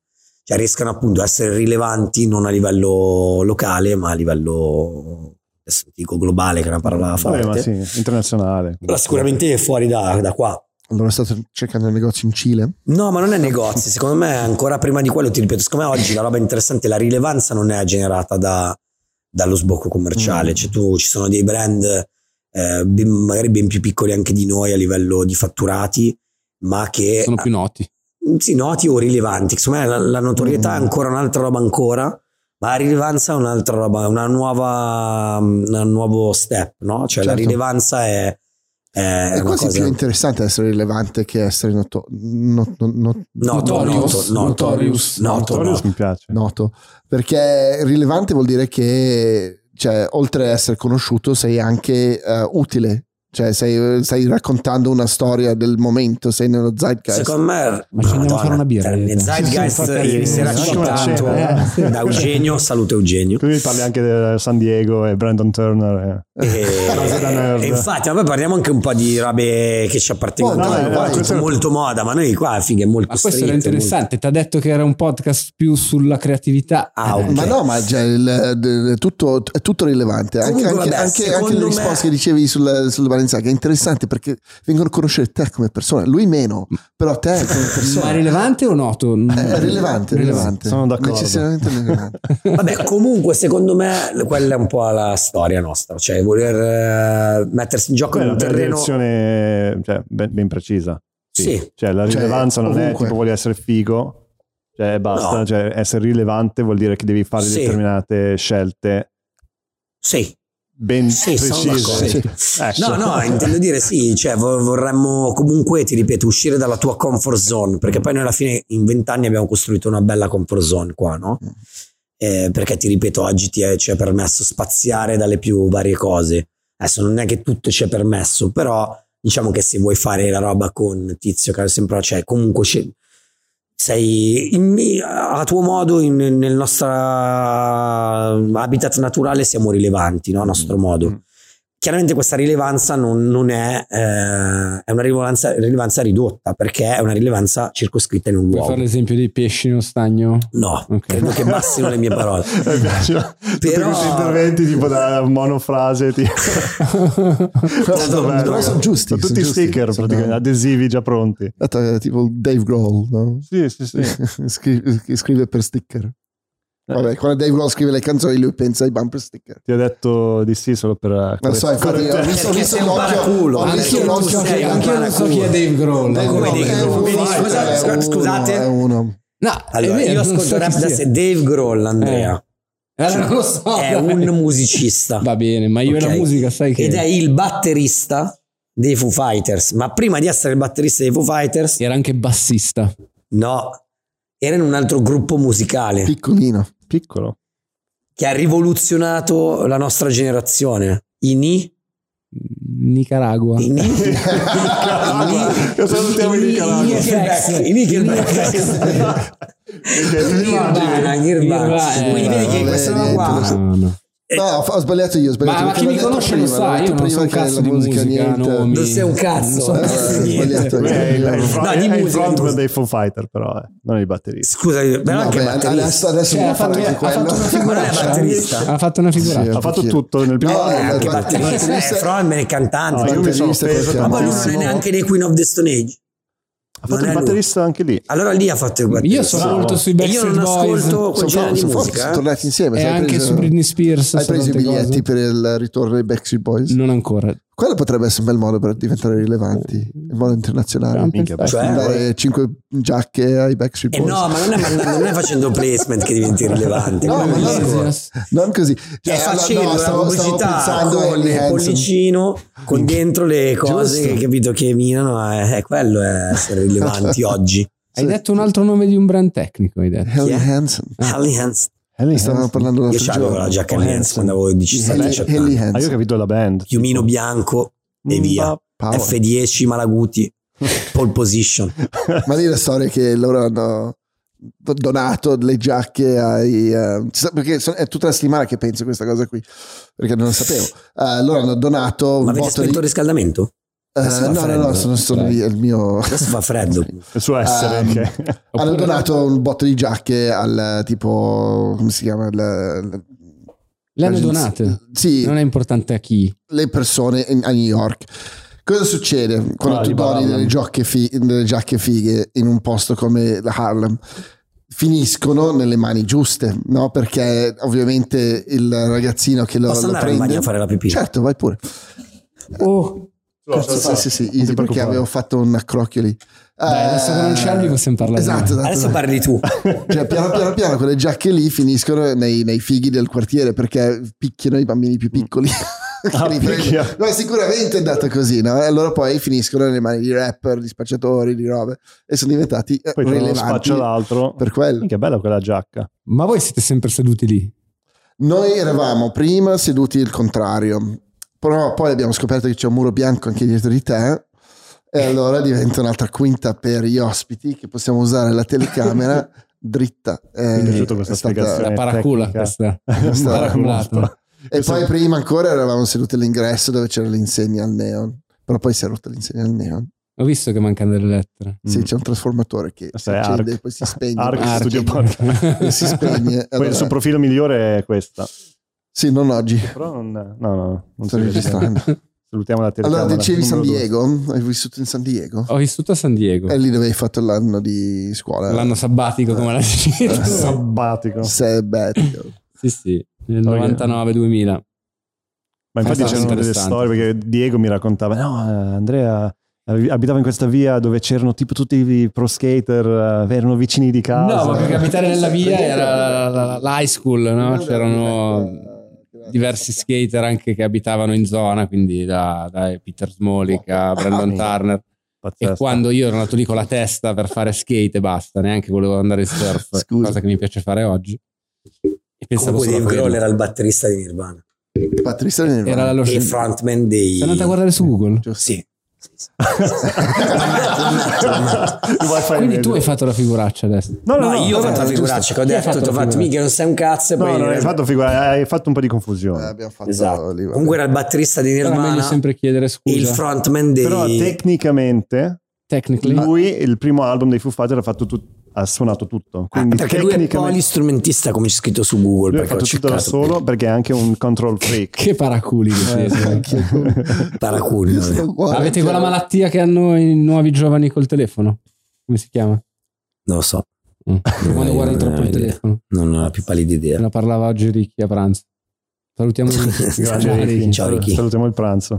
cioè riescano appunto a essere rilevanti non a livello locale ma a livello, adesso dico globale, che è una parola forte. Vabbè, ma sì, internazionale. Però sicuramente è fuori da, da qua. Allora state cercando un negozio in Cile? No, ma non è negozi, secondo me ancora prima di quello, ti ripeto, secondo me oggi la roba interessante, la rilevanza non è generata da, dallo sbocco commerciale, mm. cioè tu, ci sono dei brand eh, ben, magari ben più piccoli anche di noi a livello di fatturati, ma che sono più noti. Sì, noti o rilevanti. Secondo me la, la notorietà mm. è ancora un'altra roba ancora, ma la rilevanza è un'altra roba, una nuova, un nuovo step, no? Cioè certo. La rilevanza è È, è quasi cosa... più interessante essere rilevante che essere noto, not, not, not, noto, notorious, noto, notorious, noto, notorious mi piace. Noto, perché rilevante vuol dire che, cioè, oltre a essere conosciuto sei anche uh, utile. Cioè stai, stai raccontando una storia del momento, sei nello zeitgeist. Secondo me, ma ci andiamo a fare una birra. Nel zeitgeist ieri sera citato eh. da Eugenio, saluto Eugenio. Quindi parli anche di San Diego e Brandon Turner e, e, e infatti, ma poi parliamo anche un po' di robe che ci appartengono, oh, no, no, molto, molto moda, ma noi qua figa è molto ma questo stretto, era interessante, ti ha detto che era un podcast più sulla creatività. Ah, okay. Ma no, ma cioè, il, è, tutto, è tutto rilevante. Comunque, anche, vabbè, anche, anche le risposte me... che dicevi sul, sul Balenciaga è interessante, perché vengono a conoscere te come persona, lui meno, però te come persona. Ma è rilevante o noto? È rilevante, rilevante. Sono d'accordo. Necessariamente rilevante. Vabbè, comunque secondo me quella è un po' la storia nostra, cioè voler uh, mettersi in gioco in un terreno, direzione, cioè, ben, ben precisa. Sì. Sì. Cioè la rilevanza cioè, non ovunque. È tipo voglio essere figo, cioè basta, no. Cioè essere rilevante vuol dire che devi fare sì. Determinate scelte. Sì. Ben sì, precise. Sì. No, no, intendo dire sì, cioè vorremmo comunque, ti ripeto, uscire dalla tua comfort zone, perché poi noi alla fine in vent'anni abbiamo costruito una bella comfort zone qua, no? Eh, perché ti ripeto, oggi ti è, ci è permesso spaziare dalle più varie cose. Adesso non è che tutto ci è permesso, però diciamo che se vuoi fare la roba con Tizio, che sempre, cioè comunque sei in, a tuo modo in, nel nostro habitat naturale siamo rilevanti, no? A nostro modo. Mm. Chiaramente questa rilevanza non, non è, eh, è una rilevanza, rilevanza ridotta, perché è una rilevanza circoscritta in un luogo. Puoi fare l'esempio dei pesci in uno stagno? No, okay. Credo che bastino le mie parole. Mi piacciono però... questi interventi tipo da monofrase tipo. no, no, sono giusti, sono tutti sono sticker giusti, praticamente, sono... adesivi già pronti. Tipo Dave Grohl, no? Sì, sì, sì. scrive, scrive per sticker. Vabbè, quando Dave Grohl scrive le canzoni lui pensa ai bumper sticker. Ti ho detto di sì solo per non so, infatti ho visto, ho visto un paraculo, anche io non so chi è Dave Grohl. Scusate, è uno. No, allora io ascolto rap da sé. Dave Grohl, Andrea allora, non lo so, è un musicista, va bene, ma io okay. La musica sai che ed è il batterista dei Foo Fighters, ma prima di essere il batterista dei Foo Fighters era anche bassista. No, era in un altro gruppo musicale piccolino, piccolo, che ha rivoluzionato la nostra generazione. I Ni Nicaragua. I Nickelback. I Nickelback. Quindi vedi che questa roba qua. No, ho sbagliato io, ho sbagliato ma, ma chi mi conosce lo sa, io non so un cazzo di musica, musica nomi. Non sei un cazzo, non so eh, sbagliato io. È il, no, di è il frontman dei Foo Fighter, però eh, non il batterista. Scusa, però no, anche beh, batterista. Adesso, adesso cioè, ha fatto anche quello. Ha fatto una figuraccia. Sì, ha fatto tutto nel primo. No, anche batterista, frontman e cantante. Io mi sono offeso, ma poi non è neanche dei Queen of the Stone Age. Ha fatto il batterista lui. Anche lì. Allora lì ha fatto il batterista. Io sono molto sui Backstreet Boys. Io non ascolto quel genere di musica. Sono tornati insieme. E anche preso, su Britney Spears. Hai preso i biglietti cose? Per il ritorno dei Backstreet Boys? Non ancora. Quello potrebbe essere un bel modo per diventare rilevanti in modo internazionale. Cioè, dare cinque giacche ai Backstreet Boys. Eh no, ma non è, non è facendo placement che diventi rilevante. No, ma non, non così. Cioè, è facendo no, stavo, la pubblicità con il pollicino, con dentro le cose che, capito, che minano. È, è quello è essere rilevanti oggi. Hai detto un altro nome di un brand tecnico, hai detto. Helly Hansen. Helly Hansen. Stavamo parlando io c'avevo la giacca Helly Hansen quando avevo diciassette anni. Ah, io ho capito la band. Piumino bianco e via. Power. F dieci Malaguti. Pole position. Ma lì la storia è che loro hanno donato le giacche ai uh, perché è tutta la settimana che penso questa cosa qui, perché non lo sapevo. Uh, loro hanno donato ma avete spento il riscaldamento? Uh, no, no, no, sono, sono lì, il mio... Adesso fa freddo. Il suo essere. Um, che... Hanno donato un botto di giacche al tipo, come si chiama? Il, Le hanno donate? Sì. Non è importante a chi. Le persone in, a New York. Cosa succede quando Ah, tu doni delle, fi- delle giacche fighe in un posto come la Harlem? Finiscono nelle mani giuste, no? Perché ovviamente il ragazzino che lo, Posso lo andare prende... in bagno a fare la pipì? Certo, vai pure. Oh. Cazzo, sì, sì, sì, easy, perché avevo fatto un accrocchio lì. Dai, adesso che non c'è Albi possiamo parlare. Esatto, esatto. Adesso parli tu. Cioè, piano piano piano quelle giacche lì finiscono nei, nei fighi del quartiere perché picchiano i bambini più piccoli. Ah, no, sicuramente è andata così, no? E allora poi finiscono nelle mani di rapper, di spacciatori, di robe e sono diventati eh, poi rilevanti spaccia l'altro per quello. Che bella quella giacca. Ma voi siete sempre seduti lì? Noi eravamo prima seduti il contrario, però poi abbiamo scoperto che c'è un muro bianco anche dietro di te e allora diventa un'altra quinta per gli ospiti che possiamo usare la telecamera dritta. Eh, Mi è piaciuta questa è stata- spiegazione. La paracula tecnica. questa. Questa- Paraculata. E poi prima ancora eravamo seduti all'ingresso dove c'era l'insegna al neon, però poi si è rotta l'insegna al neon. Ho visto che mancano delle lettere. Sì, Mm. c'è un trasformatore che si Questo è accende Arc. e poi si spegne. Arc poi si Studio spegne, Podcast. e si spegne. Poi Allora- il suo profilo migliore è questa. Sì, non oggi. Però non, no, no, non Sto si vede registrando. bene. Salutiamo la telecamera. Allora, dicevi San numero due. Diego? Hai vissuto in San Diego? Ho vissuto a San Diego. È lì dove hai fatto l'anno di scuola. L'anno sabbatico, come la dici. Sabbatico. Sabbatico. Sì, sì, nel Ok. novantanove duemila. Ma infatti È stato c'erano delle interessante. storie perché Diego mi raccontava, no, eh, Andrea eh, abitava in questa via dove c'erano tipo tutti i pro skater, eh, erano vicini di casa. No, ma perché abitare nella via era la- la- l'high school, no? C'erano diversi skater anche che abitavano in zona, quindi da, da Peter Smolik a Brandon Turner. Pazzesco. E quando io ero nato lì con la testa per fare skate e basta, neanche volevo andare in surf, Scusa. cosa che mi piace fare oggi. E pensavo Comunque solo a Dave Grohl quello. era il batterista di Nirvana Patrizia Nirvana. Era lo e frontman dei... Sei andato a guardare su Google? Sì. Sì, sì. Il wifi Quindi tu medio. hai fatto la figuraccia adesso. No, no, No, no, io ho no, fatto la no, figuraccia che ho Chi ha detto, fatto ti ho la fatto figuraccia? mica non sei un cazzo e no, poi... no, hai fatto, figura, hai fatto un po' di Eh, confusione. abbiamo fatto Esatto. lì, vabbè. Comunque era il batterista di Era meglio Nirvana sempre chiedere e il scusa. frontman dei... Però tecnicamente Technically. lui il primo album dei Foo Fighters ha fatto tutto, ha suonato tutto. Ah, Quindi perché lui è tecnicamente polistrumentista come c'è scritto su Google. lui ha perché ho fatto tutto da cercato. solo perché è anche un control freak. Che paraculi che siete. Paraculi. Io sono uguale, Avete cioè- quella malattia che hanno i nuovi giovani col telefono? Come si chiama? Non lo so. Mm. Quando Eh, guardi non troppo ho il idea. telefono. Non ho la più pallida Me idea. la parlava oggi Ricky a pranzo. Salutiamo Ricky. Grazie, Ricky. Ciao Ricky. Salutiamo il pranzo.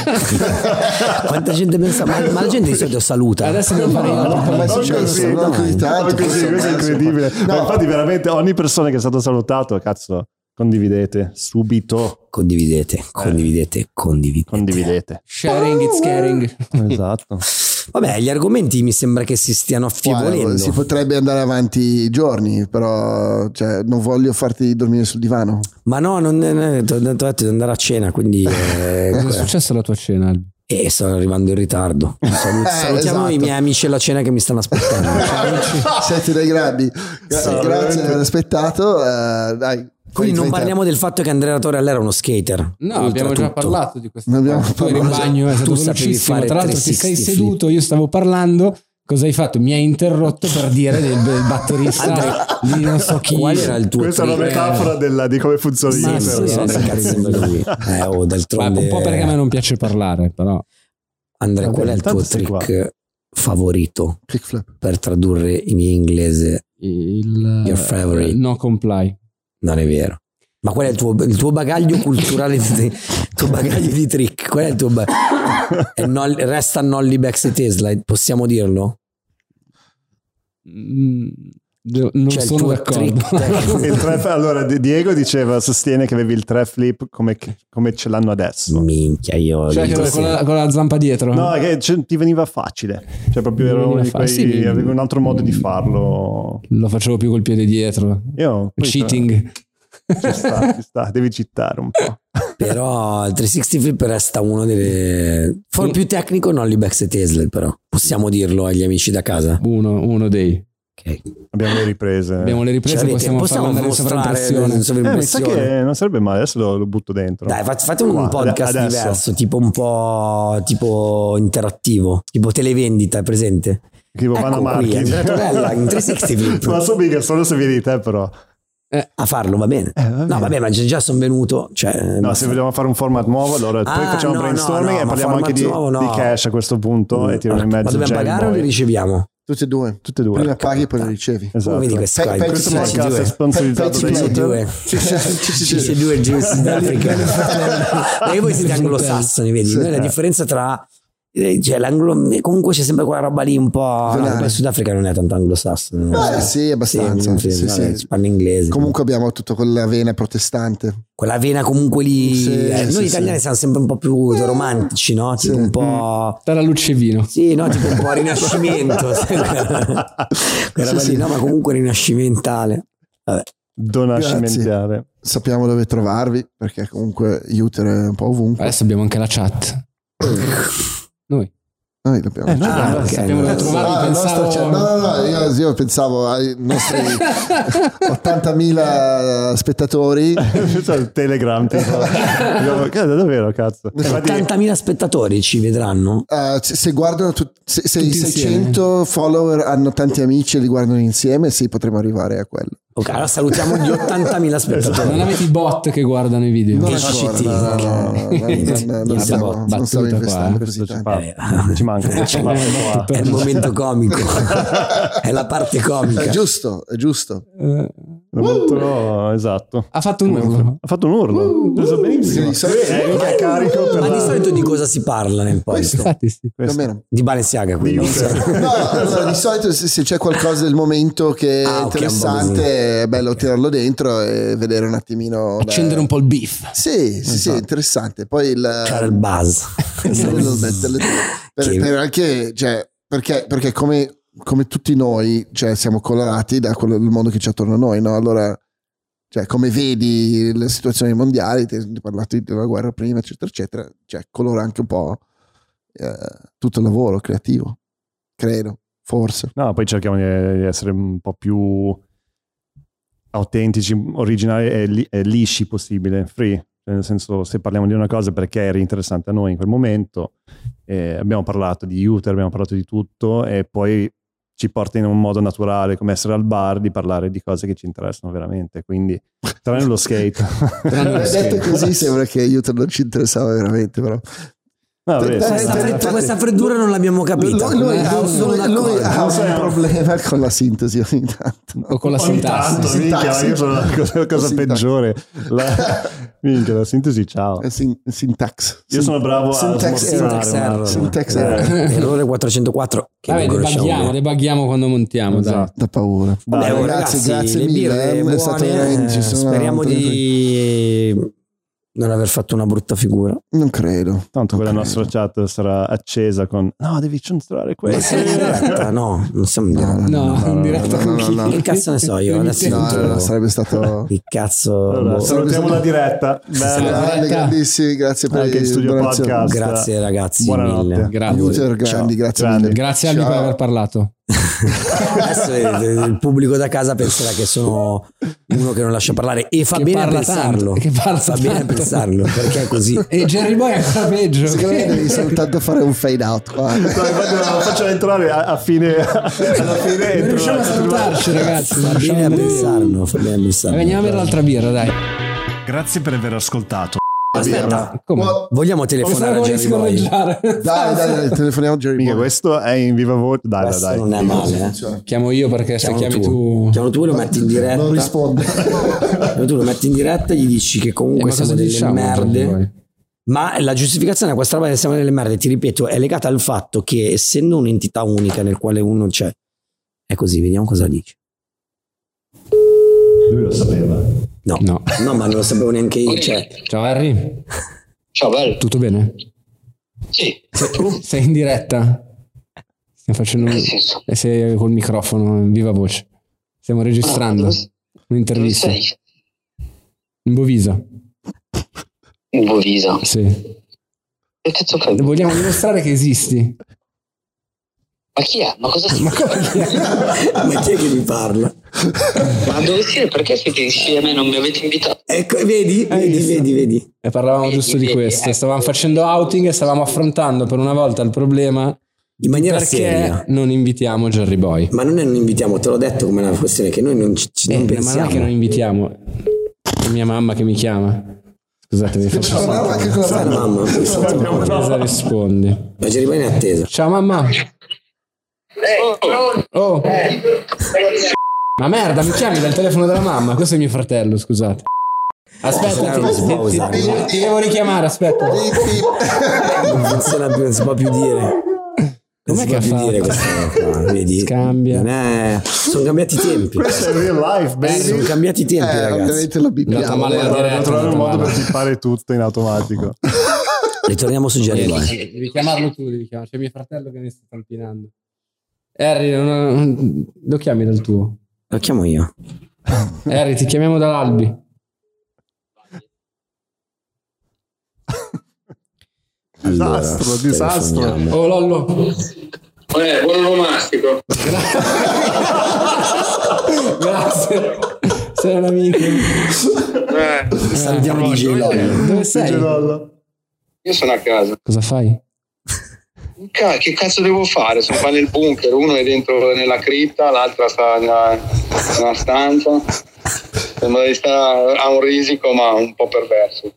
Quanta gente pensa, ma, ma la gente di solito saluta. Adesso devo fare No, io. per me è Non successo, così, non così tanto. non così, forse questo è adesso- incredibile. No, Ma infatti veramente ogni persona che è stato salutato, cazzo, condividete subito. Condividete, condividete, condividete. Condividete. Sharing it's caring. Esatto. Vabbè, gli argomenti mi sembra che si stiano affievolendo. Guarda, si potrebbe andare avanti giorni, però cioè, non voglio farti dormire sul divano. Ma no, non eh, ti ho detto di andare a cena, quindi eh, Cosa è successo alla tua cena, Albi? e sto arrivando in ritardo. Salut- Eh, salutiamo esatto. i miei amici alla cena che mi stanno aspettando. Siete dei grandi. Gra- Sì, grazie veramente. di aver aspettato. eh, dai, Quindi fai- non fai parliamo del fatto che Andrea Torella era uno skater. No, abbiamo già Oltretutto. parlato di questo. Ne abbiamo Tu eri in parlato. bagno, è stato Tu sapevi velocissimo. fare Tra l'altro ti sei trecentosessanta seduto, io stavo parlando. Cosa hai fatto? Mi hai interrotto per dire del, del batterista di non so chi. Qual era il tuo Questa è una trick? metafora della- di come funziona Sì, internet. sì, sì, no, sì, che cazzo sì. è lui? Eh, oh, Ma d'altronde... un po' perché a me non piace parlare, però. Andrea, qual è il tuo Tanto sei trick favorito Kickflip. per tradurre in inglese? Il Your favorite. no comply. Non è vero. Ma qual è il tuo, il tuo bagaglio culturale, di, il tuo bagaglio di trick? Qual è il tuo ba- è Nol- resta Nolly Backstreet Tesla, possiamo dirlo? Mm, non Cioè, il sono tuo d'accordo. trick tecnico. Il tre- allora, Di- Diego diceva, sostiene che avevi il tre flip come, come ce l'hanno adesso. Minchia, io Cioè, io che sì. con, la, con la zampa dietro. No, è che cioè, ti veniva facile. Cioè, proprio Mi ero uno veniva di fa- quei, sì. avevi un altro modo di farlo. Lo facevo più col piede dietro. Io poi- Cheating. Ci sta, ci sta, devi cittare un po'. Però il trecentosessanta flip resta uno delle for Sì. più tecnico Nolly Backstreet Tesla, però possiamo dirlo agli amici da casa. Uno, uno dei. Ok. Abbiamo le riprese. Abbiamo le riprese, Cioè, possiamo, possiamo farlo andare in mostrare sovraimpressione. le Eh, mi sa sovraimpressioni. che non sarebbe male, adesso lo, lo butto dentro. Dai, fate, fate un Qua, podcast adesso. diverso, tipo un po' tipo interattivo, tipo televendita, è presente? Che vanno a Ecco qui, marchi. Andrea Torella in trecentosessanta Flip. Ma so mica, solo se vieni te però. A farlo, va bene. Eh, va bene. No, vabbè, ma già sono venuto. Cioè, No, se vogliamo fare un format nuovo, allora poi Ah, facciamo no, brainstorming no, no, e ma parliamo anche di, format nuovo no. di cash a questo punto e tiriamo in ma mezzo dobbiamo Jerry pagare o Boy. li riceviamo? Tutte e due. Tutte e due. Prima paghi e poi le ricevi. Esatto. Come vedi questi qua? Pe- pe- Questo Ci podcast è due. sponsorizzato Pe- da pe- Ci YouTube. due. Sì, sì, sì, sì, sì. Ci due giù in Sudafrica. Perché voi siete anglosassoni, vedi? Sì. Noi la differenza tra eh, cioè l'anglo comunque c'è sempre quella roba lì un po'. No, Venale. poi Sudafrica non è tanto anglosassone. Eh, sì, abbastanza. Sì, Sì, vabbè, sì. ci parla inglese. Comunque abbiamo tutta quella vena protestante. Quella vena comunque lì. Sì, eh, noi sì, italiani sì. siamo sempre un po' più romantici, no? Tipo Sì. un po'. Dalla luce e vino. Sì, no, tipo un po' rinascimento. quella roba Sì, lì, sì. no, ma comunque rinascimentale. Vabbè. Donascimenziale. Sappiamo dove trovarvi perché comunque Utero è un po' ovunque. Adesso abbiamo anche la chat. Noi. Noi l'abbiamo. Eh, noi Ah, abbiamo- ok. sappiamo dove Ah, trovarli. il nostro- Pensavo... cioè, no, no, no, io, io pensavo ai nostri ottantamila spettatori. Cioè, il Telegram tipo. Abbiamo- Cazzo, davvero cazzo. Infatti, ottantamila spettatori ci vedranno. Uh, se, se guardano tut- se, se i Tutti seicento follower hanno tanti amici e li guardano insieme, sì, potremmo arrivare a quello. Ok, allora salutiamo gli ottantamila spettatori. Non avete i bot che guardano i video? Non Che ancora, scitino. no, no, no, no, no, no, no, Niente, non stiamo, battuta non stiamo qua, investendo eh. così questo ci, tanto. fa, ci manca. Ci manca qua. È il momento comico. È la parte comica. È giusto, è giusto. Eh, Molto, esatto. ha fatto un urlo. Ha fatto un urlo. Preso benissimo. Sì, sì. Eh, mica carico per Ma la- di solito di cosa si parla nel podcast? Infatti sì. Più o meno. Di Balenciaga, quindi. No, allora, di solito se, se c'è qualcosa del momento che è Ah, ok, un po' così. interessante, è bello tirarlo dentro e vedere un attimino. Accendere beh, un po' il beef. Sì, sì, sì, interessante. Poi il. C'era il buzz. A little bit, a little bit. per, Che- per anche, cioè, perché, perché come, come tutti noi, cioè, siamo colorati da quello del mondo che c'è attorno a noi, no? Allora, cioè, come vedi le situazioni mondiali, ti ho parlato della guerra prima, eccetera, eccetera, cioè, colora anche un po' eh, tutto il lavoro creativo, credo, forse. No, poi cerchiamo di di essere un po' più autentici, originali e, li- e lisci possibile, free. Cioè, nel senso, se parliamo di una cosa perché era interessante a noi in quel momento, eh, abbiamo parlato di Utero, abbiamo parlato di tutto e poi ci porta in un modo naturale, come essere al bar, di parlare di cose che ci interessano veramente. Quindi, tranne lo skate. Tranne lo Eh, skate. detto così sembra che aiuto non ci interessava veramente, però. No, vabbè, Beh, sì, Questa, eh, fred- infatti- questa freddura non l'abbiamo capita. Lui, lui Eh, ha, sono lui- lui d'accordo. ha un problema con la sintesi ogni tanto. O con la Ogni sintassi. tanto, Sì, minchia, sintassi. io sono la cosa, cosa Sintassi. peggiore. La, minchia, la sintesi, ciao. È sin- syntax. Io sono bravo a syntax smorzare, Syntax ma- error. Syntax Eh, error. Errore quattrocentoquattro. Che Vabbè, non conosciamo debughiamo, bene. debughiamo quando montiamo. Dai. Esatto. Da paura. Vabbè, Dai, oh, ragazzi, ragazzi, grazie le mille, birre eh, è buone, stato veramente- ci eh, sono speriamo altre- di non aver fatto una brutta figura. Non credo. Tanto quella Non nostra credo. chat sarà accesa con no, devi censurare Ma questo. siamo in diretta? No, non siamo in diretta. No, in diretta no, con no, chi? no, no. Che cazzo ne so io? Adesso No, tutto- no, no, sarebbe stato. Che cazzo. Allora, boh. salutiamo la diretta. Bella. Grandi, diretta. grandissimi, grazie per Anche in il studio donazione. podcast. Grazie ragazzi Buonanotte. mille. Grazie. Utero, grandi, grazie Grandi. mille. Grazie Albi Ciao. per aver parlato. Adesso eh, il pubblico da casa penserà che sono uno che non lascia parlare e fa Che bene a parla pensarlo. tanto, che parla fa bene a tanto. pensarlo perché è così. E Jerry Boy è ancora peggio. Secondo me che- devi soltanto fare un fade out qua. No, infatti lo faccio entrare a, a fine alla fine Non entro- riusciamo a salutarci, ragazzi. Fa non riusciamo bene a a dire. pensarlo, fa bene a pensarlo. Vabbè, andiamo a bere l'altra birra, dai. Grazie per aver ascoltato. Aspetta, Come? vogliamo Come telefonare a come Jerry si Boy? correggiare? Dai, dai, dai, telefoniamo a Jerry Mica, Boy. questo è in viva voce. Dai, dai, Questo dai. non è male, eh. Chiamo io perché se Chiamalo chiami tu. tu... Chiamalo tu e lo metti in diretta. Non risponde. Tu lo metti in diretta e gli dici che Eh, comunque ma siamo cosa delle diciamo, Jerry merde. Boy? Ma la giustificazione a questa roba che siamo delle merde, ti ripeto, è legata al fatto che essendo un'entità unica nel quale uno c'è, è così, vediamo cosa dice. Lui lo sapeva. No, No. no, ma non lo sapevo neanche io. Cioè, Ciao Harry, Ciao, bello. tutto bene? Sì, Sei in diretta? Stiamo facendo un... nel senso. E sei col microfono in viva voce. Stiamo registrando Ah, dove- un'intervista Dove sei? in Bovisa. In Bovisa. Sì. Che cazzo fai? Vogliamo dimostrare che esisti. Ma chi è? Ma cosa ma, ma chi è che mi parla? Ma dove siete? Perché siete insieme? Non mi avete invitato? Ecco, vedi, vedi, vedi, vedi. E parlavamo Vedi, giusto di vedi, questo. ecco. Stavamo facendo outing e stavamo affrontando per una volta il problema In maniera perché seria. non invitiamo Jerry Boy. Ma non è non invitiamo, te l'ho detto come è una questione che noi non, ci, ci- Eh, non ma non pensiamo. è che non invitiamo. È mia mamma che mi chiama. Scusate, mi faccio Ma mamma, che cosa Sai la fanno? mamma? cosa rispondi. Ma ci rimane in attesa. Ciao mamma. Oh. Ma merda, mi chiami dal telefono della mamma? Questo è mio fratello, scusate. Aspetta, ti, ti- ti- ti- ti devo richiamare, aspetta. Non funziona più, non si può più dire. Non Com'è si che può ha più dire fatto? questa cosa qua, vedi? Scambia. Non è... Sono cambiati i tempi. Questo è real life, baby. Sono cambiati i tempi, Eh, ragazzi. ovviamente lo Andata bippiamo. male la vero? diretta. Devo trovare un modo male. per bippare tutto in automatico. Ritorniamo su Jerry Boy. Devi chiamarlo tu, devi chiamarlo. C'è mio fratello che mi sta tampinando. Harry, non- lo chiami dal tuo? Lo chiamo io. Harry, ti chiamiamo dall'Albi. Allora, Disastro, disastro. telefoniamo. Oh Lollo. Eh, buon onomastico. Grazie. Sei un amico. Eh, Salutiamo D J Lollo. Dove sei? io sono a casa. Cosa fai? Ca- che cazzo devo fare? Sono qua nel bunker, uno è dentro nella cripta, l'altra sta nella, nella stanza. Sembra di stare a un risico, ma un po' perverso.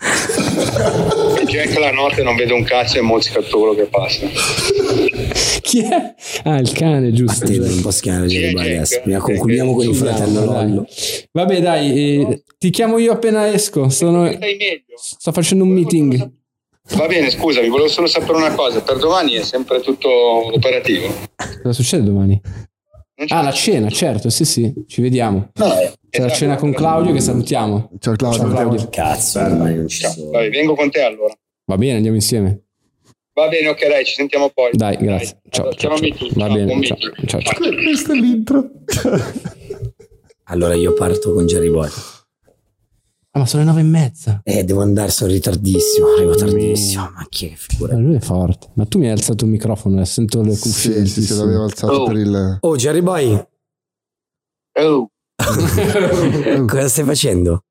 E Jack la notte non vede un cazzo e mozzica tutto quello che passa. Chi è? Ah, il cane, giusto. Attendo, non posso chiamare Jerry Boy Chi è adesso. Jack? Prima concludiamo con il fratello Dai. Lollo. Vabbè, dai, eh, ti chiamo io appena esco. Sono, Stai meglio? sto facendo un meeting. Va bene, scusami, volevo solo sapere una cosa. Per domani è sempre tutto operativo. Cosa succede domani? Non c'è- Ah, la cena, certo, sì, sì, ci vediamo. No, C'è la esatto. cena con Claudio che salutiamo. Ciao Claudio. Ciao, Claudio. Cazzo, ormai non ci Ciao. sono. Vabbè, vengo con te allora. Va bene, andiamo insieme. Va bene, ok, dai, ci sentiamo poi. Dai, grazie. Ciao, Allora, ciao, chiamami ciao. tu. Va Ciao, bene, buon ciao, meeting. ciao, ciao. Questo è l'intro. Allora io parto con Jerry Boy. Ah, ma sono le nove e mezza. Eh, devo andare, sono ritardissimo. Arrivo tardissimo. Ma chi è che figura? Ma lui è forte. Ma tu mi hai alzato il microfono e sento le cuffie. Sì, sì, se l'avevo alzato Oh. per il... Oh, Jerry Boy, Oh, cosa stai facendo?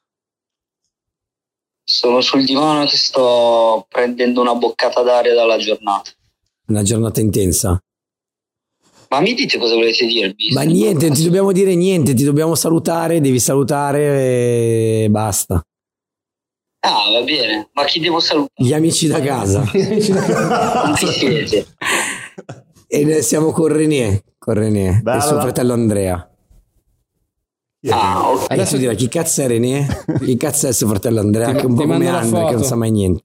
sono sul divano che sto prendendo una boccata d'aria dalla giornata. Una giornata intensa. Ma mi dite cosa volete dirmi? Ma niente, non ti dobbiamo dire niente, ti dobbiamo salutare, devi salutare e basta. Ah, va bene. Ma chi devo salutare? Gli amici da casa. Non chi siete? E noi siamo con René, con René e Bella. suo fratello Andrea. Ah, ok. Adesso dirà chi cazzo è René? Chi cazzo è suo fratello Andrea? Ti- Che è un ti po' come mando la Andre, che non foto. sa mai niente.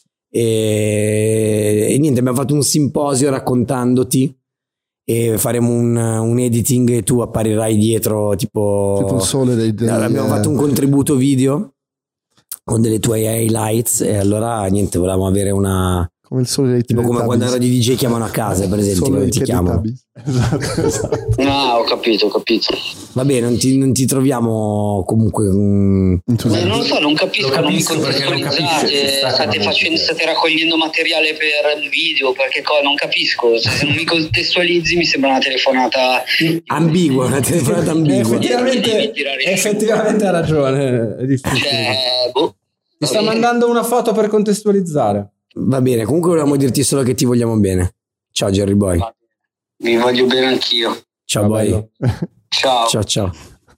E, e niente, abbiamo fatto un simposio raccontandoti e faremo un, un editing e tu apparirai dietro tipo, Tipo il sole dei... dei Allora, abbiamo eh, fatto un contributo video con delle tue highlights e allora niente, volevamo avere una come il sole dei tipo come quando Teletubbies. i Radio D J chiamano a casa, per esempio, Sole come dei ti chiamano. Teletubbies. Esatto, esatto. Ah, ho capito, ho capito. Vabbè, non ti, non ti troviamo comunque mm, Eh, Entusiasta. non lo so, non capisco, Lo capisco non mi perché non capisce, ci sta contestualizzate, state, chiamando. facendo, state raccogliendo materiale per un video, perché co- non capisco, se non mi contestualizzi mi sembra una telefonata ambigua, una telefonata Eh, ambigua. effettivamente, Devi tirare su. effettivamente ha ragione. È difficile. Cioè, boh. Ti sta mandando una foto per contestualizzare. Va bene, comunque volevamo dirti solo che ti vogliamo bene. Ciao Jerry Boy. Vi voglio bene anch'io. Ciao Va Boy. bello. Ciao. Ciao ciao.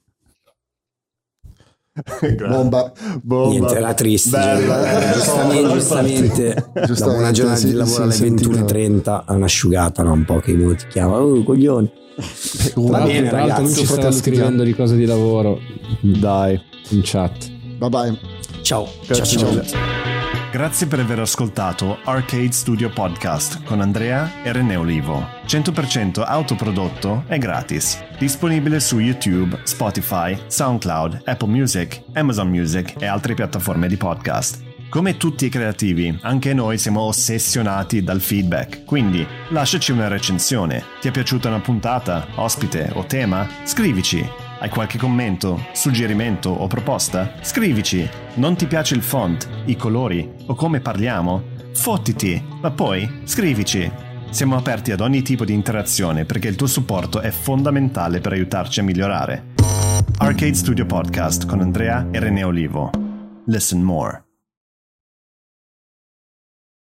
Bomba. Bomba. Niente, era triste. Bella, Jerry. eh, giustamente, no, giustamente, dopo una Giustamente, giornata sì, di lavoro sì, alle sentito. ventuno e trenta è un'asciugata, no? Un po' che uno ti chiama, oh coglione. Tra Va l'altro- bene, tra l'altro lui ragazzi, ci stava fratello ti scrivendo di cose di lavoro Dai. in chat. Bye bye. Ciao. Ciao Grazie ciao. mille. Grazie per aver ascoltato Arcade Studio Podcast con Andrea e René Olivo. cento per cento autoprodotto e gratis. Disponibile su YouTube, Spotify, SoundCloud, Apple Music, Amazon Music e altre piattaforme di podcast. Come tutti i creativi, anche noi siamo ossessionati dal feedback, quindi lasciaci una recensione. Ti è piaciuta una puntata, ospite o tema? Scrivici. Hai qualche commento, suggerimento o proposta? Scrivici. Non ti piace il font, i colori o come parliamo? Fottiti, ma poi scrivici. Siamo aperti ad ogni tipo di interazione perché il tuo supporto è fondamentale per aiutarci a migliorare. Arcade Studio Podcast con Andrea e René Olivo. Listen more.